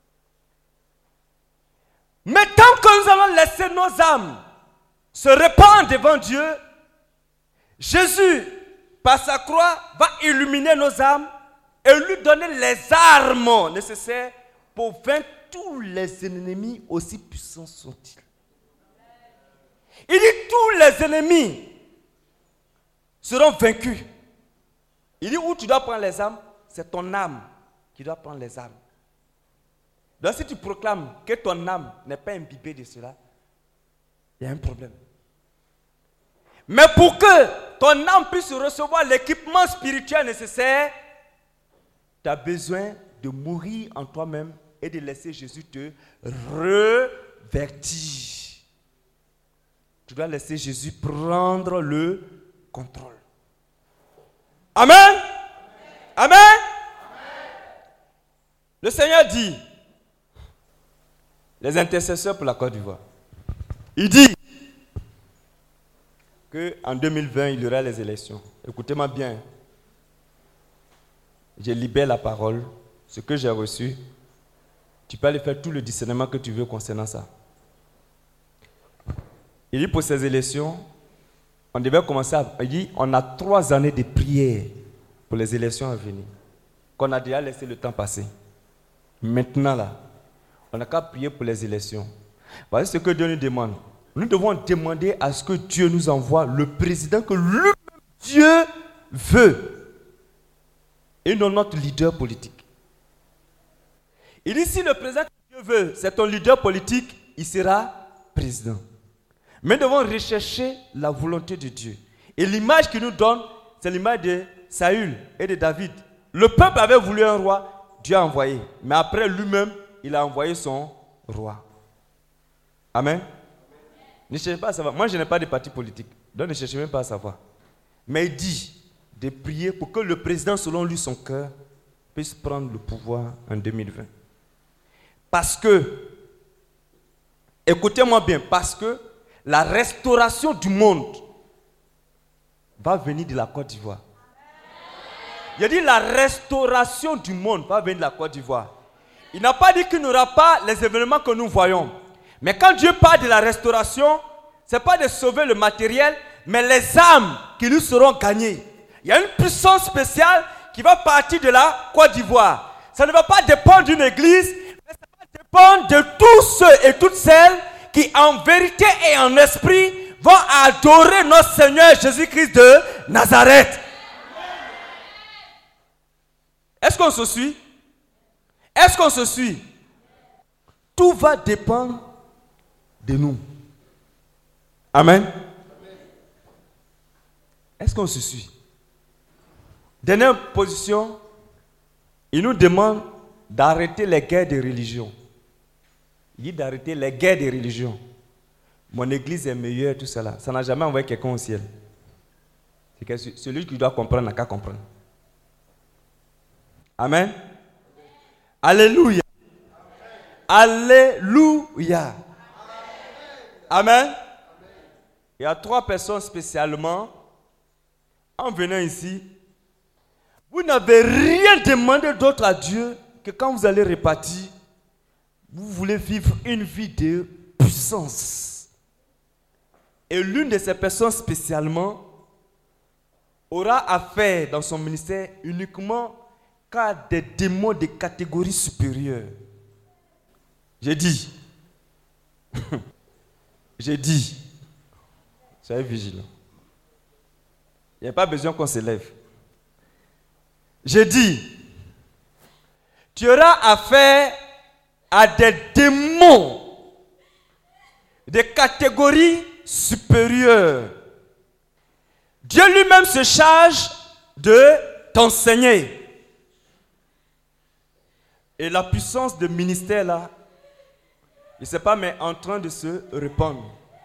Mais tant que nous allons laisser nos âmes se répandre devant Dieu, Jésus, par sa croix, va illuminer nos âmes et lui donner les armes nécessaires pour vaincre tous les ennemis, aussi puissants sont-ils. Il dit tous les ennemis seront vaincus. Il dit où tu dois prendre les âmes, c'est ton âme qui doit prendre les âmes. Donc si tu proclames que ton âme n'est pas imbibée de cela, il y a un problème. Mais pour que ton âme puisse recevoir l'équipement spirituel nécessaire, tu as besoin de mourir en toi-même et de laisser Jésus te revertir. Tu dois laisser Jésus prendre le contrôle. Amen. Amen. Amen. Amen. Le Seigneur dit, les intercesseurs pour la Côte d'Ivoire, il dit qu'en deux mille vingt, il y aura les élections. Écoutez-moi bien. Je libère la parole. Ce que j'ai reçu, tu peux aller faire tout le discernement que tu veux concernant ça. Il dit pour ces élections, on devait commencer à... Il dit, on a trois années de prière pour les élections à venir, qu'on a déjà laissé le temps passer. Maintenant là, on n'a qu'à prier pour les élections. Voici ce que Dieu nous demande. Nous devons demander à ce que Dieu nous envoie le président que lui-même Dieu veut. Et non notre leader politique. Il dit si le président que Dieu veut, c'est ton leader politique, il sera président. Mais nous devons rechercher la volonté de Dieu. Et l'image qu'il nous donne, c'est l'image de Saül et de David. Le peuple avait voulu un roi, Dieu a envoyé. Mais après lui-même, il a envoyé son roi. Amen. Ne cherchez pas à savoir. Moi, je n'ai pas de parti politique. Donc, ne cherchez même pas à savoir. Mais il dit de prier pour que le président, selon lui, son cœur, puisse prendre le pouvoir en deux mille vingt. Parce que, écoutez-moi bien, parce que la restauration du monde va venir de la Côte d'Ivoire. Il a dit la restauration du monde va venir de la Côte d'Ivoire. Il n'a pas dit qu'il n'y aura pas les événements que nous voyons. Mais quand Dieu parle de la restauration, ce n'est pas de sauver le matériel, mais les âmes qui nous seront gagnées. Il y a une puissance spéciale qui va partir de la Côte d'Ivoire. Ça ne va pas dépendre d'une église, mais ça va dépendre de tous ceux et toutes celles qui, en vérité et en esprit, vont adorer notre Seigneur Jésus-Christ de Nazareth. Est-ce qu'on se suit? Est-ce qu'on se suit? Tout va dépendre de nous. Amen. Est-ce qu'on se suit? Dernière position, il nous demande d'arrêter les guerres de religion. Il dit d'arrêter les guerres de religion. Mon église est meilleure, tout cela. Ça n'a jamais envoyé quelqu'un au ciel. C'est que celui qui doit comprendre n'a qu'à comprendre. Amen. Alléluia. Alléluia. Amen. Il y a trois personnes spécialement. En venant ici, vous n'avez rien demandé d'autre à Dieu que quand vous allez repartir, vous voulez vivre une vie de puissance. Et l'une de ces personnes spécialement aura affaire dans son ministère uniquement qu'à des démons de catégorie supérieure. J'ai dit, j'ai dit, soyez vigilants. Il n'y a pas besoin qu'on se lève. J'ai dit, tu auras affaire à des démons de catégories supérieures. Dieu lui-même se charge de t'enseigner. Et la puissance de ministère là, je ne sais pas, mais en train de se répandre.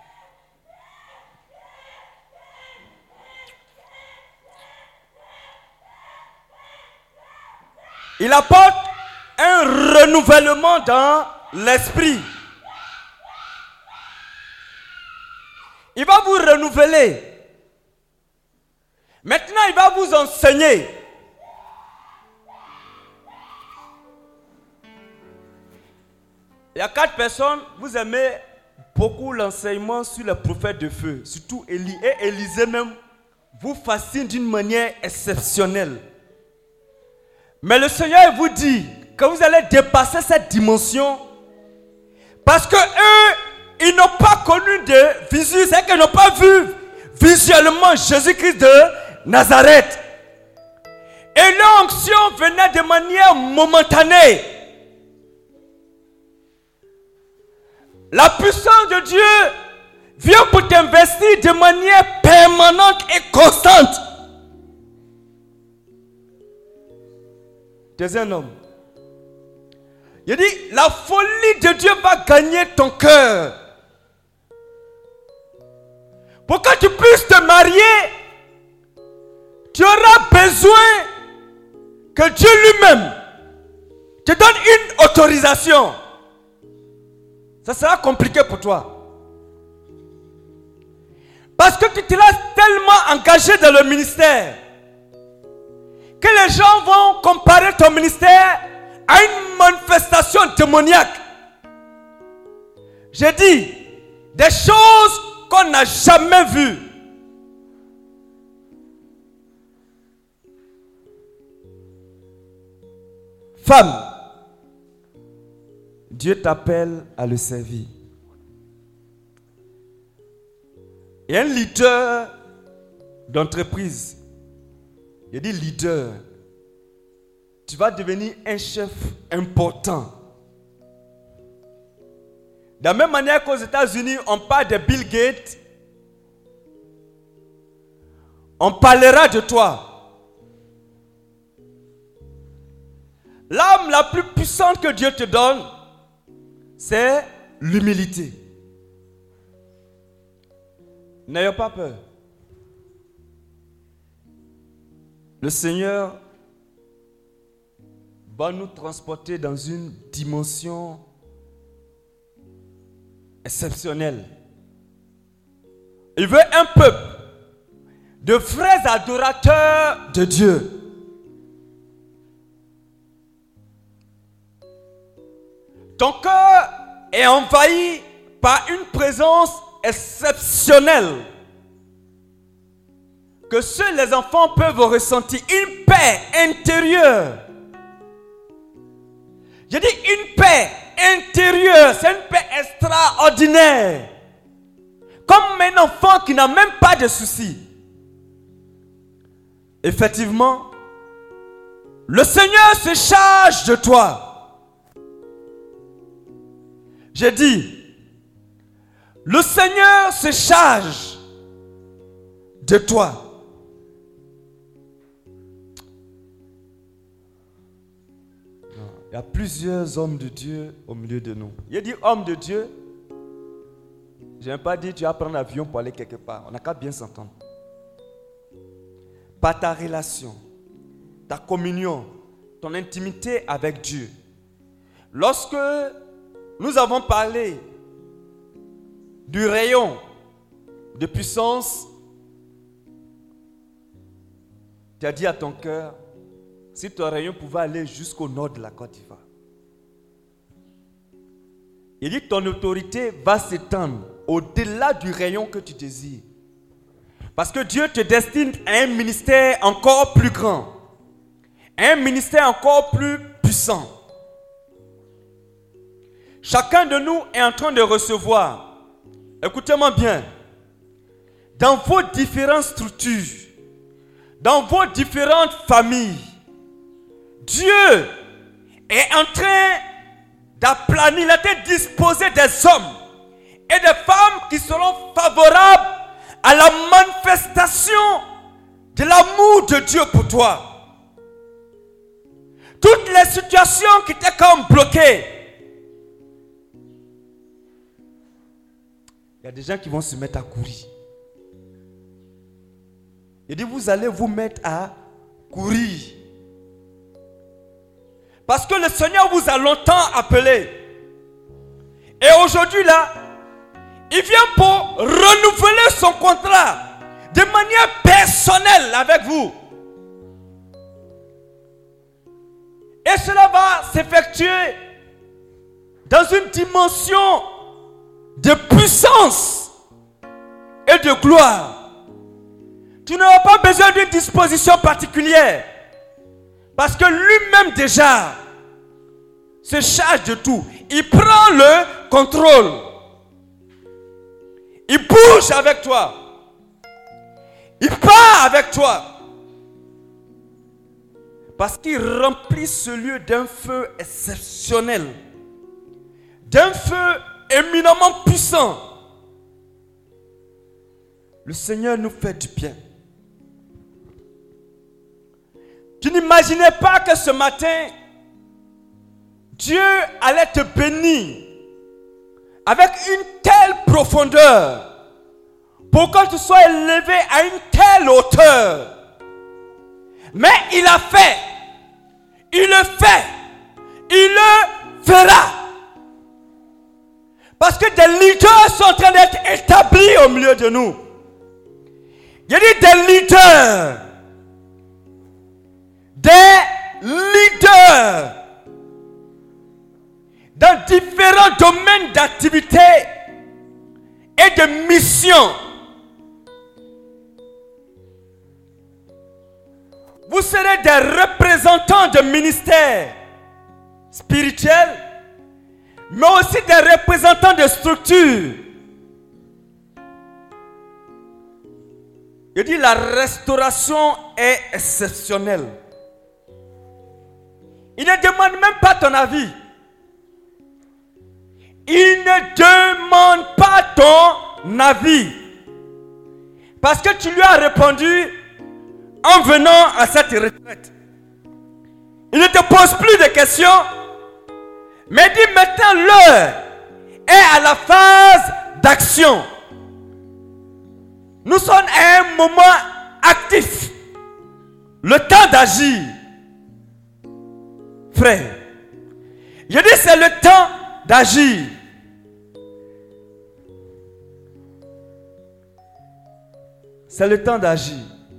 Il apporte un renouvellement dans l'esprit. Il va vous renouveler. Maintenant, il va vous enseigner. Il y a quatre personnes, vous aimez beaucoup l'enseignement sur les prophètes de feu, surtout Élie. Et Élisée même vous fascine d'une manière exceptionnelle. Mais le Seigneur vous dit que vous allez dépasser cette dimension parce que eux, ils n'ont pas connu de visu, c'est qu'ils n'ont pas vu visuellement Jésus-Christ de Nazareth. Et leur onction venait de manière momentanée. La puissance de Dieu vient pour t'investir de manière permanente et constante. Tu es un homme. Il dit, la folie de Dieu va gagner ton cœur. Pour que tu puisses te marier, tu auras besoin que Dieu lui-même te donne une autorisation. Ça sera compliqué pour toi. Parce que tu te laisses tellement engagé dans le ministère que les gens vont comparer ton ministère à une manifestation démoniaque. J'ai dit des choses qu'on n'a jamais vues. Femme, Dieu t'appelle à le servir. Et un leader d'entreprise, il dit leader, tu vas devenir un chef important. De la même manière qu'aux États-Unis, on parle de Bill Gates, on parlera de toi. L'arme la plus puissante que Dieu te donne, c'est l'humilité. N'ayez pas peur. Le Seigneur va nous transporter dans une dimension exceptionnelle. Il veut un peuple de vrais adorateurs de Dieu. Ton cœur est envahi par une présence exceptionnelle que seuls les enfants peuvent ressentir, une paix intérieure. Je dis une paix intérieure, c'est une paix extraordinaire. Comme un enfant qui n'a même pas de soucis. Effectivement, le Seigneur se charge de toi. J'ai dit, le Seigneur se charge de toi. Il y a plusieurs hommes de Dieu au milieu de nous. Il dit homme de Dieu. Je n'ai pas dit tu vas prendre l'avion pour aller quelque part. On n'a qu'à bien s'entendre. Par ta relation, ta communion, ton intimité avec Dieu. Lorsque nous avons parlé du rayon de puissance, tu as dit à ton cœur, si ton rayon pouvait aller jusqu'au nord de la Côte d'Ivoire. Il dit que ton autorité va s'étendre au-delà du rayon que tu désires. Parce que Dieu te destine à un ministère encore plus grand. Un ministère encore plus puissant. Chacun de nous est en train de recevoir, écoutez-moi bien, dans vos différentes structures, dans vos différentes familles, Dieu est en train d'aplanir, il a été disposé des hommes et des femmes qui seront favorables à la manifestation de l'amour de Dieu pour toi. Toutes les situations qui étaient comme bloquées, il y a des gens qui vont se mettre à courir. Il dit, vous allez vous mettre à courir. Parce que le Seigneur vous a longtemps appelé. Et aujourd'hui là, il vient pour renouveler son contrat de manière personnelle avec vous. Et cela va s'effectuer dans une dimension de puissance et de gloire. Tu n'auras pas besoin d'une disposition particulière. Parce que lui-même déjà se charge de tout. Il prend le contrôle. Il bouge avec toi. Il part avec toi. Parce qu'il remplit ce lieu d'un feu exceptionnel. D'un feu éminemment puissant. Le Seigneur nous fait du bien. Tu n'imaginais pas que ce matin, Dieu allait te bénir avec une telle profondeur pour que tu sois élevé à une telle hauteur. Mais il a fait, il le fait, il le fera. Parce que des leaders sont en train d'être établis au milieu de nous. Il y a dit des leaders. Des leaders dans différents domaines d'activité et de mission. Vous serez des représentants de ministères spirituels, mais aussi des représentants de structures. Je dis la restauration est exceptionnelle. Il ne demande même pas ton avis. Il ne demande pas ton avis. Parce que tu lui as répondu en venant à cette retraite. Il ne te pose plus de questions. Mais dit maintenant l'heure est à la phase d'action. Nous sommes à un moment actif. Le temps d'agir. Frère, je dis c'est le temps d'agir. C'est le temps d'agir.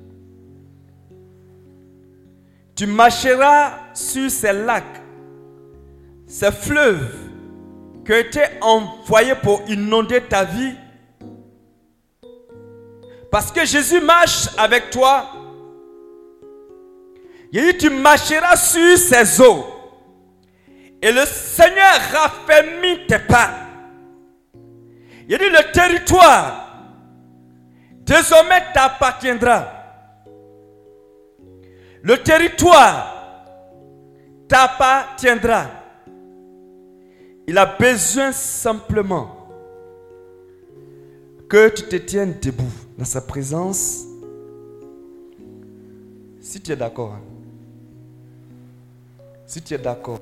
Tu marcheras sur ces lacs, ces fleuves qui ont été envoyés pour inonder ta vie. Parce que Jésus marche avec toi. Il dit, tu marcheras sur ces eaux. Et le Seigneur raffermit tes pas. Il dit, le territoire désormais t'appartiendra. Le territoire t'appartiendra. Il a besoin simplement que tu te tiennes debout dans sa présence. Si tu es d'accord. Si tu es d'accord.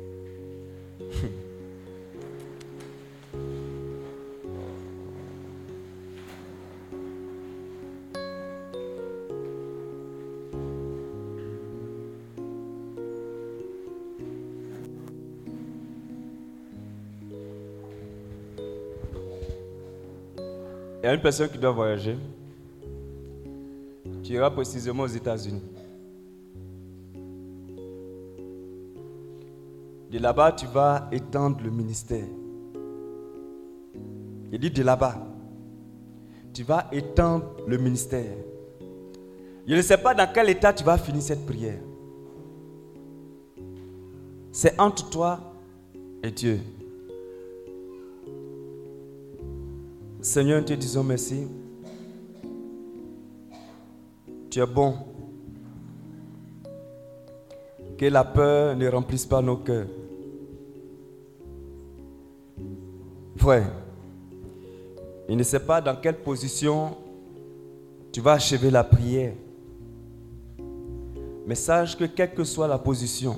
Il y a une personne qui doit voyager. Tu iras précisément aux États-Unis. De là-bas, tu vas étendre le ministère. Il dit de là-bas, tu vas étendre le ministère. Je ne sais pas dans quel état tu vas finir cette prière. C'est entre toi et Dieu. Seigneur, nous te disons merci. Tu es bon. Que la peur ne remplisse pas nos cœurs. Frère, il ne sait pas dans quelle position tu vas achever la prière. Mais sache que quelle que soit la position,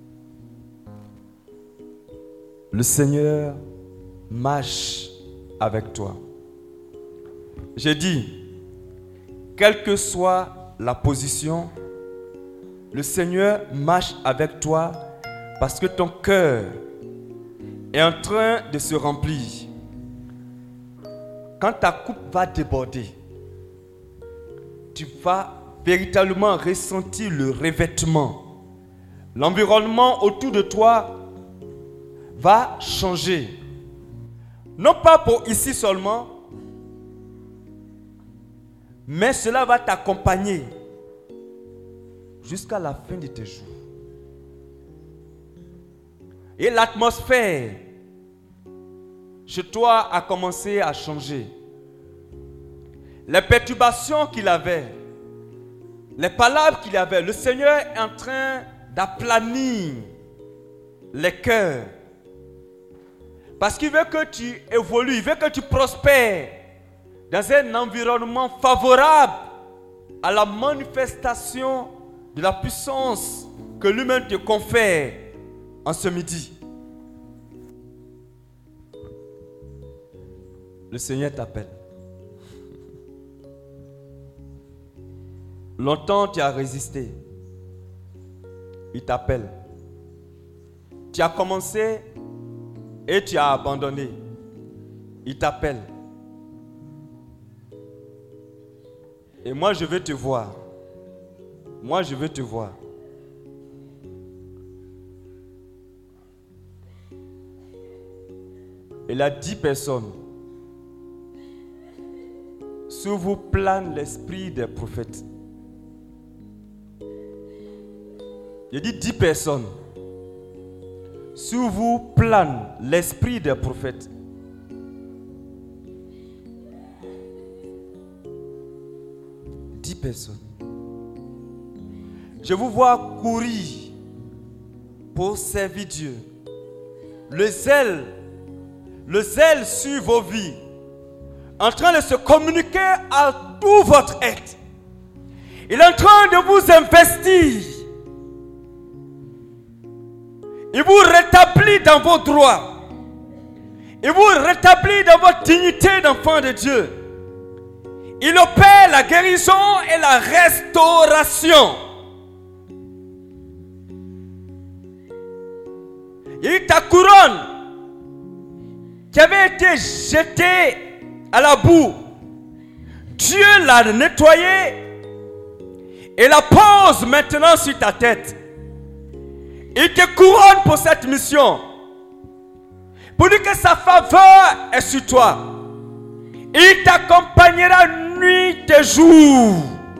le Seigneur marche avec toi. J'ai dit, quelle que soit la position, le Seigneur marche avec toi parce que ton cœur est en train de se remplir. Quand ta coupe va déborder, tu vas véritablement ressentir le revêtement. L'environnement autour de toi va changer. Non pas pour ici seulement, mais cela va t'accompagner jusqu'à la fin de tes jours. Et l'atmosphère chez toi a commencé à changer. Les perturbations qu'il avait, les palabres qu'il avait, le Seigneur est en train d'aplanir les cœurs. Parce qu'il veut que tu évolues, il veut que tu prospères dans un environnement favorable à la manifestation de la puissance que lui-même te confère en ce midi. Le Seigneur t'appelle. Longtemps tu as résisté. Il t'appelle. Tu as commencé et tu as abandonné. Il t'appelle. Et moi je veux te voir. Moi je veux te voir. Il a dix personnes. Sous vous plane l'esprit des prophètes. Il dit dix personnes. Sous vous plane l'esprit des prophètes. Dix personnes. Je vous vois courir pour servir Dieu. Le zèle, le zèle sur vos vies, en train de se communiquer à tout votre être. Il est en train de vous investir. Il vous rétablit dans vos droits. Il vous rétablit dans votre dignité d'enfant de Dieu. Il opère la guérison et la restauration. Il ta couronne qui avait été jetée à la boue. Dieu l'a nettoyée et la pose maintenant sur ta tête. Il te couronne pour cette mission. Pour dire que sa faveur est sur toi. Il t'accompagnera nuit et jour.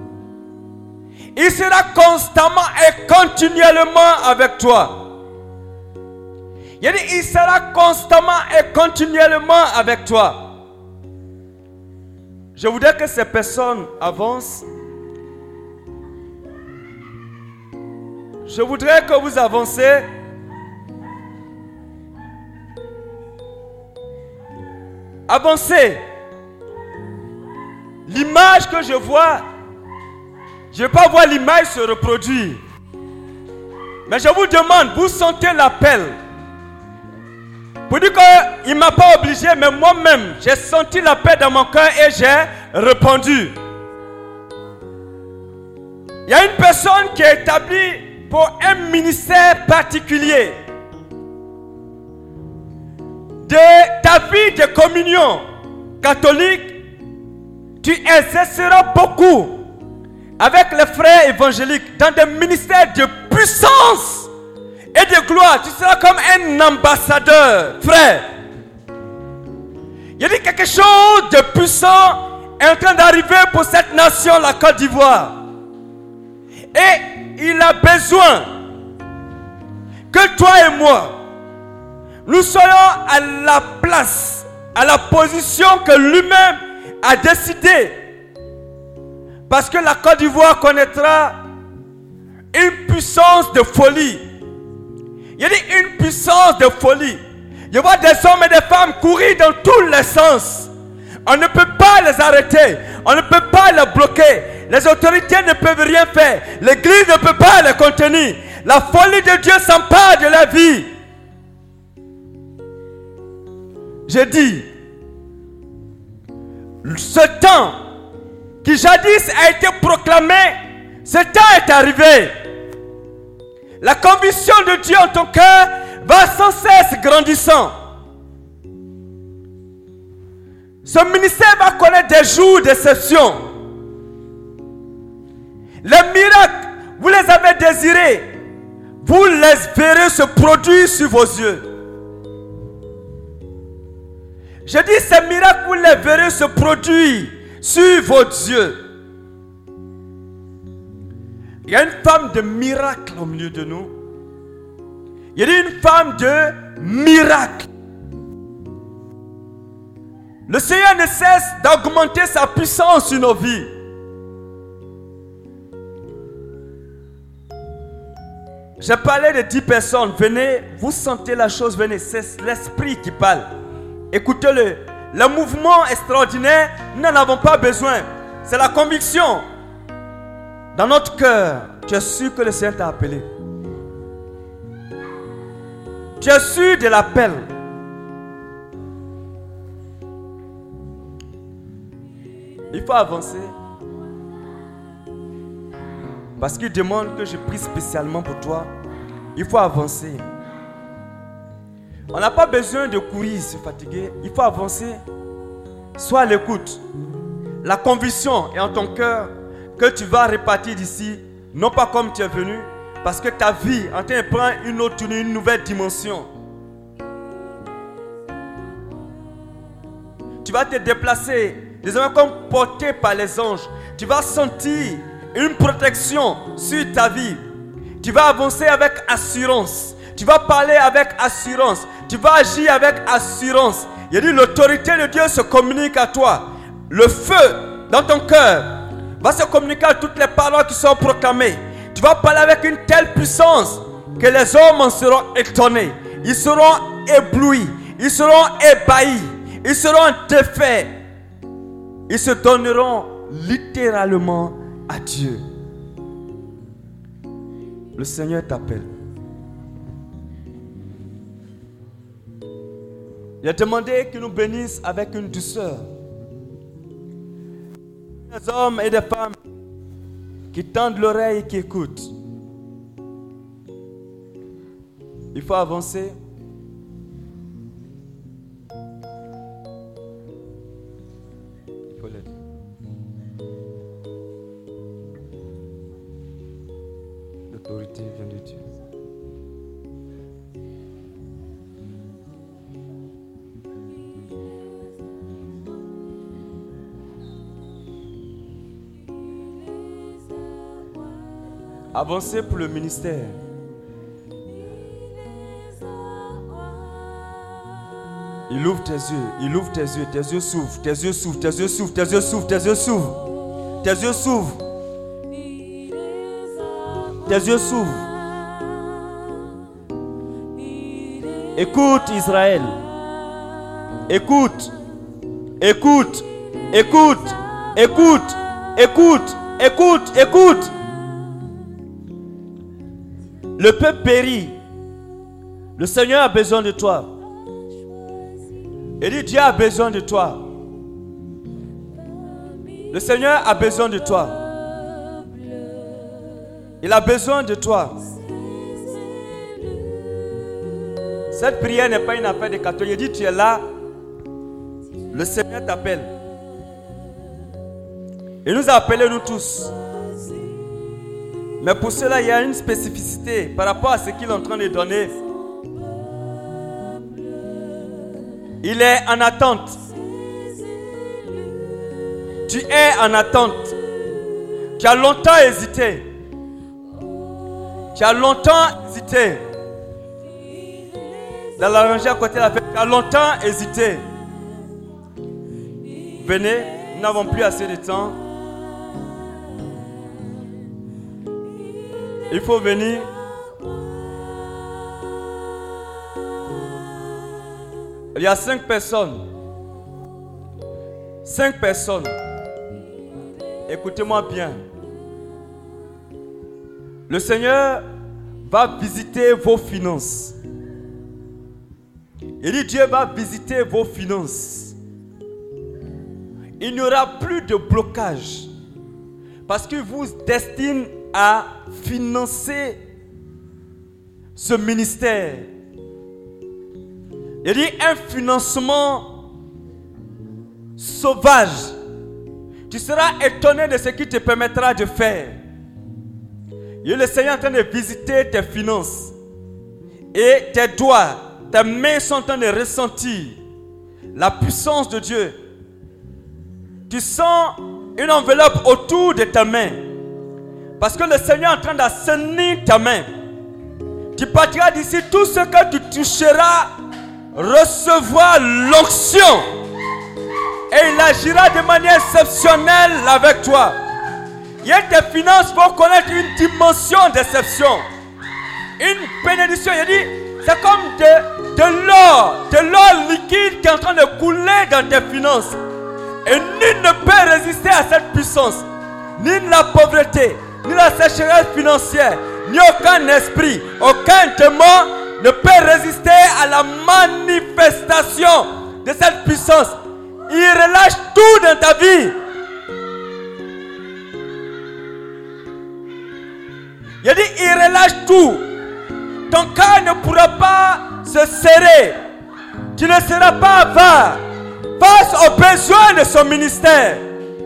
Il sera constamment et continuellement avec toi. Il dit, il sera constamment et continuellement avec toi. Je voudrais que ces personnes avancent. Je voudrais que vous avancez. Avancez. L'image que je vois, je ne vais pas voir l'image se reproduire. Mais je vous demande, vous sentez l'appel. Pour dire qu'il ne m'a pas obligé, mais moi-même, j'ai senti l'appel dans mon cœur et j'ai répondu. Il y a une personne qui est établie pour un ministère particulier. De ta vie de communion catholique, tu exerceras beaucoup avec les frères évangéliques dans des ministères de puissance et de gloire. Tu seras comme un ambassadeur, frère. Il y a dit quelque chose de puissant est en train d'arriver pour cette nation, la Côte d'Ivoire. Et il a besoin que toi et moi, nous soyons à la place, à la position que lui-même a décidé. Parce que la Côte d'Ivoire connaîtra une puissance de folie. Il dit une puissance de folie. Je vois des hommes et des femmes courir dans tous les sens. On ne peut pas les arrêter. On ne peut pas les bloquer. Les autorités ne peuvent rien faire. L'église ne peut pas les contenir. La folie de Dieu s'empare de la vie. Je dis, ce temps qui jadis a été proclamé, ce temps est arrivé. La conviction de Dieu en ton cœur va sans cesse grandissant. Ce ministère va connaître des jours d'exception. Les miracles, vous les avez désirés, vous les verrez se produire sur vos yeux. Je dis, ces miracles, vous les verrez se produire sur vos yeux. Il y a une femme de miracle au milieu de nous. Il y a une femme de miracle. Le Seigneur ne cesse d'augmenter sa puissance sur nos vies. J'ai parlé de dix personnes. Venez, vous sentez la chose, venez. C'est l'esprit qui parle. Écoutez-le. Le mouvement extraordinaire, nous n'en avons pas besoin. C'est la conviction. Dans notre cœur, tu es sûr que le Seigneur t'a appelé. Tu es sûr de l'appel. Il faut avancer. Parce qu'il demande que je prie spécialement pour toi. Il faut avancer. On n'a pas besoin de courir, se fatiguer. Il faut avancer. Sois à l'écoute. La conviction est en ton cœur que tu vas repartir d'ici, non pas comme tu es venu, parce que ta vie est en train de prendre une autre, une nouvelle dimension. Tu vas te déplacer, désormais comme porté par les anges. Tu vas sentir une protection sur ta vie. Tu vas avancer avec assurance. Tu vas parler avec assurance. Tu vas agir avec assurance. Il dit l'autorité de Dieu se communique à toi. Le feu dans ton cœur va se communiquer à toutes les paroles qui sont proclamées. Tu vas parler avec une telle puissance que les hommes en seront étonnés. Ils seront éblouis. Ils seront ébahis. Ils seront défaits. Ils se donneront littéralement à Dieu. Le Seigneur t'appelle. Il a demandé qu'il nous bénisse avec une douceur. Des hommes et des femmes qui tendent l'oreille et qui écoutent. Il faut avancer. Il faut l'aider. L'autorité vient de Dieu. Avancez pour le ministère. Il ouvre tes yeux, il ouvre tes yeux, tes yeux s'ouvrent, tes yeux s'ouvrent, tes yeux s'ouvrent, tes yeux s'ouvrent, tes yeux s'ouvrent, tes yeux s'ouvrent, tes yeux s'ouvrent. Écoute Israël, écoute, écoute, écoute, écoute, écoute, écoute, écoute. Le peuple périt. Le Seigneur a besoin de toi. Et dit, Dieu a besoin de toi. Le Seigneur a besoin de toi. Il a besoin de toi. Cette prière n'est pas une affaire de catholique. Il dit, tu es là. Le Seigneur t'appelle. Il nous a appelés nous tous. Mais pour cela, il y a une spécificité par rapport à ce qu'il est en train de donner. Il est en attente. Tu es en attente. Tu as longtemps hésité. Tu as longtemps hésité. Dans la rangée à côté de la fête, tu as longtemps hésité. Venez, nous n'avons plus assez de temps. Il faut venir. Il y a cinq personnes. Cinq personnes. Écoutez-moi bien. Le Seigneur va visiter vos finances. Il dit Dieu va visiter vos finances. Il n'y aura plus de blocage. Parce qu'il vous destine à financer ce ministère. Il dit un financement sauvage. Tu seras étonné de ce qu'il te permettra de faire. Et le Seigneur est en train de visiter tes finances. Et tes doigts, tes mains sont en train de ressentir la puissance de Dieu. Tu sens une enveloppe autour de ta main. Parce que le Seigneur est en train d'assainir ta main. Tu partiras d'ici, tout ce que tu toucheras recevoir l'onction. Et il agira de manière exceptionnelle avec toi. Et tes finances vont connaître une dimension d'exception. Une bénédiction. Il dit, c'est comme de, de l'or, de l'or liquide qui est en train de couler dans tes finances. Et nul ne peut résister à cette puissance. Ni la pauvreté, ni la sécheresse financière, ni aucun esprit, aucun démon ne peut résister à la manifestation de cette puissance. Il relâche tout dans ta vie. Il dit, il relâche tout. Ton cœur ne pourra pas se serrer. Tu ne seras pas avare face aux besoins de son ministère.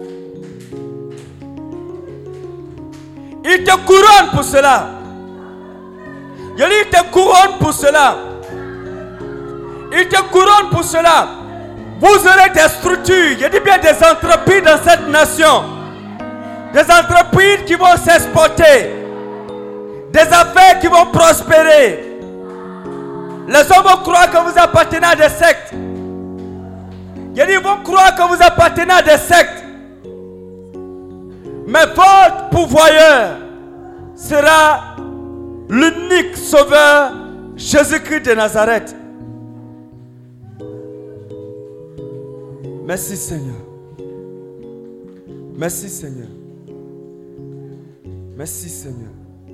Il te couronne pour cela. Il dit, il te couronne pour cela. Il te couronne pour cela. Vous aurez des structures, je dis bien des entreprises dans cette nation. Des entreprises qui vont s'exporter. Des affaires qui vont prospérer. Les hommes vont croire que vous appartenez à des sectes. Je dis, ils vont croire que vous appartenez à des sectes. Mais votre pourvoyeur sera l'unique sauveur, Jésus-Christ de Nazareth. Merci Seigneur. Merci Seigneur. Merci Seigneur.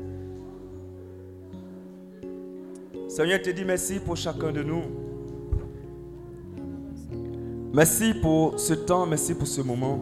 Seigneur te dit merci pour chacun de nous. Merci pour ce temps, merci pour ce moment.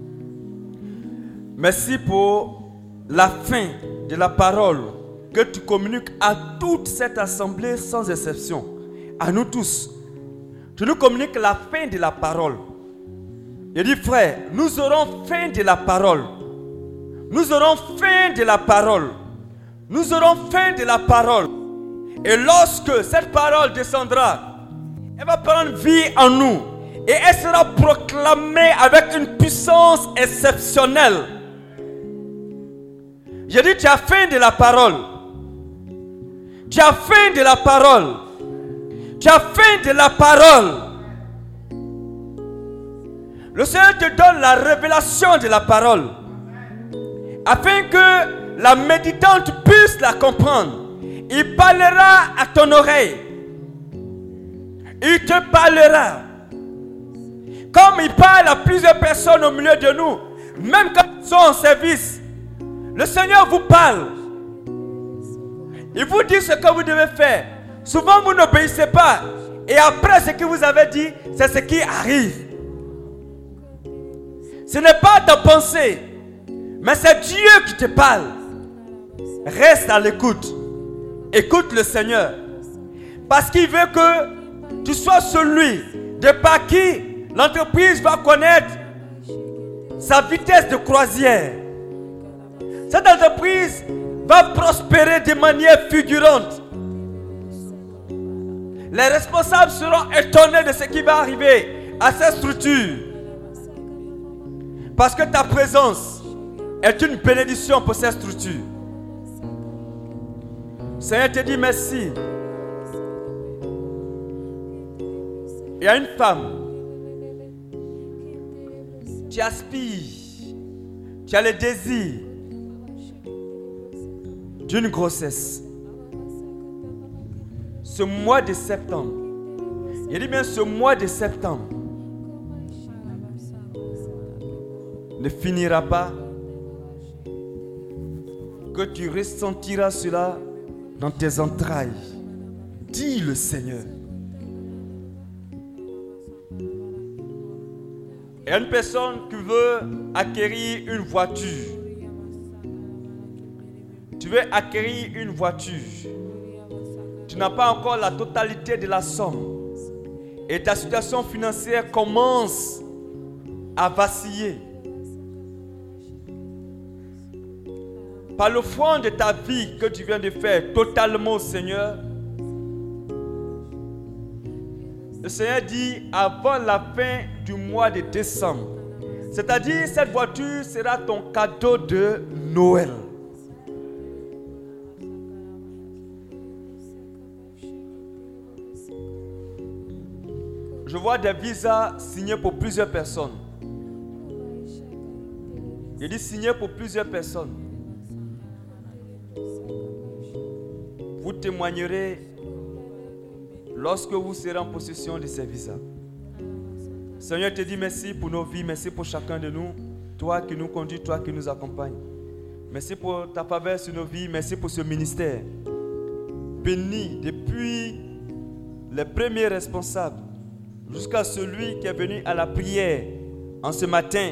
Merci pour la fin de la parole que tu communiques à toute cette assemblée sans exception. À nous tous. Tu nous communiques la fin de la parole. Il dit, frère, nous aurons fin de la parole. Nous aurons fin de la parole. Nous aurons fin de la parole. Et lorsque cette parole descendra, elle va prendre vie en nous. Et elle sera proclamée avec une puissance exceptionnelle. Je dis, tu as faim de la parole. Tu as faim de la parole. Tu as faim de la parole. Le Seigneur te donne la révélation de la parole. Afin que la méditante puisse la comprendre. Il parlera à ton oreille. Il te parlera. Comme il parle à plusieurs personnes au milieu de nous. Même quand ils sont en service. Le Seigneur vous parle. Il vous dit ce que vous devez faire. Souvent vous n'obéissez pas. Et après ce que vous avez dit, c'est ce qui arrive. Ce n'est pas ta pensée. Mais c'est Dieu qui te parle. Reste à l'écoute. Écoute le Seigneur. Parce qu'il veut que tu sois celui de par qui l'entreprise va connaître sa vitesse de croisière. Cette entreprise va prospérer de manière fulgurante. Les responsables seront étonnés de ce qui va arriver à cette structure. Parce que ta présence est une bénédiction pour cette structure. Seigneur te dit merci. Il y a une femme. Tu aspires. Tu as le désir d'une grossesse. Ce mois de septembre, il dit bien ce mois de septembre ne finira pas que tu ressentiras cela dans tes entrailles. Dis le Seigneur. Il y a une personne qui veut acquérir une voiture. Tu veux acquérir une voiture. Tu n'as pas encore la totalité de la somme. Et ta situation financière commence à vaciller. Par le fond de ta vie que tu viens de faire totalement au Seigneur, le Seigneur dit avant la fin du mois de décembre. C'est-à-dire cette voiture sera ton cadeau de Noël. Je vois des visas signés pour plusieurs personnes. Il dit signés pour plusieurs personnes. Vous témoignerez lorsque vous serez en possession de ces visas. Seigneur te dit merci pour nos vies, merci pour chacun de nous. Toi qui nous conduis, toi qui nous accompagnes. Merci pour ta faveur sur nos vies, merci pour ce ministère. Béni depuis les premiers responsables jusqu'à celui qui est venu à la prière en ce matin.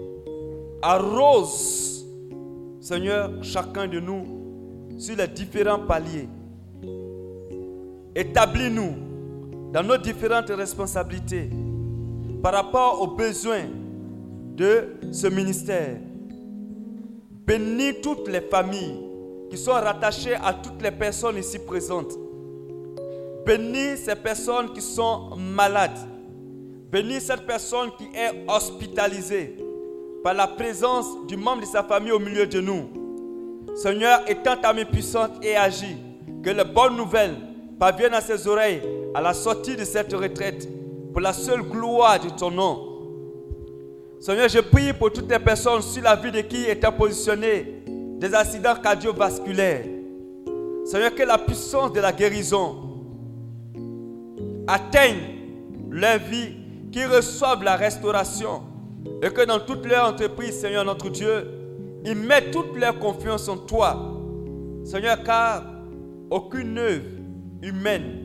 Arrose, Seigneur, chacun de nous sur les différents paliers. Établis-nous dans nos différentes responsabilités par rapport aux besoins de ce ministère. Bénis toutes les familles qui sont rattachées à toutes les personnes ici présentes. Bénis ces personnes qui sont malades. Bénis cette personne qui est hospitalisée par la présence du membre de sa famille au milieu de nous. Seigneur, étends ta main puissante et agis. Que les bonnes nouvelles parviennent à ses oreilles à la sortie de cette retraite pour la seule gloire de ton nom. Seigneur, je prie pour toutes les personnes sur la vie de qui étaient positionnées des accidents cardiovasculaires. Seigneur, que la puissance de la guérison atteigne leur vie, qu'ils reçoivent la restauration et que dans toute leur entreprise, Seigneur notre Dieu, ils mettent toute leur confiance en toi. Seigneur, car aucune œuvre humaine,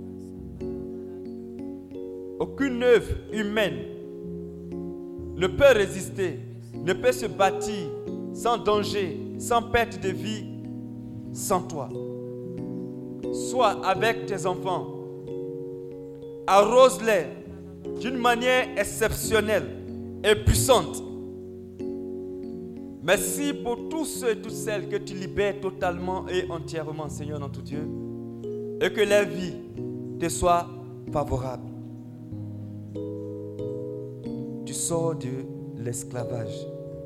aucune œuvre humaine ne peut résister, ne peut se bâtir sans danger, sans perte de vie, sans toi. Sois avec tes enfants, arrose-les d'une manière exceptionnelle et puissante. Merci pour tous ceux et toutes celles que tu libères totalement et entièrement, Seigneur notre Dieu, et que leur vie te soit favorable. Tu sors de l'esclavage.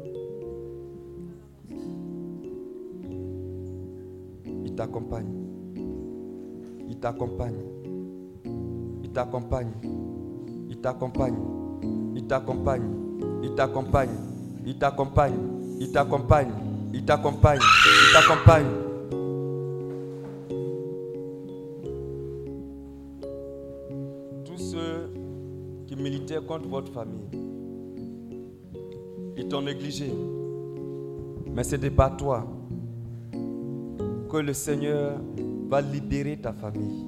Il t'accompagne. Il t'accompagne. Il t'accompagne. Il t'accompagne. Il t'accompagne. Il t'accompagne. Il t'accompagne. Il t'accompagne. Il t'accompagne. Il t'accompagne. Tous ceux qui militaient contre votre famille, ils t'ont négligé. Mais ce n'est pas toi que le Seigneur va libérer ta famille.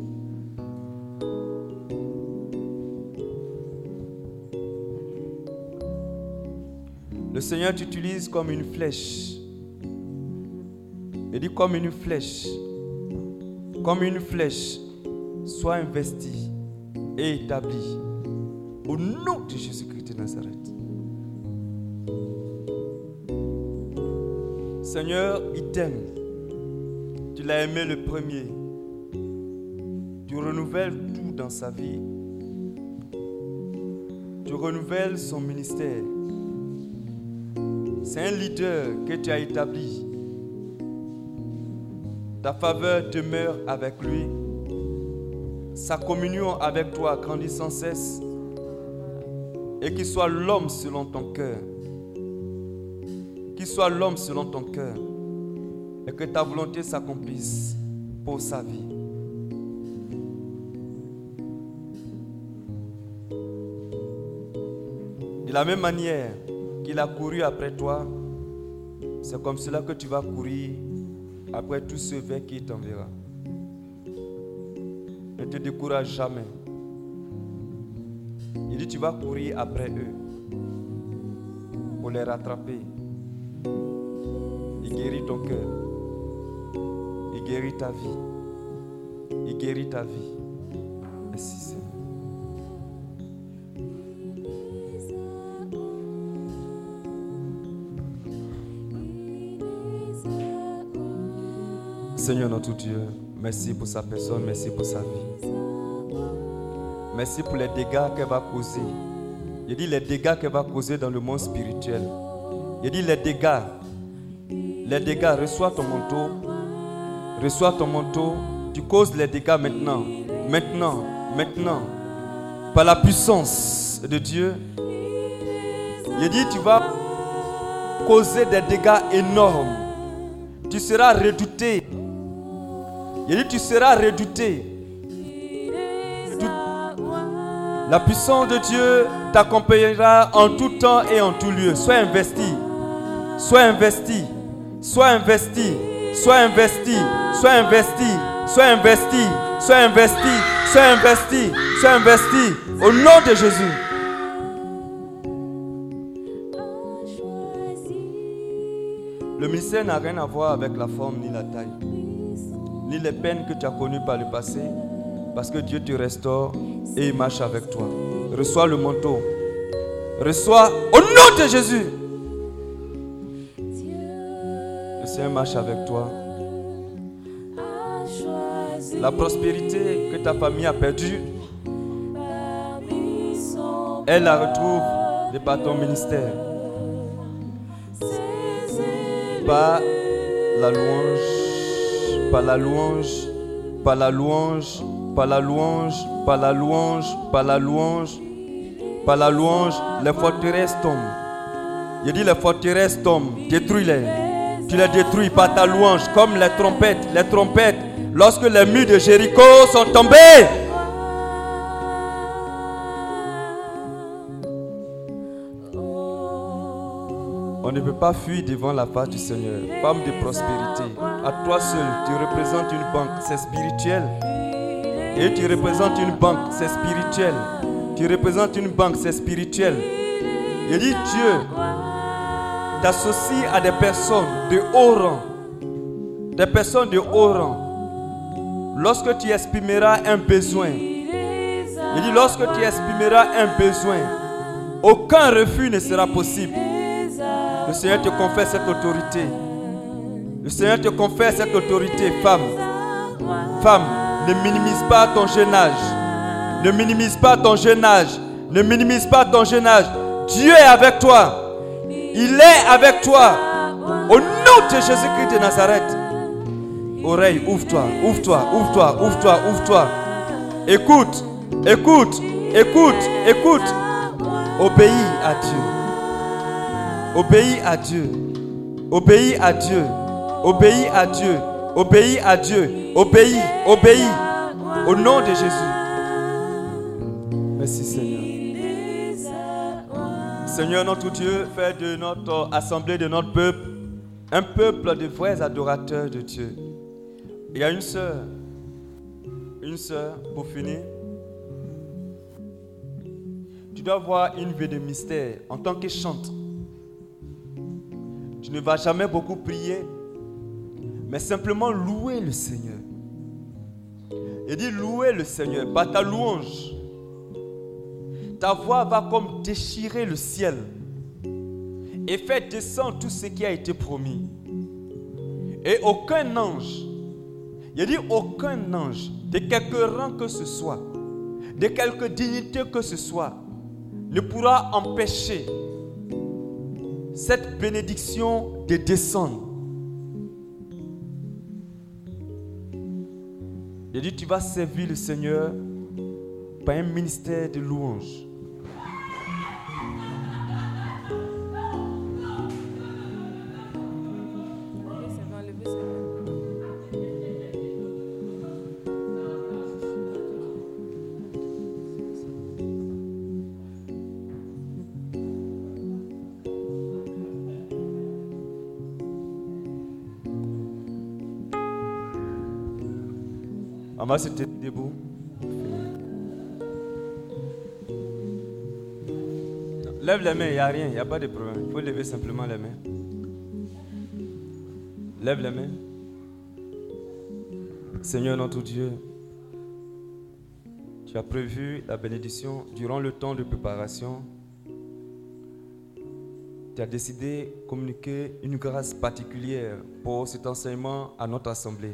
Le Seigneur t'utilise comme une flèche. Il dit comme une flèche. Comme une flèche. Sois investi et établi. Au nom de Jésus-Christ de Nazareth. Seigneur, il t'aime. Tu l'as aimé le premier. Tu renouvelles tout dans sa vie. Tu renouvelles son ministère. C'est un leader que tu as établi. Ta faveur demeure avec lui. Sa communion avec toi grandit sans cesse. Et qu'il soit l'homme selon ton cœur. Qu'il soit l'homme selon ton cœur. et que ta volonté s'accomplisse pour sa vie. De la même manière qu'il a couru après toi, c'est comme cela que tu vas courir après tous ceux vers qui il t'enverra. Ne te décourage jamais. Il dit tu vas courir après eux pour les rattraper. Il guérit ton cœur. Il guérit ta vie. Il guérit ta vie. Merci Seigneur. Seigneur notre Dieu, merci pour sa personne, merci pour sa vie. Merci pour les dégâts qu'elle va causer. Je dis les dégâts qu'elle va causer dans le monde spirituel. Je dis les dégâts. Les dégâts, reçois ton manteau. Reçois ton manteau. Tu causes les dégâts maintenant. Maintenant. Maintenant. Par la puissance de Dieu. Je dis tu vas causer des dégâts énormes. Tu seras redouté. Je dis tu seras redouté. La puissance de Dieu t'accompagnera en tout temps et en tout lieu. Sois investi. Sois investi. Sois investi. Sois investi. Sois investi. Sois investi. Sois investi. Sois investi. Sois investi. Au nom de Jésus. Le ministère n'a rien à voir avec la forme ni la taille, ni les peines que tu as connues par le passé, parce que Dieu te restaure et il marche avec toi. Reçois le manteau. Reçois au nom de Jésus. Le Seigneur marche avec toi. La prospérité que ta famille a perdue, elle la retrouve de par ton ministère. Par la louange, par la louange, par la louange, par la louange, par la louange, par la louange, par la louange, les forteresses tombent. Je dis les forteresses tombent, détruis-les. Tu les détruis par ta louange, comme les trompettes, les trompettes, lorsque les murs de Jéricho sont tombés. On ne peut pas fuir devant la face du Seigneur. Femme de prospérité, à toi seul, tu représentes une banque, c'est spirituel. Et tu représentes une banque, c'est spirituel. Tu représentes une banque, c'est spirituel. Il dit Dieu t'associe à des personnes de haut rang. Des personnes de haut rang. Lorsque tu exprimeras un besoin, il dit lorsque tu exprimeras un besoin, aucun refus ne sera possible. Le Seigneur te confère cette autorité. Le Seigneur te confère cette autorité, femme. Femme, ne minimise pas ton jeune âge. Ne minimise pas ton jeune âge. Ne minimise pas ton jeune âge. Dieu est avec toi. Il est avec toi. Au nom de Jésus-Christ de Nazareth. Oreille, ouvre-toi, ouvre-toi, ouvre-toi, ouvre-toi, ouvre-toi. Écoute, écoute, écoute, écoute. Obéis à Dieu. Obéis à Dieu. Obéis à Dieu. Obéis à Dieu. Obéis à Dieu. Obéis, obéis. Au nom de Jésus. Merci Seigneur. Seigneur notre Dieu, fais de notre assemblée, de notre peuple, un peuple de vrais adorateurs de Dieu. Il y a une sœur, une sœur, pour finir. Tu dois avoir une vie de mystère en tant que chante. Tu ne vas jamais beaucoup prier, mais simplement louer le Seigneur. Il dit louer le Seigneur par ta louange. Ta voix va comme déchirer le ciel et faire descendre tout ce qui a été promis. Et aucun ange, il dit aucun ange, de quelque rang que ce soit, de quelque dignité que ce soit, ne pourra empêcher cette bénédiction de descendre. Il dit tu vas servir le Seigneur par un ministère de louange. On va se tenir debout. Lève les mains, il n'y a rien, il n'y a pas de problème. Il faut lever simplement les mains. Lève les mains. Seigneur notre Dieu, tu as prévu la bénédiction durant le temps de préparation. Tu as décidé de communiquer une grâce particulière pour cet enseignement à notre assemblée.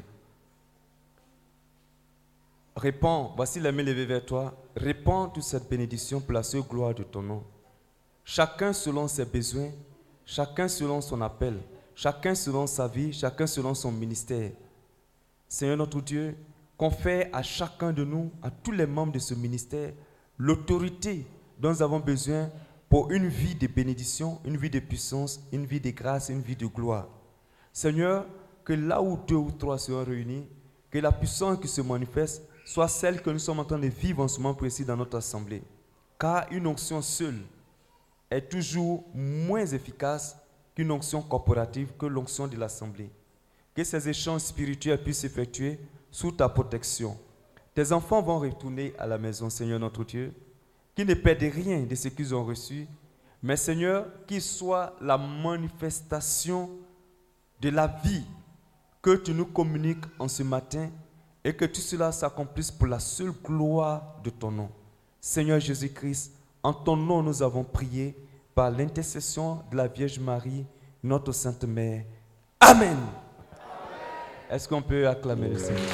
Répands, voici les mains levées vers toi, répands toute cette bénédiction pour la seule gloire de ton nom. Chacun selon ses besoins, chacun selon son appel, chacun selon sa vie, chacun selon son ministère. Seigneur notre Dieu, confère à chacun de nous, à tous les membres de ce ministère, l'autorité dont nous avons besoin pour une vie de bénédiction, une vie de puissance, une vie de grâce, une vie de gloire. Seigneur, que là où deux ou trois seront réunis, que la puissance qui se manifeste soit celle que nous sommes en train de vivre en ce moment précis dans notre assemblée. Car une onction seule est toujours moins efficace qu'une onction corporative, que l'onction de l'assemblée. Que ces échanges spirituels puissent s'effectuer sous ta protection. Tes enfants vont retourner à la maison, Seigneur notre Dieu, qu'ils ne perdent rien de ce qu'ils ont reçu, mais Seigneur, qu'il soit la manifestation de la vie que tu nous communiques en ce matin et que tout cela s'accomplisse pour la seule gloire de ton nom. Seigneur Jésus-Christ, en ton nom nous avons prié par l'intercession de la Vierge Marie, notre Sainte Mère. Amen. Est-ce qu'on peut acclamer le Seigneur?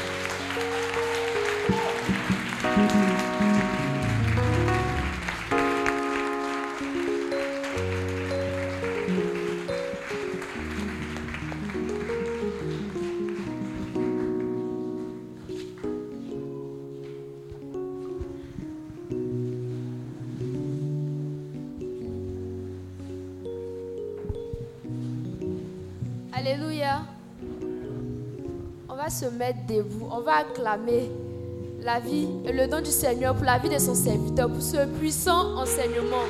Alléluia. On va se mettre debout. On va acclamer la vie et le don du Seigneur pour la vie de son serviteur, pour ce puissant enseignement.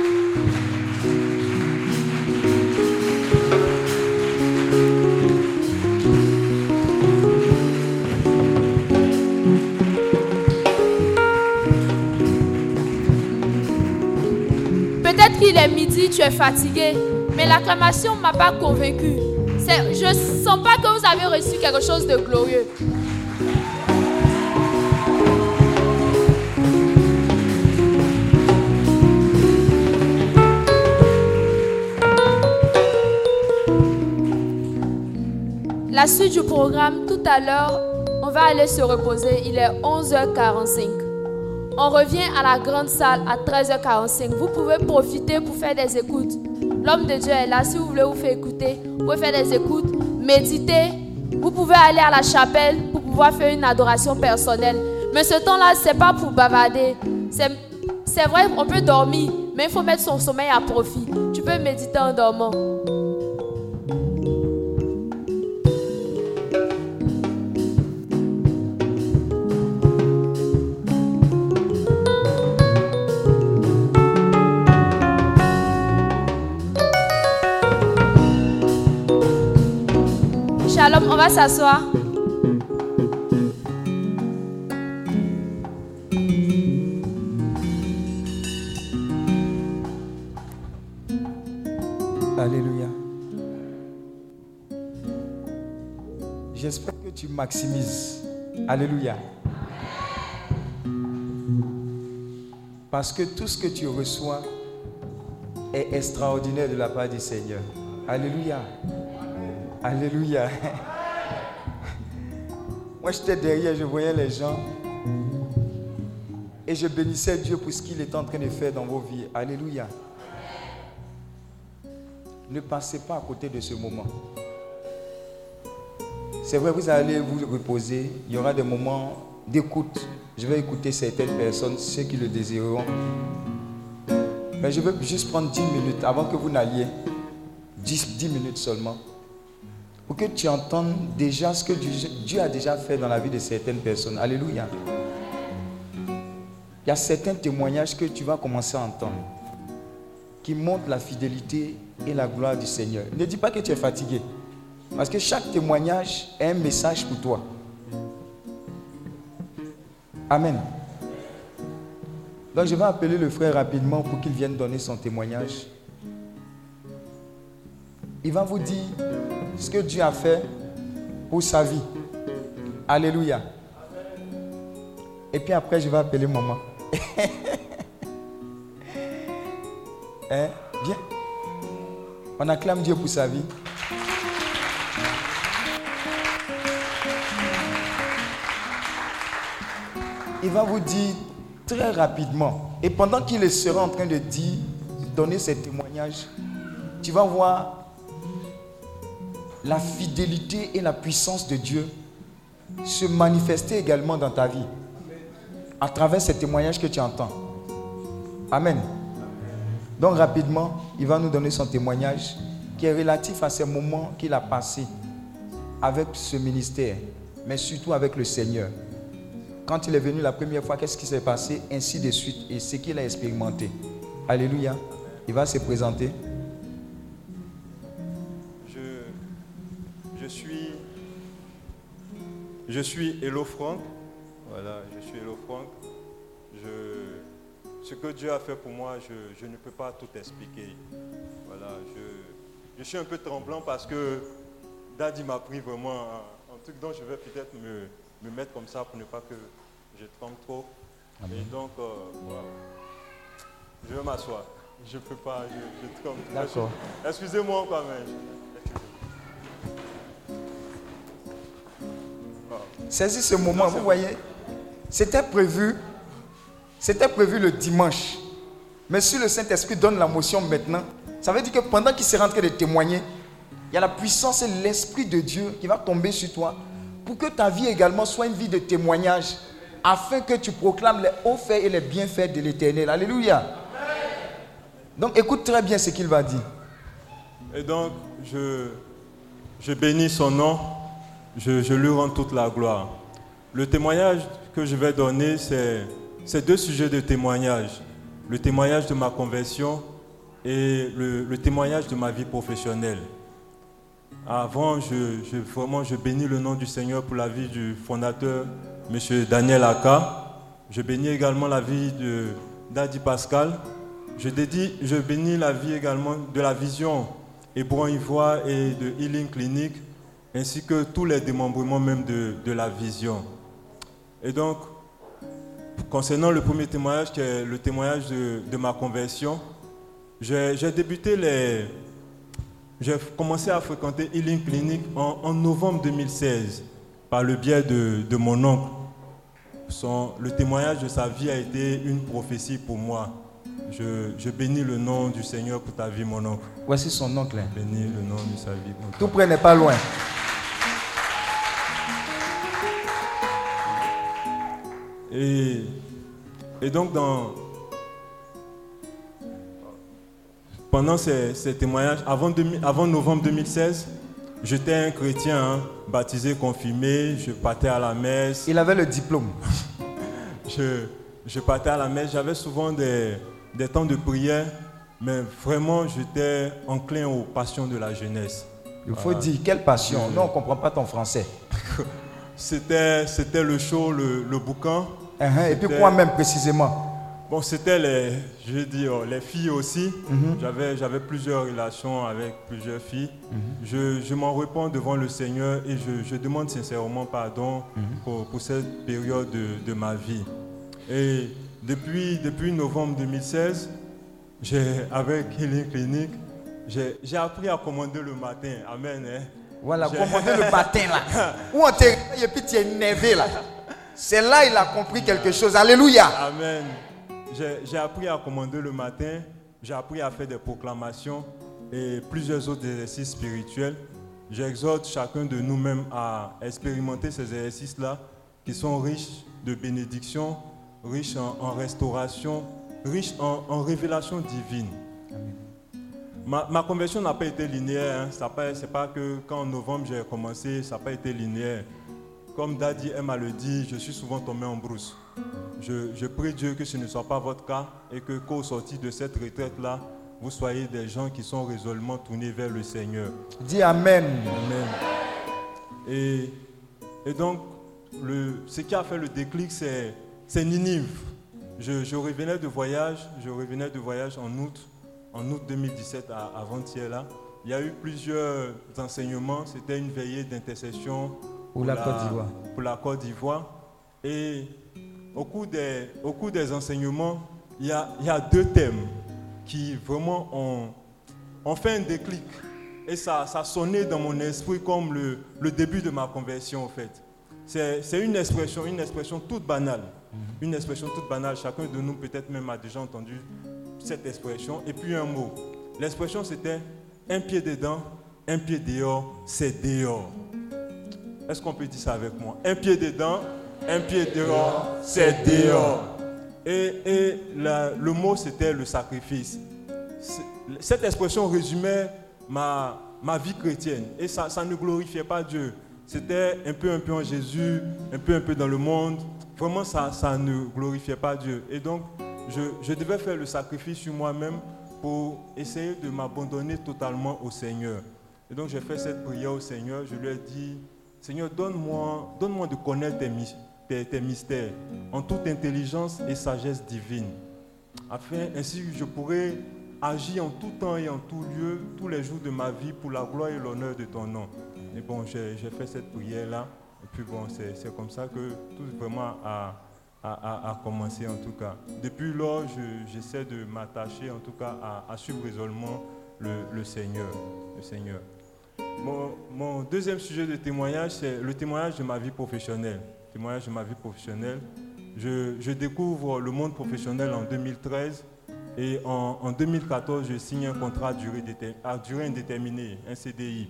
Peut-être qu'il est midi, tu es fatigué, mais l'acclamation ne m'a pas convaincu. Je ne sens pas que vous avez reçu quelque chose de glorieux. La suite du programme, tout à l'heure, on va aller se reposer. Il est onze heures quarante-cinq. On revient à la grande salle à treize heures quarante-cinq. Vous pouvez profiter pour faire des écoutes. L'homme de Dieu est là. Si vous voulez vous faire écouter, vous pouvez faire des écoutes, méditer. Vous pouvez aller à la chapelle pour pouvoir faire une adoration personnelle. Mais ce temps-là, ce n'est pas pour bavarder. C'est, c'est vrai, on peut dormir, mais il faut mettre son sommeil à profit. Tu peux méditer en dormant. Shalom, on va s'asseoir. Alléluia. J'espère que tu maximises. Alléluia. Parce que tout ce que tu reçois est extraordinaire de la part du Seigneur. Alléluia. Alléluia. Moi, j'étais derrière, je voyais les gens et je bénissais Dieu pour ce qu'il est en train de faire dans vos vies. Alléluia. Ne passez pas à côté de ce moment. C'est vrai, vous allez vous reposer. Il y aura des moments d'écoute. Je vais écouter certaines personnes, ceux qui le désireront. Mais je veux juste prendre dix minutes avant que vous n'alliez. dix, dix minutes seulement. Pour que tu entendes déjà ce que Dieu a déjà fait dans la vie de certaines personnes. Alléluia. Il y a certains témoignages que tu vas commencer à entendre qui montrent la fidélité et la gloire du Seigneur. Ne dis pas que tu es fatigué. Parce que chaque témoignage est un message pour toi. Amen. Donc je vais appeler le frère rapidement pour qu'il vienne donner son témoignage. Il va vous dire ce que Dieu a fait pour sa vie. Alléluia. Et puis après, je vais appeler maman. Hein? Viens. On acclame Dieu pour sa vie. Il va vous dire très rapidement. Et pendant qu'il sera en train de dire, donner ses témoignages, tu vas voir la fidélité et la puissance de Dieu se manifester également dans ta vie à travers ces témoignages que tu entends. Amen. Donc rapidement, il va nous donner son témoignage qui est relatif à ces moments qu'il a passés avec ce ministère, mais surtout avec le Seigneur. Quand il est venu la première fois, qu'est-ce qui s'est passé? Ainsi de suite, et ce qu'il a expérimenté. Alléluia. Il va se présenter. Je, je suis, je suis Elo Franck. Voilà, je suis Elo Franck. Je, ce que Dieu a fait pour moi, je, je ne peux pas tout expliquer. Voilà, je, je suis un peu tremblant parce que Daddy m'a pris vraiment un, un truc dont je vais peut-être me, me mettre comme ça pour ne pas que je tremble trop. Amen. Et donc, euh, voilà. Je vais m'asseoir. Je ne peux pas, je, je tremble. D'accord. Excusez-moi quand même. Saisis ce moment, non, vous voyez, c'était prévu, c'était prévu le dimanche. Mais si le Saint-Esprit donne la motion maintenant, ça veut dire que pendant qu'il s'est rentré de témoigner, il y a la puissance et l'Esprit de Dieu qui va tomber sur toi pour que ta vie également soit une vie de témoignage afin que tu proclames les hauts faits et les bienfaits de l'Éternel. Alléluia. Donc écoute très bien ce qu'il va dire. Et donc, je, je bénis son nom, je, je lui rends toute la gloire. Le témoignage que je vais donner, c'est, c'est deux sujets de témoignage. Le témoignage de ma conversion et le, le témoignage de ma vie professionnelle. Avant, je, je, vraiment, je bénis le nom du Seigneur pour la vie du fondateur, M. Daniel Aka. Je bénis également la vie de Daddy Pascal. Je, dédie, je bénis la vie également de la vision Hébron Ivoire et de Healing Clinic, ainsi que tous les démembrements même de, de la vision. Et donc, concernant le premier témoignage, qui est le témoignage de, de ma conversion, j'ai, j'ai débuté les... J'ai commencé à fréquenter Healing Clinic en, en novembre deux mille seize par le biais de, de mon oncle. Son, le témoignage de sa vie a été une prophétie pour moi. Je, je bénis le nom du Seigneur pour ta vie, mon oncle. Voici son oncle. Je bénis le nom de sa vie. Tout près n'est pas loin. Et, et donc, dans, pendant ces, ces témoignages, avant, demi, avant novembre deux mille seize, j'étais un chrétien, hein, baptisé, confirmé, je partais à la messe. Il avait le diplôme. je, je partais à la messe, j'avais souvent des, des temps de prière, mais vraiment j'étais enclin aux passions de la jeunesse. Il faut voilà. dire, quelle passion? Je... Non, on ne comprend pas ton français. c'était, c'était le show, le, le boucan. Uh-huh. Et puis quoi même précisément? Bon, c'était les, je veux dire, les filles aussi. Mm-hmm. J'avais, j'avais plusieurs relations avec plusieurs filles. Mm-hmm. Je, je m'en réponds devant le Seigneur et je, je demande sincèrement pardon mm-hmm. pour, pour cette période de, de ma vie. Et depuis, depuis novembre deux mille seize, j'ai, avec Healing Clinic, j'ai, j'ai appris à commander le matin. Amen. Hein? Voilà, j'ai... commander le matin là. Où on t'est et puis tu es énervé là. C'est là il a compris quelque chose. Alléluia. Amen. J'ai, j'ai appris à commander le matin, j'ai appris à faire des proclamations et plusieurs autres exercices spirituels. J'exhorte chacun de nous-mêmes à expérimenter ces exercices-là qui sont riches de bénédictions, riches en, en restauration, riches en, en révélation divine. Amen. Ma, ma conversion n'a pas été linéaire. Hein. Ça pas, c'est pas que quand en novembre j'ai commencé, ça n'a pas été linéaire. Comme Daddy aime à le dire, je suis souvent tombé en brousse. Je, je prie Dieu que ce ne soit pas votre cas et que qu'au sortir de cette retraite-là, vous soyez des gens qui sont résolument tournés vers le Seigneur. Dis Amen. Amen. Et, et donc, le, ce qui a fait le déclic, c'est, c'est Ninive. Je, je revenais de voyage, je revenais de voyage en août, en août deux mille dix-sept, à, avant-hier là. Il y a eu plusieurs enseignements. C'était une veillée d'intercession pour, pour la, la Côte d'Ivoire. Pour la Côte d'Ivoire. Et au cours des, au cours des enseignements, il y a, il y a deux thèmes qui vraiment ont, ont fait un déclic. Et ça, ça sonnait dans mon esprit comme le, le début de ma conversion en fait. C'est, c'est une expression, une expression toute banale. Mm-hmm. Une expression toute banale. Chacun de nous peut-être même a déjà entendu cette expression. Et puis un mot. L'expression c'était un pied dedans, un pied dehors, c'est dehors. Est-ce qu'on peut dire ça avec moi? Un pied dedans, un pied dehors, c'est dehors. Et, et la, le mot c'était le sacrifice. C'est, cette expression résumait ma, ma vie chrétienne. Et ça, ça ne glorifiait pas Dieu. C'était un peu un peu en Jésus, un peu un peu dans le monde. Vraiment, ça, ça ne glorifiait pas Dieu. Et donc, je, je devais faire le sacrifice sur moi-même pour essayer de m'abandonner totalement au Seigneur. Et donc, j'ai fait cette prière au Seigneur. Je lui ai dit, Seigneur, donne-moi, donne-moi de connaître tes, tes, tes mystères en toute intelligence et sagesse divine, afin ainsi je pourrais agir en tout temps et en tout lieu, tous les jours de ma vie, pour la gloire et l'honneur de ton nom. Et bon, j'ai, j'ai fait cette prière-là. Et puis bon, c'est, c'est comme ça que tout vraiment a, a, a, a commencé en tout cas. Depuis lors, je, j'essaie de m'attacher en tout cas à, à suivre résolument le, le Seigneur. Le Seigneur. Mon, mon deuxième sujet de témoignage, c'est le témoignage de ma vie professionnelle. Témoignage de ma vie professionnelle. Je, je découvre le monde professionnel en deux mille treize et en, en deux mille quatorze, je signe un contrat à durée, déter, à durée indéterminée, un C D I.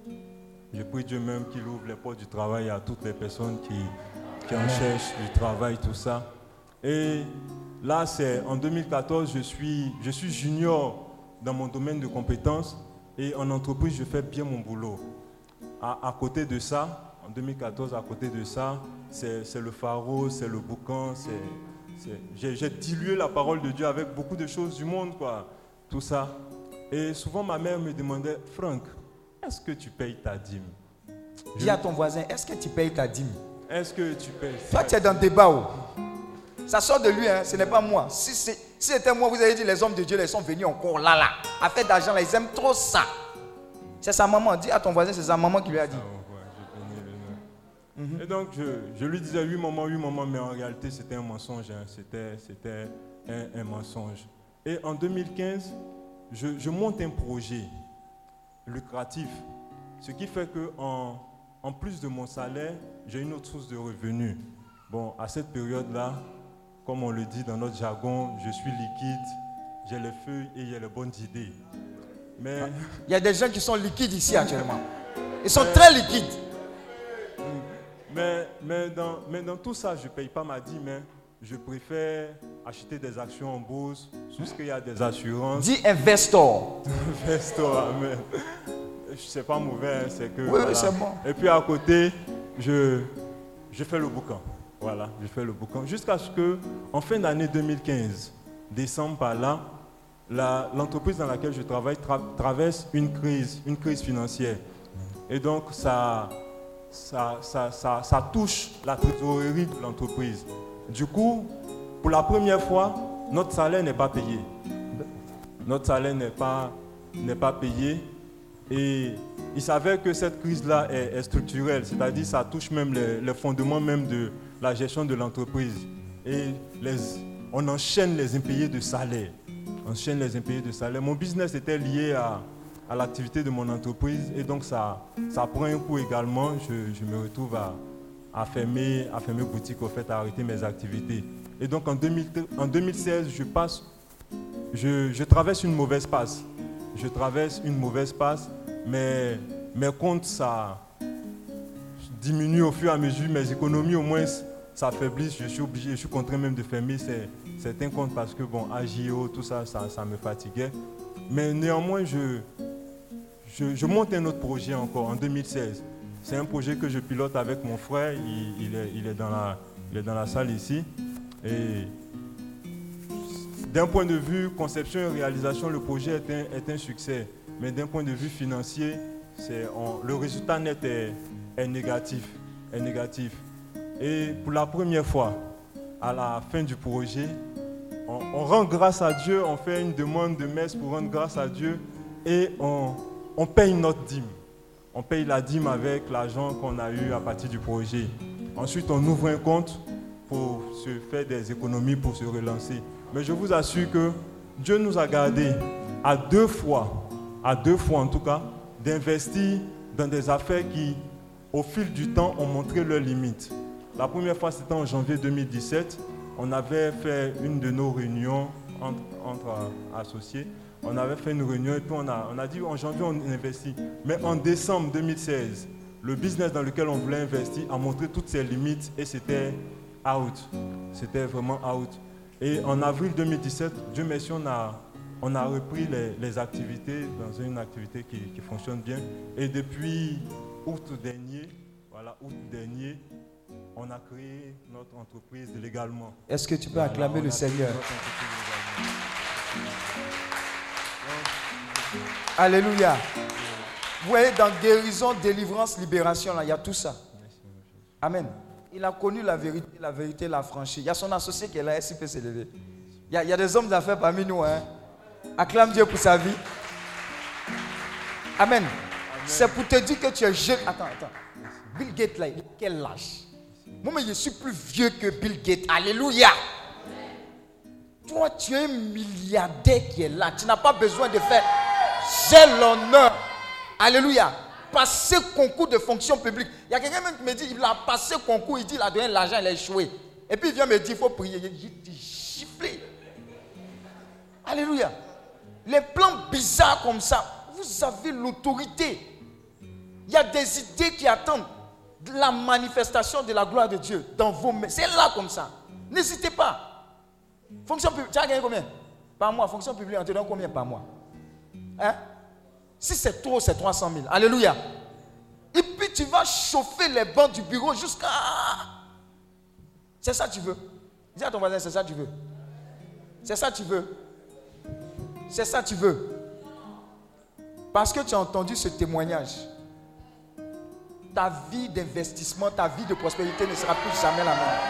Je prie Dieu même qu'il ouvre les portes du travail à toutes les personnes qui, qui en cherchent du travail, tout ça. Et là, c'est en deux mille quatorze, je suis, je suis junior dans mon domaine de compétences et en entreprise, je fais bien mon boulot. À, à côté de ça, en deux mille quatorze, à côté de ça, c'est, c'est le pharo, c'est le boucan, c'est, c'est, j'ai, j'ai dilué la parole de Dieu avec beaucoup de choses du monde, quoi, tout ça. Et souvent, ma mère me demandait, Franck, est-ce que tu payes ta dîme? Dis à ton voisin, est-ce que tu payes ta dîme? Est-ce que tu payes? Toi, tu es dans le débat. Oh. Ça sort de lui, hein, ce n'est pas moi. Si, c'est, si c'était moi, vous avez dit, les hommes de Dieu, ils sont venus encore là, là. À faire d'argent, là, ils aiment trop ça. C'est sa maman. Dis à ton voisin, c'est sa maman qui lui a dit. Ah, ouais, mm-hmm. Et donc, je, je lui disais oui, maman, oui, maman, mais en réalité, c'était un mensonge. Hein. C'était, c'était un, un mensonge. Et en deux mille quinze, je, je monte un projet lucratif, ce qui fait que en, en plus de mon salaire, j'ai une autre source de revenus. Bon, à cette période-là, comme on le dit dans notre jargon, je suis liquide, j'ai les feuilles et j'ai les bonnes idées. Mais il y a des gens qui sont liquides ici actuellement. Ils sont mais, très liquides. Mais, mais, dans, mais dans tout ça, je ne paye pas ma dîme. Hein. Je préfère acheter des actions en bourse, souscrire à des assurances. Dis investor. Investor, amen. C'est pas mauvais, hein, c'est que. Oui, voilà. oui, c'est bon. Et puis à côté, je, je fais le boucan. Voilà, je fais le boucan. Jusqu'à ce que, en fin d'année deux mille quinze, décembre par là, la, l'entreprise dans laquelle je travaille tra- traverse une crise, une crise financière. Et donc, ça, ça, ça, ça, ça touche la trésorerie de l'entreprise. Du coup, pour la première fois, notre salaire n'est pas payé. Notre salaire n'est pas, n'est pas payé. Et il s'avère que cette crise-là est, est structurelle, c'est-à-dire que ça touche même les, les fondements même de la gestion de l'entreprise. Et les, on enchaîne les impayés de salaire. On enchaîne les impayés de salaire. Mon business était lié à, à l'activité de mon entreprise et donc ça, ça prend un coup également. Je, je me retrouve à, à, fermer, à fermer boutique, au fait, à arrêter mes activités. Et donc en, deux mille, en deux mille seize, je, passe, je, je traverse une mauvaise passe. Je traverse une mauvaise passe, mais mes comptes, ça diminue au fur et à mesure. Mes économies, au moins, s'affaiblissent. Je suis obligé, je suis contraint même de fermer ces, certains comptes parce que, bon, A J O, tout ça, ça, ça me fatiguait. Mais néanmoins, je, je, je monte un autre projet encore en deux mille seize. C'est un projet que je pilote avec mon frère. Il, il, est, il, est, dans la, il est dans la salle ici. Et d'un point de vue conception et réalisation, le projet est un, est un succès. Mais d'un point de vue financier, c'est, on, le résultat net est, est, négatif, est négatif. Et pour la première fois, à la fin du projet, on, on rend grâce à Dieu, on fait une demande de messe pour rendre grâce à Dieu et on, on paye notre dîme. On paye la dîme avec l'argent qu'on a eu à partir du projet. Ensuite, on ouvre un compte pour se faire des économies pour se relancer. Mais je vous assure que Dieu nous a gardés à deux fois, à deux fois en tout cas, d'investir dans des affaires qui, au fil du temps, ont montré leurs limites. La première fois, c'était en janvier deux mille dix-sept. On avait fait une de nos réunions entre, entre associés. On avait fait une réunion et puis on a, on a dit en janvier, on investit. Mais en décembre deux mille seize, le business dans lequel on voulait investir a montré toutes ses limites et c'était out. C'était vraiment out. Et en avril deux mille dix-sept, Dieu merci, on a, on a repris les, les activités dans une activité qui, qui fonctionne bien. Et depuis août dernier, voilà, août dernier, on a créé notre entreprise légalement. Est-ce que tu peux voilà, acclamer le Seigneur? Alléluia. Vous voyez, dans guérison, délivrance, libération, là, il y a tout ça. Amen. Il a connu la vérité, la vérité l'a franchi. Il y a son associé qui est là, s'il peut se lever. Il y a, il y a des hommes d'affaires parmi nous. Hein. Acclame Dieu pour sa vie. Amen. Amen. C'est pour te dire que tu es jeune. Attends, attends. Bill Gates, là, il a quel âge? Moi, mais je suis plus vieux que Bill Gates. Alléluia. Toi, tu es un milliardaire qui est là. Tu n'as pas besoin de faire. J'ai l'honneur. Alléluia. Passer concours de fonction publique. Il y a quelqu'un qui me dit, il a passé concours, il dit, il a donné l'argent, il a échoué. Et puis il vient me dire, il faut prier. Il dit, giflé. Alléluia. Les plans bizarres comme ça, vous avez l'autorité. Il y a des idées qui attendent la manifestation de la gloire de Dieu dans vos mains. C'est là comme ça. N'hésitez pas. Fonction publique, tu as gagné combien par mois? Fonction publique, on te donne combien par mois? Hein? Si c'est trop, c'est trois cent mille. Alléluia. Et puis tu vas chauffer les bancs du bureau jusqu'à... C'est ça que tu veux. Dis à ton voisin, c'est ça que tu veux. C'est ça que tu veux. C'est ça que tu veux. Parce que tu as entendu ce témoignage. Ta vie d'investissement, ta vie de prospérité ne sera plus jamais la même.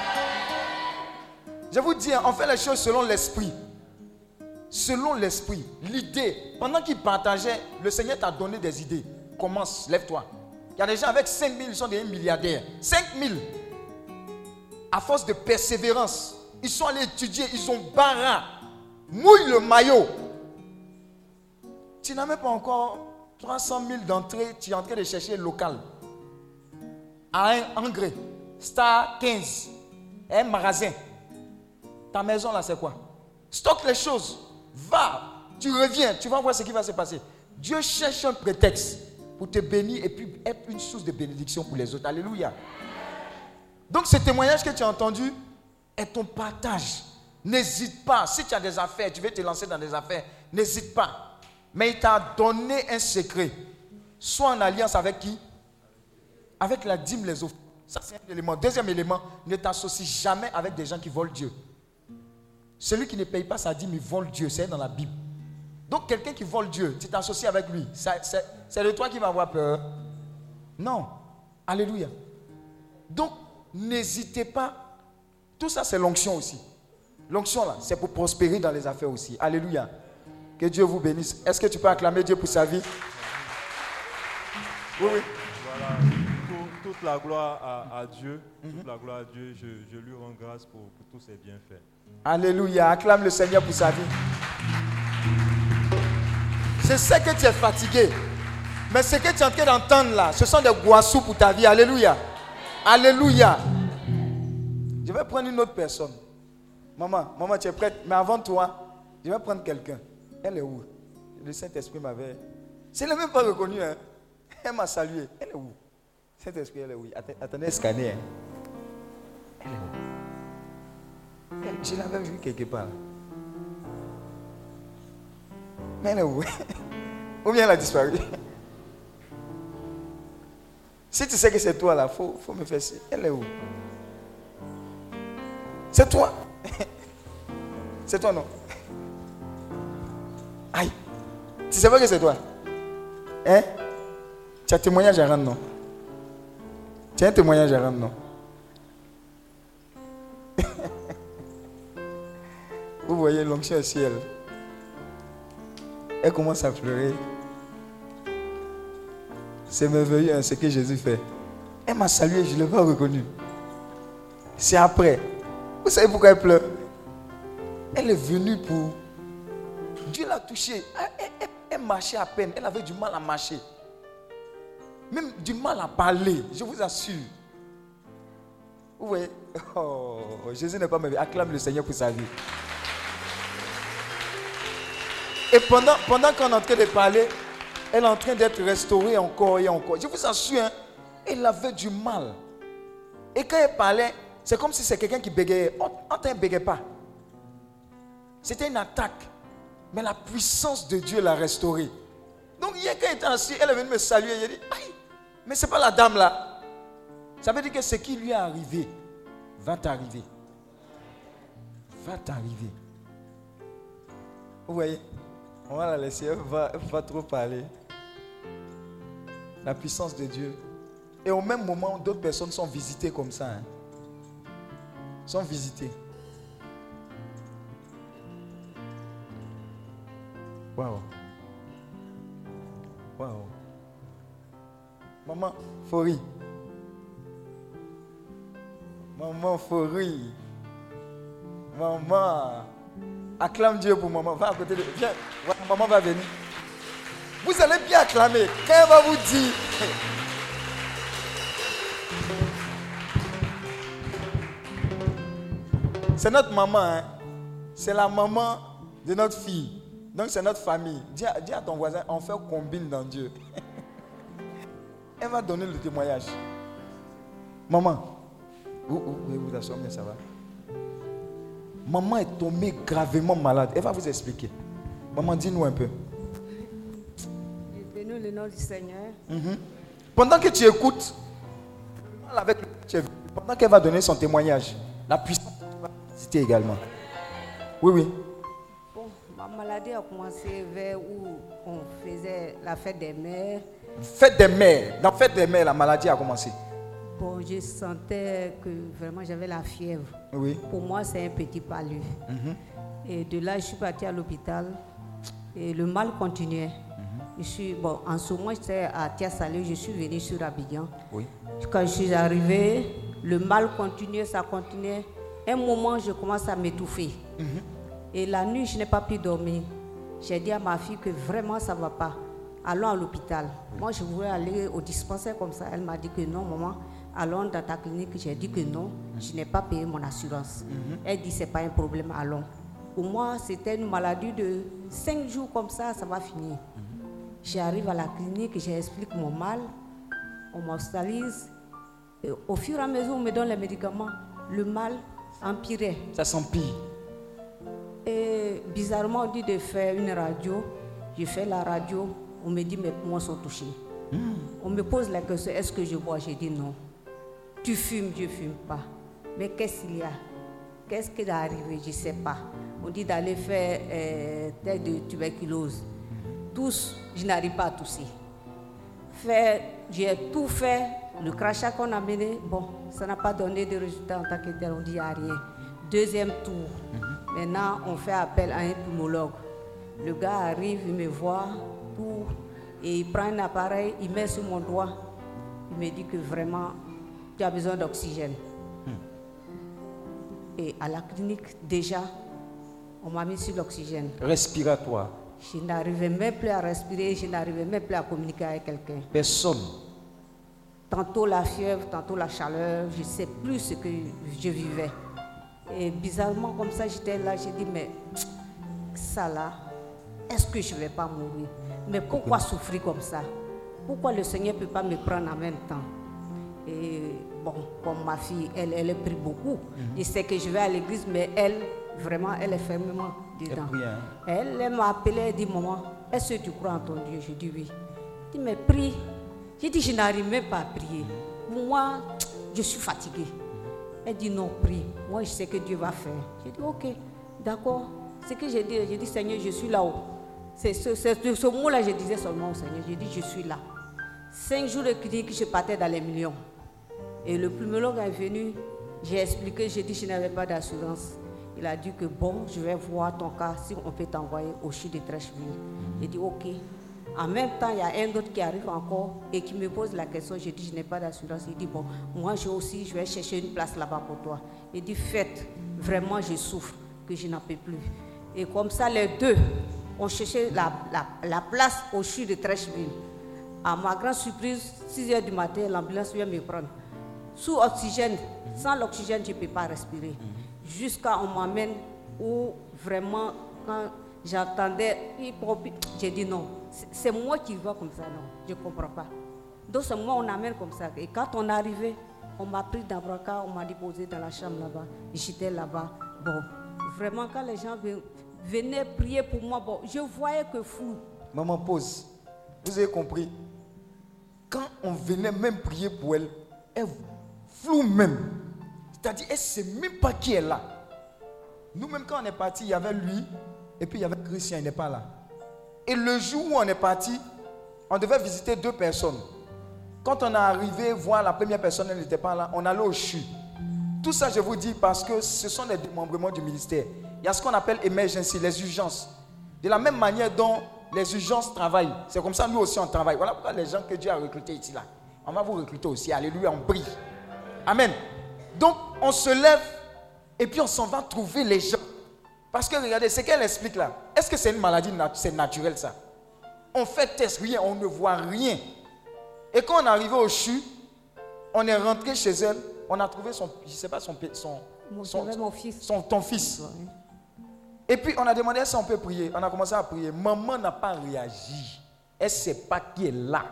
Je vous dis, on fait les choses selon l'esprit. Selon l'esprit, l'idée. Pendant qu'il partageait, le Seigneur t'a donné des idées. Commence, lève-toi. Il y a des gens avec cinq mille, ils sont des milliardaires. cinq mille. À force de persévérance, ils sont allés étudier, ils ont barra. Mouille le maillot. Tu n'as même pas encore trois cent mille d'entrée, tu es en train de chercher local. À un engrais, Star quinze, un magasin. Ta maison là, c'est quoi? Stocke les choses. Va, tu reviens, tu vas voir ce qui va se passer. Dieu cherche un prétexte pour te bénir et puis être une source de bénédiction pour les autres. Alléluia. Donc ce témoignage que tu as entendu est ton partage. N'hésite pas. Si tu as des affaires, tu veux te lancer dans des affaires, n'hésite pas. Mais il t'a donné un secret. Sois en alliance avec qui? Avec la dîme, les offres. Ça c'est un élément. Deuxième élément, ne t'associe jamais avec des gens qui volent Dieu. Celui qui ne paye pas sa dîme, il vole Dieu. C'est dans la Bible. Donc quelqu'un qui vole Dieu, tu t'associes avec lui. C'est de toi qui va avoir peur. Non. Alléluia. Donc, n'hésitez pas. Tout ça, c'est l'onction aussi. L'onction là, c'est pour prospérer dans les affaires aussi. Alléluia. Que Dieu vous bénisse. Est-ce que tu peux acclamer Dieu pour sa vie? Oui, oui. Voilà. Tout, toute la gloire à, à Dieu. Mm-hmm. Toute la gloire à Dieu. Je, je lui rends grâce pour, pour tous ses bienfaits. Alléluia. Acclame le Seigneur pour sa vie. Je sais que tu es fatigué. Mais ce que tu es en train d'entendre là, ce sont des goissous pour ta vie. Alléluia. Alléluia. Je vais prendre une autre personne. Maman, maman, tu es prête? Mais avant toi, je vais prendre quelqu'un. Elle est où? Le Saint-Esprit m'avait... Je ne l'ai même pas reconnu. Hein? Elle m'a salué. Elle est où? Saint-Esprit, elle est où? Attendez, scanner. Hein? Elle est où? Elle, je l'avais vue quelque part. Mais elle est où? Ou bien elle a disparu? Si tu sais que c'est toi là, il faut, faut me faire ça. Elle est où? C'est toi. C'est toi, non? Aïe. Tu sais pas que c'est toi? Hein? Tu as un témoignage à rendre, non? Tu as un témoignage à rendre, non? Vous voyez l'onction au ciel. Elle commence à pleurer. C'est merveilleux hein, ce que Jésus fait. Elle m'a salué, je ne l'ai pas reconnu. C'est après. Vous savez pourquoi elle pleure? Elle est venue pour... Dieu l'a touchée. Elle, elle, elle, elle marchait à peine. Elle avait du mal à marcher. Même du mal à parler, je vous assure. Vous voyez? Oh, Jésus n'est pas merveilleux. Acclame le Seigneur pour sa vie. Et pendant, pendant qu'on est en train de parler, elle est en train d'être restaurée encore et encore. Je vous assure, hein, elle avait du mal. Et quand elle parlait, c'est comme si c'est quelqu'un qui bégayait. On ne bégayait pas. C'était une attaque. Mais la puissance de Dieu l'a restaurée. Donc hier, quand elle était assise, elle est venue me saluer. Elle a dit, aïe, mais ce n'est pas la dame là. Ça veut dire que ce qui lui est arrivé va t'arriver. Va t'arriver. Vous voyez? On va la laisser, elle va, elle va trop parler. La puissance de Dieu. Et au même moment, d'autres personnes sont visitées comme ça. Hein. Sont visitées. Waouh. Waouh. Maman, faut rire. Maman, faut rire. Maman. Acclame Dieu pour maman. Va à côté de... Viens. Maman va venir. Vous allez bien acclamer. Quand elle va vous dire... C'est notre maman. Hein? C'est la maman de notre fille. Donc c'est notre famille. Dis à, dis à ton voisin, on fait combine dans Dieu. Elle va donner le témoignage. Maman. Où, où, où vous assommez, ça va? Maman est tombée gravement malade. Elle va vous expliquer. Maman, dis-nous un peu. Bénis le nom du Seigneur. Mm-hmm. Pendant que tu écoutes, avec le... pendant qu'elle va donner son témoignage, la puissance va visiter également. Oui, oui. Bon, ma maladie a commencé vers où on faisait la fête des mères. Fête des mères. Dans la fête des mères, la maladie a commencé. Bon, je sentais que vraiment j'avais la fièvre. Oui. Pour moi, c'est un petit palu. Mm-hmm. Et de là, je suis partie à l'hôpital et le mal continuait. Mm-hmm. Je suis, bon, en ce moment, j'étais à Tia-Salé, je suis venue sur Abidjan. Oui. Quand je suis arrivée, le mal continuait, ça continuait. Un moment, je commence à m'étouffer. Mm-hmm. Et la nuit, je n'ai pas pu dormir. J'ai dit à ma fille que vraiment, ça ne va pas. Allons à l'hôpital. Oui. Moi, je voulais aller au dispensaire comme ça. Elle m'a dit que non, maman. Allons dans ta clinique. J'ai dit que non, je n'ai pas payé mon assurance. Mm-hmm. Elle dit c'est pas un problème, allons. Pour moi, c'était une maladie de cinq jours comme ça, ça va finir. Mm-hmm. J'arrive à la clinique, j'explique mon mal, on m'hospitalise. Au fur et à mesure, on me donne les médicaments, le mal empirait. Ça s'empire. Et bizarrement, on dit de faire une radio. Je fais la radio, on me dit mes poumons sont touchés. Mm. On me pose la question, est-ce que je bois? J'ai dit non. Tu fumes, je ne fume pas. Mais qu'est-ce qu'il y a? Qu'est-ce qui est arrivé? Je ne sais pas. On dit d'aller faire euh, test de tuberculose. Tous, je n'arrive pas à tousser. Faire, j'ai tout fait. Le crachat qu'on a mené, bon, ça n'a pas donné de résultat en tant que tel. On dit il n'y a rien. Deuxième tour. Mm-hmm. Maintenant, on fait appel à un pneumologue. Le gars arrive, il me voit, tout, et il prend un appareil, il met sur mon doigt. Il me dit que vraiment, tu as besoin d'oxygène. Hmm. Et à la clinique, déjà, on m'a mis sur l'oxygène. Respiratoire. Je n'arrivais même plus à respirer, je n'arrivais même plus à communiquer avec quelqu'un. Personne. Tantôt la fièvre, tantôt la chaleur, je ne sais plus ce que je vivais. Et bizarrement, comme ça, j'étais là, j'ai dit, mais ça là, est-ce que je ne vais pas mourir? Mais pourquoi souffrir comme ça? Pourquoi le Seigneur ne peut pas me prendre en même temps? Et bon, comme ma fille, elle, elle a pris beaucoup. Mm-hmm. Je sais que je vais à l'église, mais elle, vraiment, elle est fermement dedans. Elle, elle, elle m'a appelé, elle dit, maman, est-ce que tu crois en ton Dieu? Je dis oui. Elle dit, mais prie. J'ai dit, je n'arrive même pas à prier. Moi, je suis fatiguée. Elle dit, non, prie. Moi, je sais que Dieu va faire. J'ai dit, ok, d'accord. Ce que j'ai dit, j'ai dit, Seigneur, je suis là-haut. C'est ce, ce, ce mot-là, je disais seulement au Seigneur. J'ai dit, je suis là. Cinq jours de clinique, je partais dans les millions. Et le pneumologue est venu. J'ai expliqué, j'ai dit que je n'avais pas d'assurance. Il a dit que bon, je vais voir ton cas, si on peut t'envoyer au C H U de Trècheville. J'ai dit ok. En même temps, il y a un autre qui arrive encore et qui me pose la question. J'ai dit, je n'ai pas d'assurance. Il dit, bon, moi j'ai aussi, je vais chercher une place là-bas pour toi. Il dit, faites, vraiment je souffre, que je n'en peux plus. Et comme ça, les deux ont cherché la, la, la place au C H U de Trècheville. À ma grande surprise, six heures du matin, l'ambulance vient me prendre. Sous oxygène, sans l'oxygène, je ne peux pas respirer. Jusqu'à on m'amène où vraiment, quand j'entendais, j'ai dit non, c'est moi qui vois comme ça, non, je ne comprends pas. Donc c'est moi, on amène comme ça. Et quand on est arrivé, on m'a pris dans le brancard, on m'a déposé dans la chambre là-bas. J'étais là-bas. Bon, vraiment, quand les gens venaient prier pour moi, bon, je voyais que flou. Maman, pause. Vous avez compris? Quand on venait même prier pour elle, elle floue même. C'est-à-dire, elle ne sait même pas qui est là. Nous-mêmes, quand on est parti, il y avait lui, et puis il y avait Christian, il n'est pas là. Et le jour où on est parti, on devait visiter deux personnes. Quand on est arrivé voir la première personne, elle n'était pas là, on allait au C H U. Tout ça, je vous dis, parce que ce sont des démembrements du ministère. Il y a ce qu'on appelle emergency, les urgences. De la même manière dont les urgences travaillent, c'est comme ça, nous aussi, on travaille. Voilà pourquoi les gens que Dieu a recrutés ici, là, on va vous recruter aussi. Alléluia, on brille. Amen. Donc, on se lève et puis on s'en va trouver les gens. Parce que regardez, ce qu'elle explique là, est-ce que c'est une maladie, c'est naturel ça? On fait test, rien, on ne voit rien. Et quand on est arrivé au C H U, on est rentré chez elle, on a trouvé son, je ne sais pas, son, son, son, mon fils. son ton fils. Et puis on a demandé si on peut prier. On a commencé à prier. Maman n'a pas réagi. Elle ne sait pas qui est là.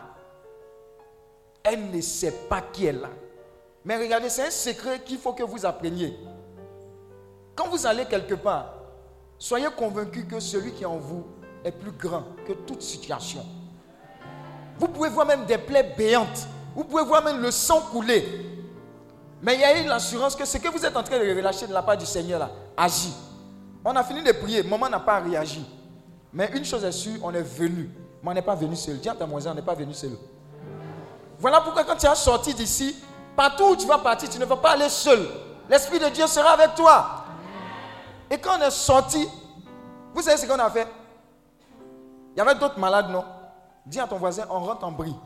Elle ne sait pas qui est là. Mais regardez, c'est un secret qu'il faut que vous appreniez. Quand vous allez quelque part, soyez convaincus que celui qui est en vous est plus grand que toute situation. Vous pouvez voir même des plaies béantes. Vous pouvez voir même le sang couler. Mais il y a eu l'assurance que ce que vous êtes en train de relâcher de la part du Seigneur là, agit. On a fini de prier, maman n'a pas réagi. Mais une chose est sûre, on est venu. Mais on n'est pas venu seul. Dis à ta voisine, on n'est pas venu seul. Voilà pourquoi quand tu as sorti d'ici, partout où tu vas partir, tu ne vas pas aller seul. L'Esprit de Dieu sera avec toi. Et quand on est sorti, vous savez ce qu'on a fait? Il y avait d'autres malades, non? Dis à ton voisin, on rentre en brie.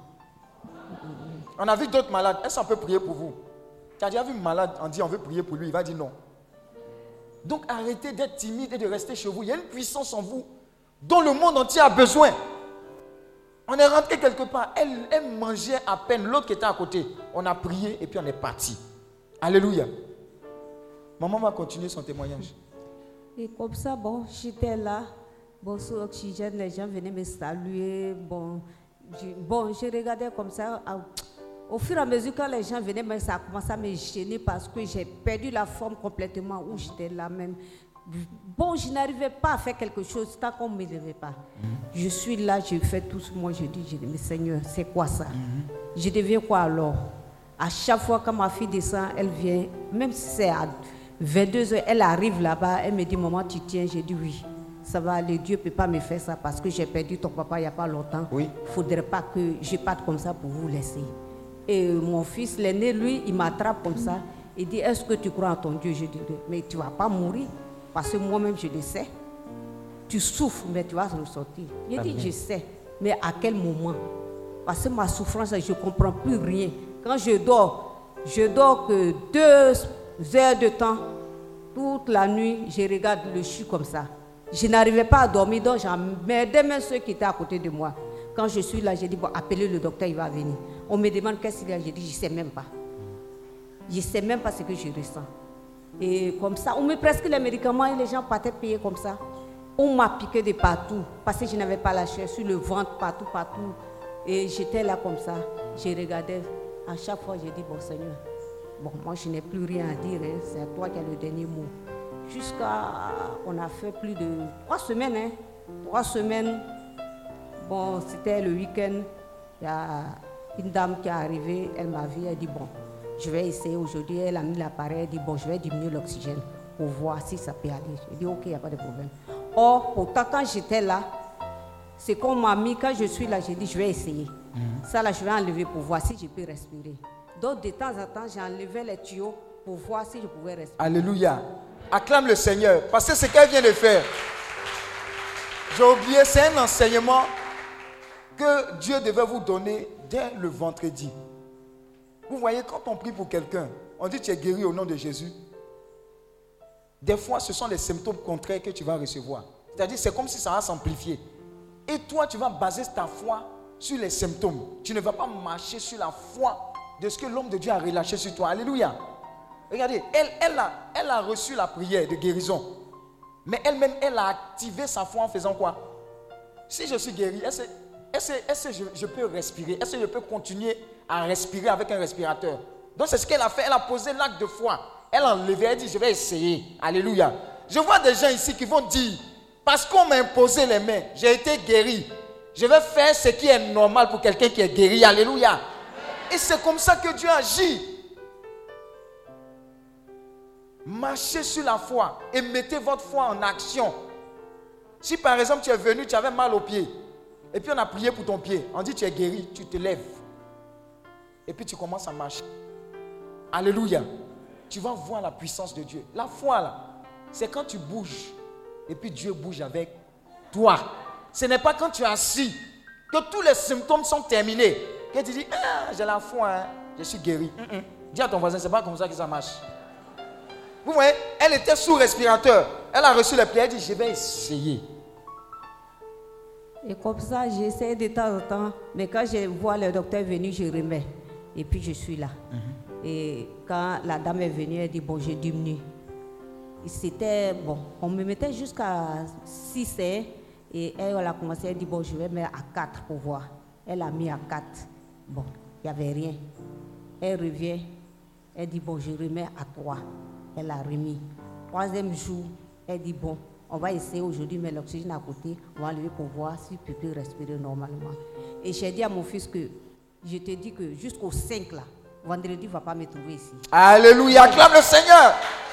On a vu d'autres malades. Est-ce qu'on peut prier pour vous? Tu as déjà vu un malade, on dit on veut prier pour lui, il va dire non. Donc arrêtez d'être timide et de rester chez vous. Il y a une puissance en vous dont le monde entier a besoin. On est rentré quelque part, elle, elle mangeait à peine, l'autre qui était à côté. On a prié et puis on est parti. Alléluia. Maman va continuer son témoignage. Et comme ça, bon, j'étais là. Bon, sous oxygène, les gens venaient me saluer. Bon, je, bon, je regardais comme ça. Au fur et à mesure, quand les gens venaient, mais ça a commencé à me gêner parce que j'ai perdu la forme complètement où j'étais là même. Bon, je n'arrivais pas à faire quelque chose tant qu'on ne me levait pas. Mm-hmm. Je suis là, je fais tout ce que moi je dis. Je dis, mais Seigneur, c'est quoi ça? Mm-hmm. Je deviens quoi alors? À chaque fois que ma fille descend, elle vient, même si c'est à vingt-deux heures, elle arrive là-bas, elle me dit, maman, tu tiens? J'ai dit oui. Ça va aller, Dieu ne peut pas me faire ça parce que j'ai perdu ton papa il n'y a pas longtemps. Il oui. ne faudrait pas que je parte comme ça pour vous laisser. Et mon fils, l'aîné, lui, il m'attrape comme ça. Il dit, est-ce que tu crois en ton Dieu? Je dis, mais tu ne vas pas mourir. Parce que moi-même, je le sais. Tu souffres, mais tu vas s'en sortir. Il dit, je sais. Mais à quel moment? Parce que ma souffrance, je ne comprends plus rien. Quand je dors, je dors que deux heures de temps. Toute la nuit, je regarde le C H U comme ça. Je n'arrivais pas à dormir, donc j'emmerdais même ceux qui étaient à côté de moi. Quand je suis là, j'ai dit, bon, appelez le docteur, il va venir. On me demande qu'est-ce qu'il y a, j'ai dit, je ne sais même pas. Je ne sais même pas ce que je ressens. Et comme ça, on met presque les médicaments et les gens partaient payer comme ça. On m'a piqué de partout, parce que je n'avais pas la chair, sur le ventre, partout, partout. Et j'étais là comme ça, je regardais. À chaque fois, j'ai dit, bon Seigneur, bon, moi je n'ai plus rien à dire, hein, c'est à toi qui as le dernier mot. Jusqu'à, on a fait plus de trois semaines, hein, trois semaines. Bon, c'était le week-end, il y a une dame qui est arrivée, elle m'a vu, elle dit, bon, je vais essayer aujourd'hui, elle a mis l'appareil, elle dit, bon, je vais diminuer l'oxygène pour voir si ça peut aller. Je dis, ok, il n'y a pas de problème. Or, pourtant, quand j'étais là, c'est qu'on m'a mis, quand je suis là, j'ai dit, je vais essayer. Mm-hmm. Ça, là, je vais enlever pour voir si je peux respirer. Donc, de temps en temps, j'enlevais les tuyaux pour voir si je pouvais respirer. Alléluia. Acclame le Seigneur. Parce que ce qu'elle vient de faire, j'ai oublié, c'est un enseignement que Dieu devait vous donner dès le vendredi. Vous voyez, quand on prie pour quelqu'un, on dit tu es guéri au nom de Jésus. Des fois, ce sont les symptômes contraires que tu vas recevoir. C'est-à-dire, c'est comme si ça va s'amplifier. Et toi, tu vas baser ta foi sur les symptômes. Tu ne vas pas marcher sur la foi de ce que l'homme de Dieu a relâché sur toi. Alléluia. Regardez, elle, elle, a, elle a reçu la prière de guérison. Mais elle-même, elle a activé sa foi en faisant quoi? Si je suis guéri, est-ce, est-ce, est-ce que je, je peux respirer? Est-ce que je peux continuer à respirer avec un respirateur? Donc c'est ce qu'elle a fait. Elle a posé l'acte de foi. Elle a enlevé, elle dit, je vais essayer. Alléluia. Je vois des gens ici qui vont dire, parce qu'on m'a imposé les mains, j'ai été guéri. Je vais faire ce qui est normal pour quelqu'un qui est guéri. Alléluia. Et c'est comme ça que Dieu agit. Marchez sur la foi et mettez votre foi en action. Si par exemple tu es venu, tu avais mal au pied, et puis on a prié pour ton pied, on dit tu es guéri, tu te lèves. Et puis tu commences à marcher. Alléluia. Tu vas voir la puissance de Dieu. La foi là, c'est quand tu bouges, et puis Dieu bouge avec toi. Ce n'est pas quand tu es assis, que tous les symptômes sont terminés, que tu dis, ah, j'ai la foi, hein, je suis guéri. Mm-mm. Dis à ton voisin, c'est pas comme ça que ça marche. Vous voyez, elle était sous respirateur. Elle a reçu les prières, elle dit, je vais essayer. Et comme ça, j'essaie de temps en temps. Mais quand je vois le docteur venir, je remets. Et puis je suis là. Mm-hmm. Et quand la dame est venue, elle dit, bon, j'ai diminué. C'était, bon, on me mettait jusqu'à six heures. Et elle, elle a commencé, elle dit, bon, je vais mettre à quatre pour voir. Elle a mis à quatre. Bon, il n'y avait rien. Elle revient. Elle dit, bon, je remets à trois. Elle a remis. Troisième jour, elle dit, bon, on va essayer aujourd'hui, mais l'oxygène à côté, on va enlever pour voir si tu peux respirer normalement. Et j'ai dit à mon fils que, je te dis que jusqu'au cinq, là, vendredi, il ne va pas me trouver ici. Alléluia, acclame le Seigneur.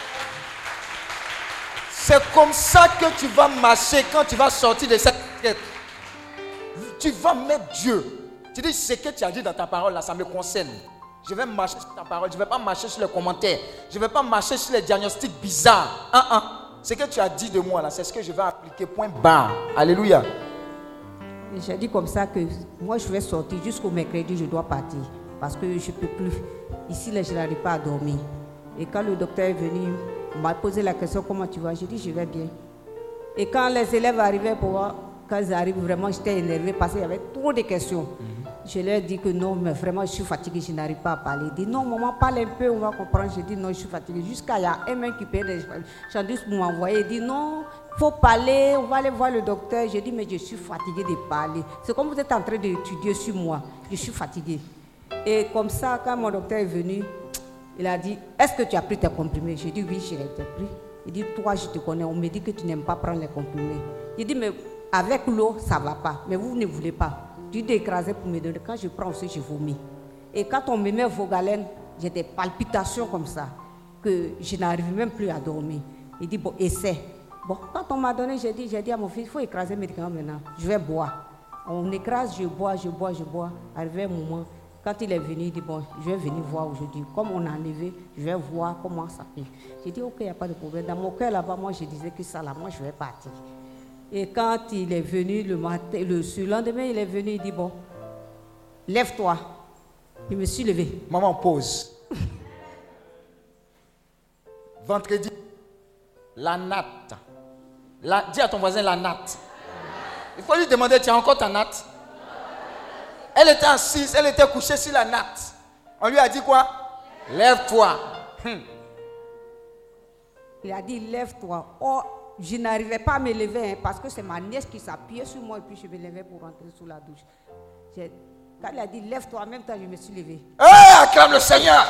C'est comme ça que tu vas marcher quand tu vas sortir de cette quête. Tu vas mettre Dieu. Tu dis, ce que tu as dit dans ta parole, là, ça me concerne. Je vais marcher sur ta parole. Je ne vais pas marcher sur les commentaires. Je ne vais pas marcher sur les diagnostics bizarres. Un, un. Ce que tu as dit de moi, là, c'est ce que je vais appliquer. Point barre. Alléluia. Et j'ai dit comme ça que moi, je vais sortir jusqu'au mercredi, je dois partir. Parce que je ne peux plus. Ici, là, je n'arrive pas à dormir. Et quand le docteur est venu, il m'a posé la question, comment tu vas? J'ai dit, je vais bien. Et quand les élèves arrivaient pour voir, quand ils arrivent, vraiment, j'étais énervée parce qu'il y avait trop de questions. Mm-hmm. Je leur ai dit que non, mais vraiment, je suis fatiguée, je n'arrive pas à parler. Ils disent, non, maman, parle un peu, on va comprendre. Je dis, non, je suis fatiguée. Jusqu'à il y a un mec qui paye des chandelles pour m'envoyer. Il dit, non, il faut parler, on va aller voir le docteur. Je dis, mais je suis fatiguée de parler. C'est comme vous êtes en train d'étudier sur moi. Je suis fatiguée. Et comme ça, quand mon docteur est venu, il a dit, est-ce que tu as pris tes comprimés? J'ai dit, oui, je l'ai pris. Il dit, toi, je te connais, on me dit que tu n'aimes pas prendre les comprimés. J'ai dit, mais avec l'eau, ça ne va pas. Mais vous ne voulez pas. Tu d'écraser pour me donner. Quand je prends aussi, je vomis. Et quand on me met Vogalène, j'ai des palpitations comme ça, que je n'arrive même plus à dormir. Il dit, bon, essaie. Bon, quand on m'a donné, j'ai dit, j'ai dit à mon fils, il faut écraser mes médicaments maintenant. Je vais boire. On écrase, je bois, je bois, je bois. Arrivé un moment, quand il est venu, il dit, bon, je vais venir voir aujourd'hui. Comme on a enlevé, je vais voir comment ça fait. J'ai dit, ok, il n'y a pas de problème. Dans mon cœur là-bas, moi, je disais que ça là, moi, je vais partir. Et quand il est venu le matin, le, le lendemain, il est venu, il dit, bon, lève-toi. Je me suis levé. Maman, pause. Vendredi, la natte. La, dis à ton voisin la natte. Il faut lui demander, tu as encore ta natte? Elle était assise, elle était couchée sur la natte. On lui a dit quoi? Lève-toi. Hum. Il a dit, lève-toi. Oh, je n'arrivais pas à me lever hein, parce que c'est ma nièce qui s'appuyait sur moi et puis je me levais pour rentrer sous la douche. J'ai, quand il a dit lève-toi, en même temps je me suis levée. Hey, acclame le Seigneur.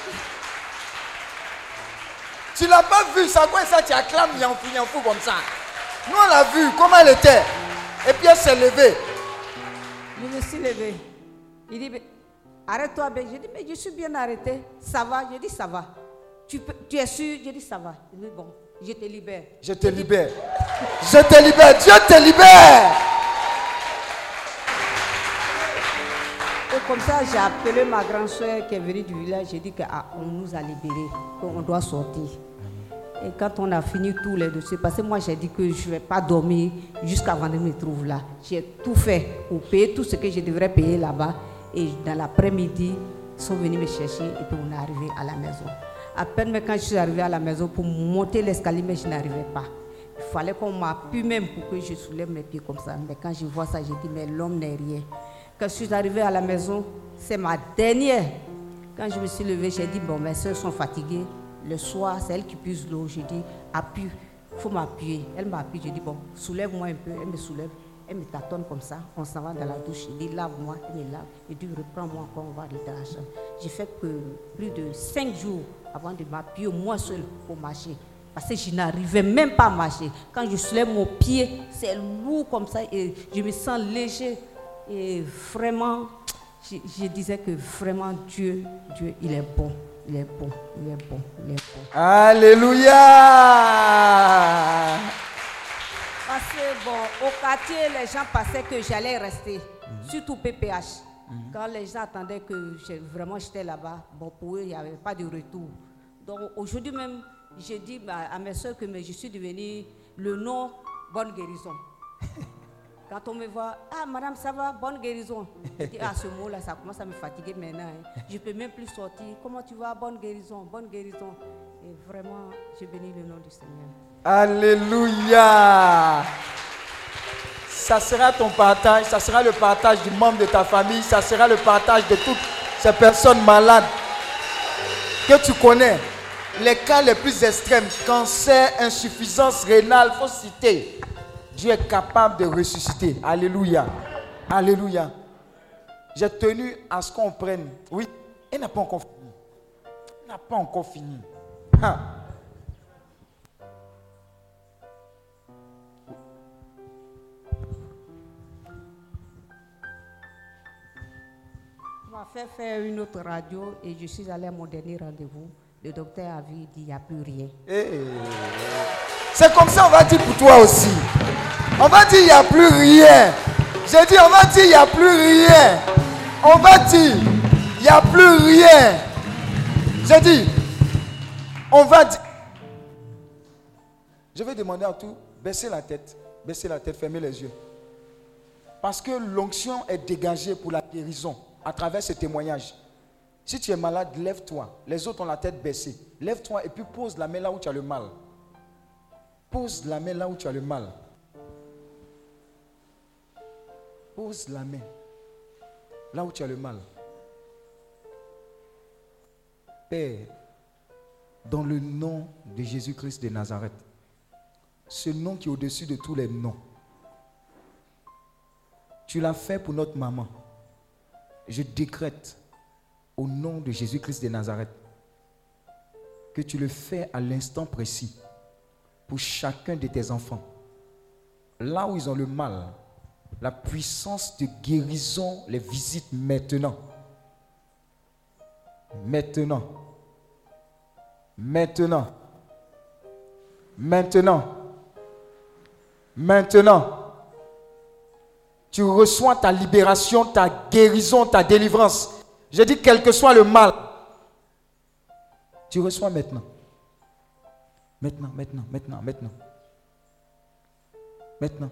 Tu l'as pas vu, ça quoi ça, tu acclames Yanfou, Yanfou comme ça. Nous on l'a vu, comment elle était. Et puis elle s'est levée. Je me suis levée. Il dit, arrête-toi, ben. J'ai dit, mais je suis bien arrêtée. Ça va? J'ai dit, ça va. Tu, peux, tu es sûr? J'ai dit, ça va. Il dit, bon. Je te libère. Je te libère. Je te libère. Dieu te libère. Et comme ça, j'ai appelé ma grande soeur qui est venue du village. J'ai dit qu'on ah, nous a libérés, qu'on doit sortir. Et quand on a fini tous les dossiers, parce que moi j'ai dit que je ne vais pas dormir jusqu'avant de me trouver là. J'ai tout fait pour payer tout ce que je devrais payer là-bas. Et dans l'après-midi, ils sont venus me chercher et puis on est arrivé à la maison. À peine mais quand je suis arrivé à la maison pour monter l'escalier, mais je n'arrivais pas. Il fallait qu'on m'appuie même pour que je soulève mes pieds comme ça. Mais quand je vois ça, j'ai dit, mais l'homme n'est rien. Quand je suis arrivée à la maison, c'est ma dernière. Quand je me suis levée, j'ai dit, bon, mes soeurs sont fatiguées. Le soir, c'est elle qui puise l'eau. J'ai dit, appuie, il faut m'appuyer. Elle m'appuie, j'ai dit, bon, soulève-moi un peu. Elle me soulève, elle me tâtonne comme ça. On s'en va dans la douche. J'ai dit, lave-moi, elle me lave. J'ai dit, reprends-moi encore, on va aller dans la chambre. J'ai fait que plus de cinq jours avant de m'appuyer, moi seule, pour marcher. Parce que je n'arrivais même pas à marcher. Quand je soulève mon pied, c'est lourd comme ça et je me sens léger. Et vraiment, je, je disais que vraiment Dieu, Dieu, il est bon. Il est bon, il est bon, il est bon. Alléluia! Parce que bon, au quartier, les gens pensaient que j'allais rester, mm-hmm. surtout P P H. Mm-hmm. Quand les gens attendaient que je, vraiment j'étais là-bas, bon, pour eux, il n'y avait pas de retour. Donc aujourd'hui même, j'ai dit à mes soeurs que mais je suis devenue le nom Bonne Guérison. Quand on me voit, ah madame, ça va, bonne guérison. Je dis, ah ce mot-là, ça commence à me fatiguer maintenant. Hein. Je ne peux même plus sortir. Comment tu vas, bonne guérison, bonne guérison. Et vraiment, je bénis le nom du Seigneur. Alléluia. Ça sera ton partage, ça sera le partage du membre de ta famille, ça sera le partage de toutes ces personnes malades que tu connais. Les cas les plus extrêmes, cancer, insuffisance rénale, il faut citer. Dieu est capable de ressusciter. Alléluia. Alléluia. J'ai tenu à ce qu'on prenne. Oui, elle n'a pas encore fini. Elle n'a pas encore fini. Ha. On m'a fait faire une autre radio et je suis allée à mon dernier rendez-vous. Le docteur a vu, il dit, il n'y a plus rien. Hey. C'est comme ça on va dire pour toi aussi. On va dire il n'y a plus rien. J'ai dit on va dire il n'y a plus rien. On va dire il n'y a plus rien. J'ai dit on va dire. Je vais demander à tout, baissez la tête. Baissez la tête, fermez les yeux. Parce que l'onction est dégagée pour la guérison à travers ce témoignage. Si tu es malade, lève-toi. Les autres ont la tête baissée. Lève-toi et puis pose la main là où tu as le mal. Pose la main là où tu as le mal. Pose la main là où tu as le mal. Père, dans le nom de Jésus-Christ de Nazareth, ce nom qui est au-dessus de tous les noms, tu l'as fait pour notre maman. Je décrète au nom de Jésus-Christ de Nazareth que tu le fais à l'instant précis pour chacun de tes enfants. Là où ils ont le mal, la puissance de guérison les visite maintenant. Maintenant. Maintenant. Maintenant. Maintenant. Tu reçois ta libération, ta guérison, ta délivrance. Je dis quel que soit le mal. Tu reçois maintenant. Maintenant, maintenant, maintenant, maintenant. Maintenant.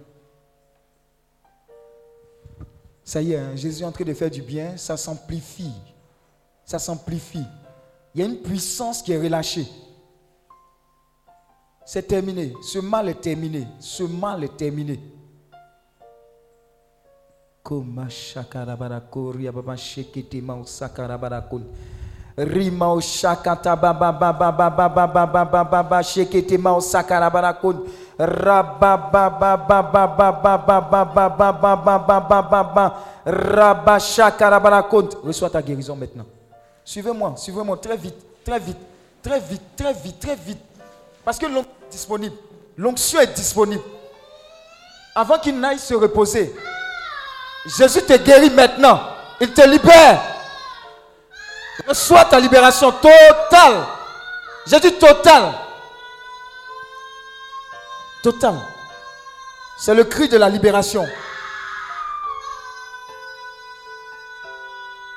Ça y est, hein, Jésus est en train de faire du bien, ça s'amplifie. Ça s'amplifie. Il y a une puissance qui est relâchée. C'est terminé. Ce mal est terminé. Ce mal est terminé. Koma shakarabarako riababa shekete mau sakarabarakon. Rimao shakata baba baba baba baba baba baba shekete mau sakarabarakon. Rababa baba baba baba baba baba baba baba rabba shakarabarakon. Reçois ta guérison maintenant. Suivez-moi, suivez-moi très vite, très vite, très vite, très vite, très vite. Parce que l'onction est disponible. L'onction est disponible. Avant qu'il n'aille se reposer, Jésus te guérit maintenant. Il te libère. Reçois ta libération totale. J'ai dit totale. Totale. C'est le cri de la libération.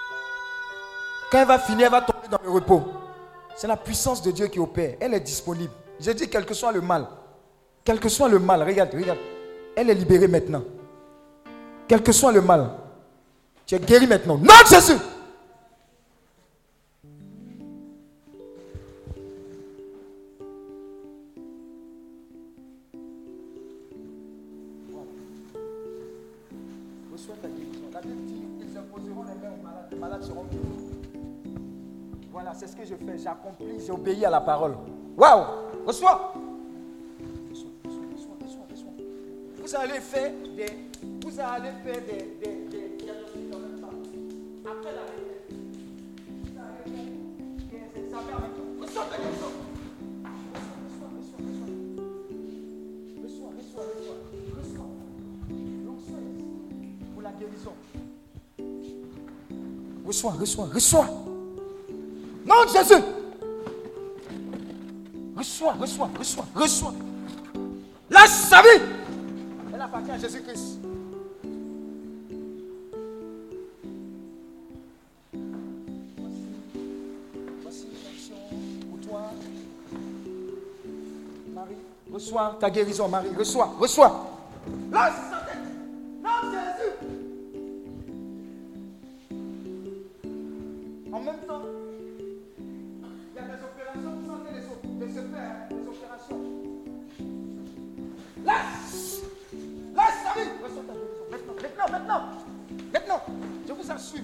Quand elle va finir, elle va tomber dans le repos. C'est la puissance de Dieu qui opère. Elle est disponible. J'ai dit, quel que soit le mal. Quel que soit le mal, regarde, regarde. Elle est libérée maintenant. Quel que soit le mal. Tu es guéri maintenant. Non, Jésus! Reçois ta guérison. La Bible dit, ils imposeront les mains aux malades. Les malades seront guéris. Voilà, c'est ce que je fais. J'ai accompli, j'ai obéi à la parole. Waouh! Reçois! Reçois, reçois, reçois, reçois, reçois. Vous allez faire des... Vous allez faire des... des, des diagnostics en même temps. Après la retraite, vous allez faire des examens en même temps. Reçois ta guérison. Reçois, reçois, reçois, reçois. Reçois, reçois, reçois. Reçois. Reçois pour la guérison. Reçois, reçois, reçois. Non, Jésus. Reçois, reçois, reçois, reçois. Lâche sa vie. Elle appartient à Jésus-Christ. Voici, voici une action pour toi. Marie, reçois ta guérison, Marie. Reçois, reçois. Lâche sa tête. Non, Jésus. En même temps, il y a des opérations qui sont en train de se faire, des opérations. Laisse! Laisse la vie! Reçois ta guérison. Maintenant, maintenant, maintenant, maintenant, je vous assure.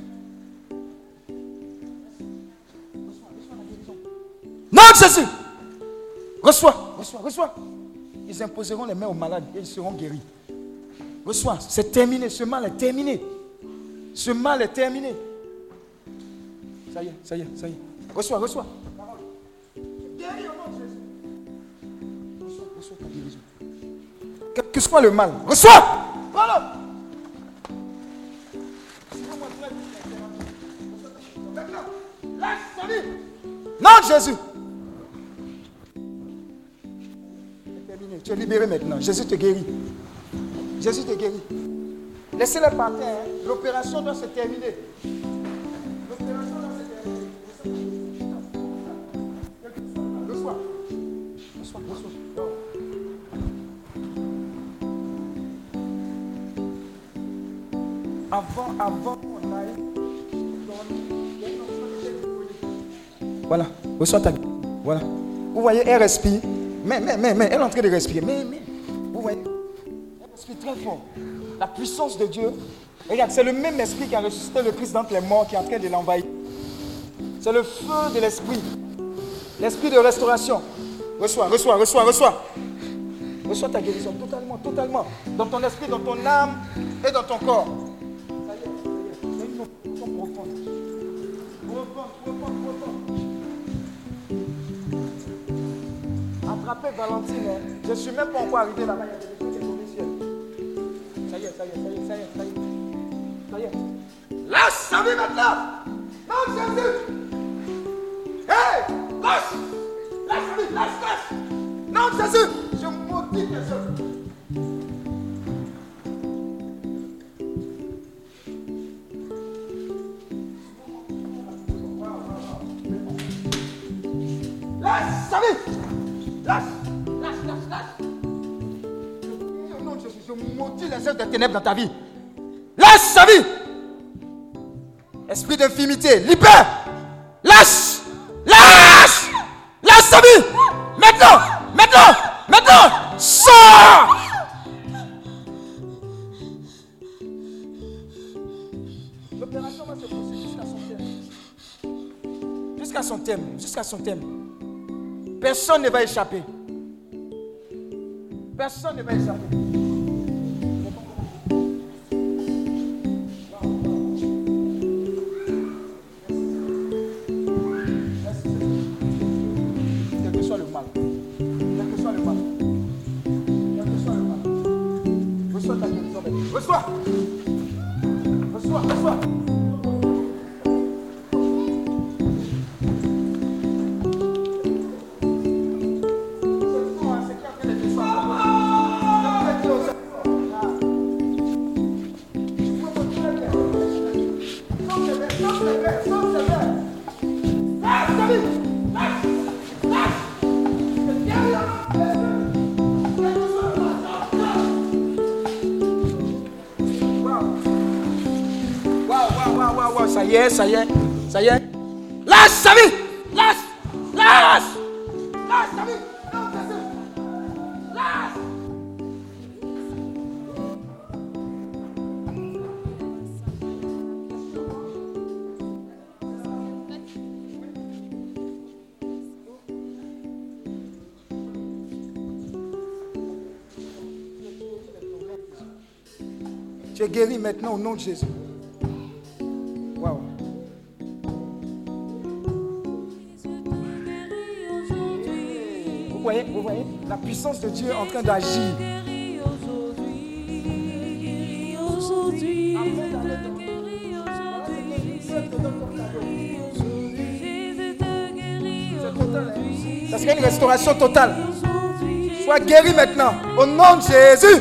Reçois, reçois la guérison. Non, Jésus! Reçois, reçois, reçois. Ils imposeront les mains aux malades et ils seront guéris. Reçois, c'est terminé, ce mal est terminé. Ce mal est terminé. Ça y est, ça y est, ça y est. Reçois, reçois. Guéris au nom de Jésus. Reçois, reçois ta guérison. Quel que soit le mal, reçois. Voilà. Maintenant, lâche ta vie. Non, Jésus. C'est terminé. Tu es libéré maintenant. Jésus te guérit. Jésus te guérit. Laissez-le partir. Hein. L'opération doit se terminer. L'opération doit se terminer. Reçois. Reçois, reçois. Avant, avant qu'on aille, voilà, reçois ta guérison. Voilà. Vous voyez, elle respire. Mais, mais, mais, mais, elle est en train de respirer. Mais, mais, vous voyez, elle respire très fort. La puissance de Dieu. Regarde, c'est le même esprit qui a ressuscité le Christ d'entre les morts qui est en train de l'envahir. C'est le feu de l'esprit. L'esprit de restauration. Reçois, reçois, reçois, reçois. Reçois ta guérison totalement, totalement. Dans ton esprit, dans ton âme et dans ton corps. Ça y est, ça y est. C'est une opération profonde. Profonde, profonde, profonde. Attrapez Valentine. Hein. Je ne suis même pas encore arrivé là-bas. Il y a des choses qui sont au ciel. Ça y est, ça y est, ça y est, ça y est, ça y est. Ça y est. Lâche sa vie maintenant. Non, Jésus. Hey, lâche. Lâche sa vie, lâche, lâche. Non, Jésus. Je maudis tes œuvres. Lâche sa vie. Lâche, lâche, lâche, lâche. Au nom de Jésus, je maudis les œuvres des ténèbres dans ta vie. Lâche sa vie. Esprit d'infimité, libère. Lâche, lâche, lâche sa vie. Maintenant, maintenant, maintenant, sors. L'opération va se poursuivre jusqu'à son terme. Jusqu'à son terme, jusqu'à son terme. Personne ne va échapper. Personne ne va échapper. Quel que soit le mal. Quel que soit le mal. Quel que soit le mal. Reçois ta guérison. Reçois. Reçois, reçois. ça y est, ça y est, ça y est. Lâche sa vie. Lâche. Lâche. Lâche sa vie. Non, c'est ça. Lâche. Tu es guéri maintenant au nom de Jésus. Waouh. Vous voyez, vous voyez la puissance de Dieu en train d'agir. Ça serait une restauration totale. Sois guéri maintenant au nom de Jésus.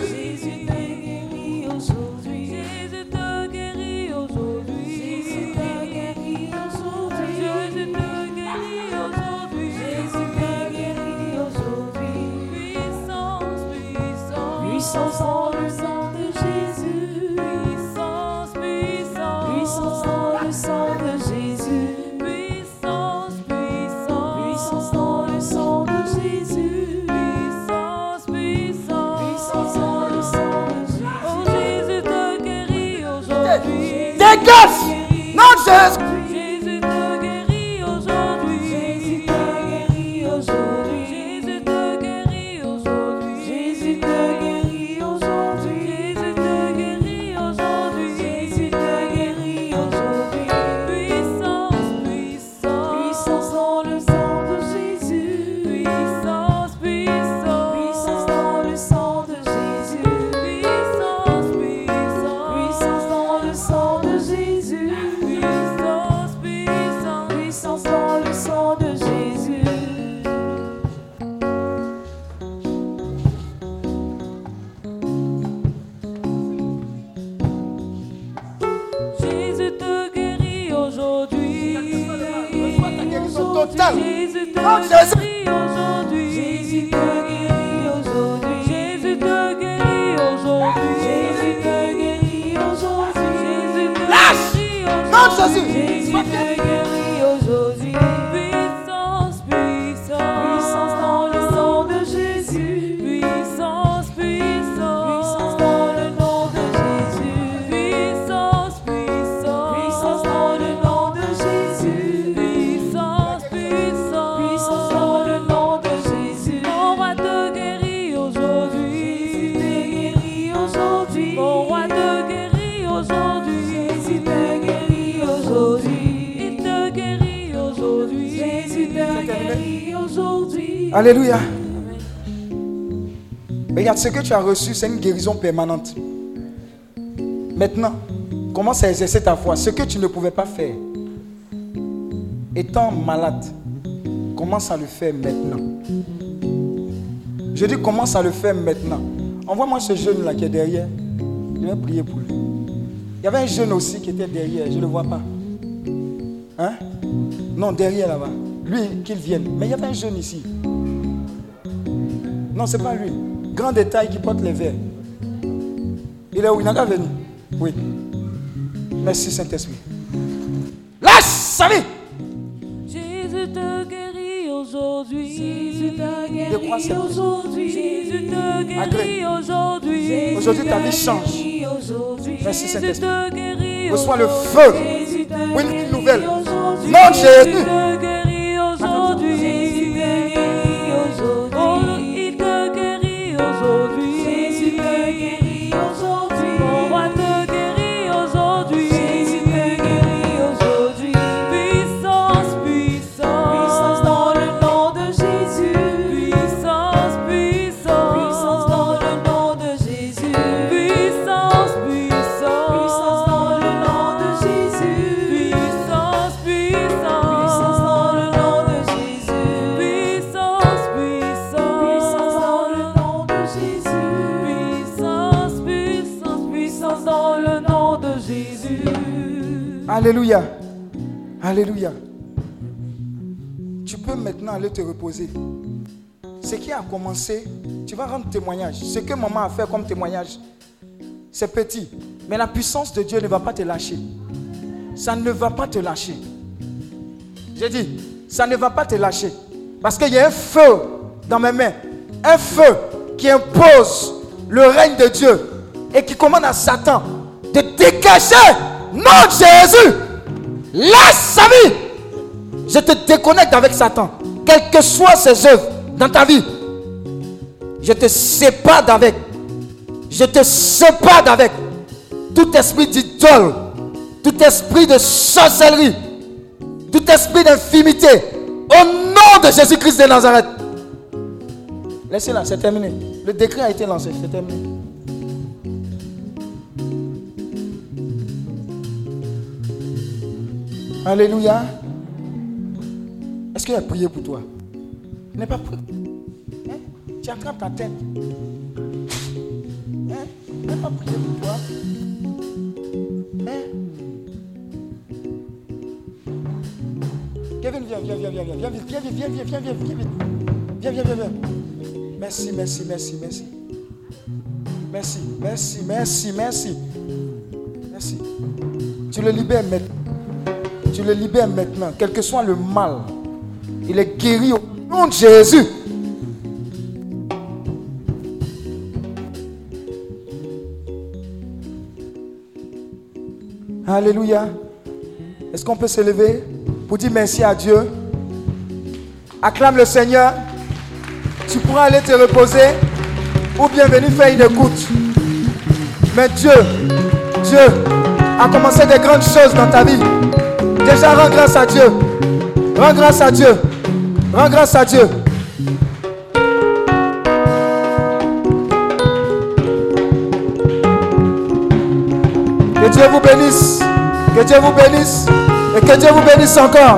Puissance dans le sang de Jésus. Puissance, puissance. Puissance dans le sang de Jésus. Puissance, puissance. Puissance dans le sang de Jésus. Puissance, puissance. Puissance dans le sang de Jésus. Oh Jésus te guérit aujourd'hui. Dégage! Non, Jésus! Jésus te guérit aujourd'hui. Jésus te guérit aujourd'hui. Jésus te guérit aujourd'hui. Jésus te guérit aujourd'hui. Jésus te guérit aujourd'hui. Jésus te guérit aujourd'hui. Puissance, puissance. Puissance dans le sang de Jésus. Puissance, puissance. Puissance dans le sang de Jésus. Puissance, puissance. Puissance dans le sang de Jésus. Puissance, puissance. Puissance dans le sang de Jésus. Jésus te guérit aujourd'hui. Reçois ta guérison totale. Jésus te Non, Jésus. guérit aujourd'hui. Jésus te guérit aujourd'hui. Jésus te guérit aujourd'hui. Jésus te guérit aujourd'hui. Jésus te Lâche. guérit Non, aujourd'hui. Jésus. Jésus te guérit aujourd'hui. Puissance, puissance. Puissance dans le sang de Jésus. Puissance, puissance. Puissance dans le nom de Jésus. Puissance, puissance. Puissance dans le nom de Jésus. Puissance, puissance. Puissance dans le nom de Jésus. Mon roi te guérit aujourd'hui. Jésus te guérit aujourd'hui. Mon roi te guérit aujourd'hui. Jésus te guérit aujourd'hui. Il te guérit aujourd'hui. Jésus te guérit aujourd'hui. Alléluia. Regarde, ce que tu as reçu, c'est une guérison permanente. Maintenant, commence à exercer ta foi. Ce que tu ne pouvais pas faire, étant malade, commence à le faire maintenant. Je dis commence à le faire maintenant. Envoie-moi ce jeune-là qui est derrière. Je vais prier pour lui. Il y avait un jeune aussi qui était derrière. Je ne le vois pas. Hein? Non, derrière là-bas. Lui, qu'il vienne. Mais il y avait un jeune ici. Non, c'est pas lui. Grand détail qui porte les verres. Il est où? Il n'a qu'à venir. Oui. Merci Saint-Esprit. Lâche sa vie. Jésus te guérit aujourd'hui. Jésus te De quoi guérit c'est? aujourd'hui. Jésus te guérit Agrée. aujourd'hui. Aujourd'hui, ta vie Jésus te change. guérit aujourd'hui. Merci, Jésus Saint-Esprit. te guérit Reçois le aujourd'hui. feu. Jésus te Oui, une guérit nouvelle. aujourd'hui. Non, Jésus. Jésus te guérit aujourd'hui. Jésus te guérit aujourd'hui. Oh, il te guérit aujourd'hui. Jésus te guérit aujourd'hui. Mon roi te guérit aujourd'hui. Jésus te guérit aujourd'hui. Puissance, puissance. Puissance dans le nom de Jésus. Puissance, puissance. Puissance dans le nom de Jésus. Puissance, puissance. Puissance dans le nom de Jésus. Puissance, puissance. Puissance dans le nom de Jésus. Puissance, puissance. Puissance dans le nom de Jésus. Puissance, puissance. Puissance dans le nom de Jésus. Alléluia. Alléluia. Tu peux maintenant aller te reposer. Ce qui a commencé, tu vas rendre témoignage. Ce que maman a fait comme témoignage, c'est petit. Mais la puissance de Dieu ne va pas te lâcher. ça ne va pas te lâcher. J'ai dit, ça ne va pas te lâcher. Parce qu'il y a un feu dans mes mains. Un feu qui impose le règne de Dieu et qui commande à Satan de dégager. Non, Jésus, laisse sa vie. Je te déconnecte avec Satan. Quelles que soient ses œuvres dans ta vie, je te sépare d'avec. Je te sépare d'avec tout esprit d'idole, tout esprit de sorcellerie, tout esprit d'infimité. Au nom de Jésus-Christ de Nazareth. Laissez-la, c'est terminé. Le décret a été lancé, c'est terminé. Alléluia. Est-ce qu'il a prié pour toi? Il n'est pas prié. Hein? Tu attrapes ta tête. Hein? Il n'est pas prié pour toi. Hein? Kevin, viens, viens, viens, viens, viens, viens, viens, viens, viens, viens, viens, viens, viens, viens, viens, viens, viens. Merci, merci, merci, merci. Merci, merci, merci, merci. Merci. Tu le libères maintenant. Tu le libères maintenant. Quel que soit le mal, il est guéri au nom de Jésus. Alléluia. Est-ce qu'on peut se lever pour dire merci à Dieu? Acclame le Seigneur. Tu pourras aller te reposer ou bien venir faire une écoute. Mais Dieu, Dieu a commencé des grandes choses dans ta vie. Déjà, rends grâce à Dieu. Rends grâce à Dieu. Rends grâce à Dieu. Que Dieu vous bénisse. Que Dieu vous bénisse. Et que Dieu vous bénisse encore.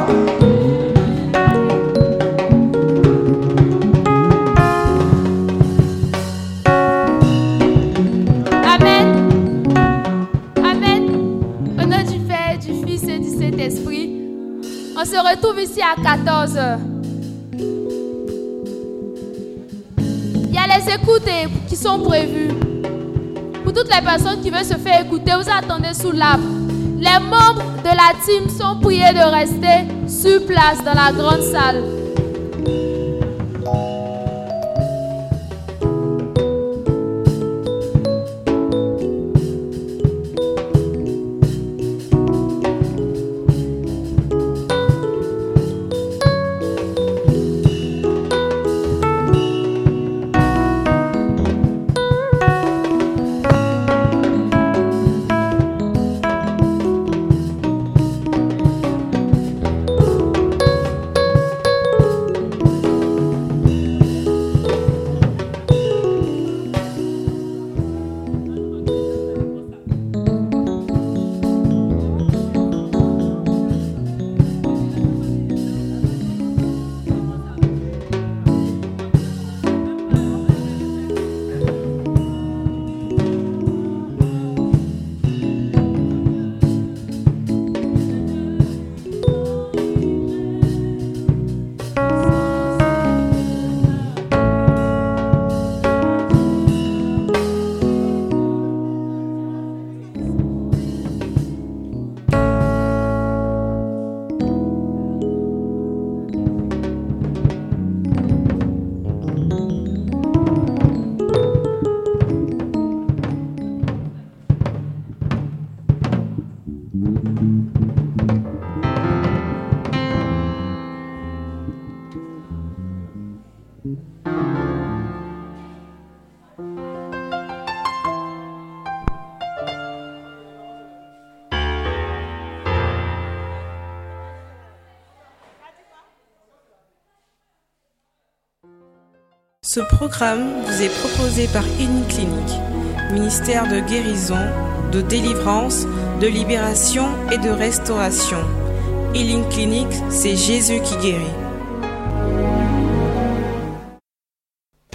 On se retrouve ici à quatorze heures. Il y a les écoutes qui sont prévues. Pour toutes les personnes qui veulent se faire écouter, vous attendez sous l'arbre. Les membres de la team sont priés de rester sur place dans la grande salle. Ce programme vous est proposé par Healing Clinic, ministère de guérison, de délivrance, de libération et de restauration. Healing Clinic, c'est Jésus qui guérit.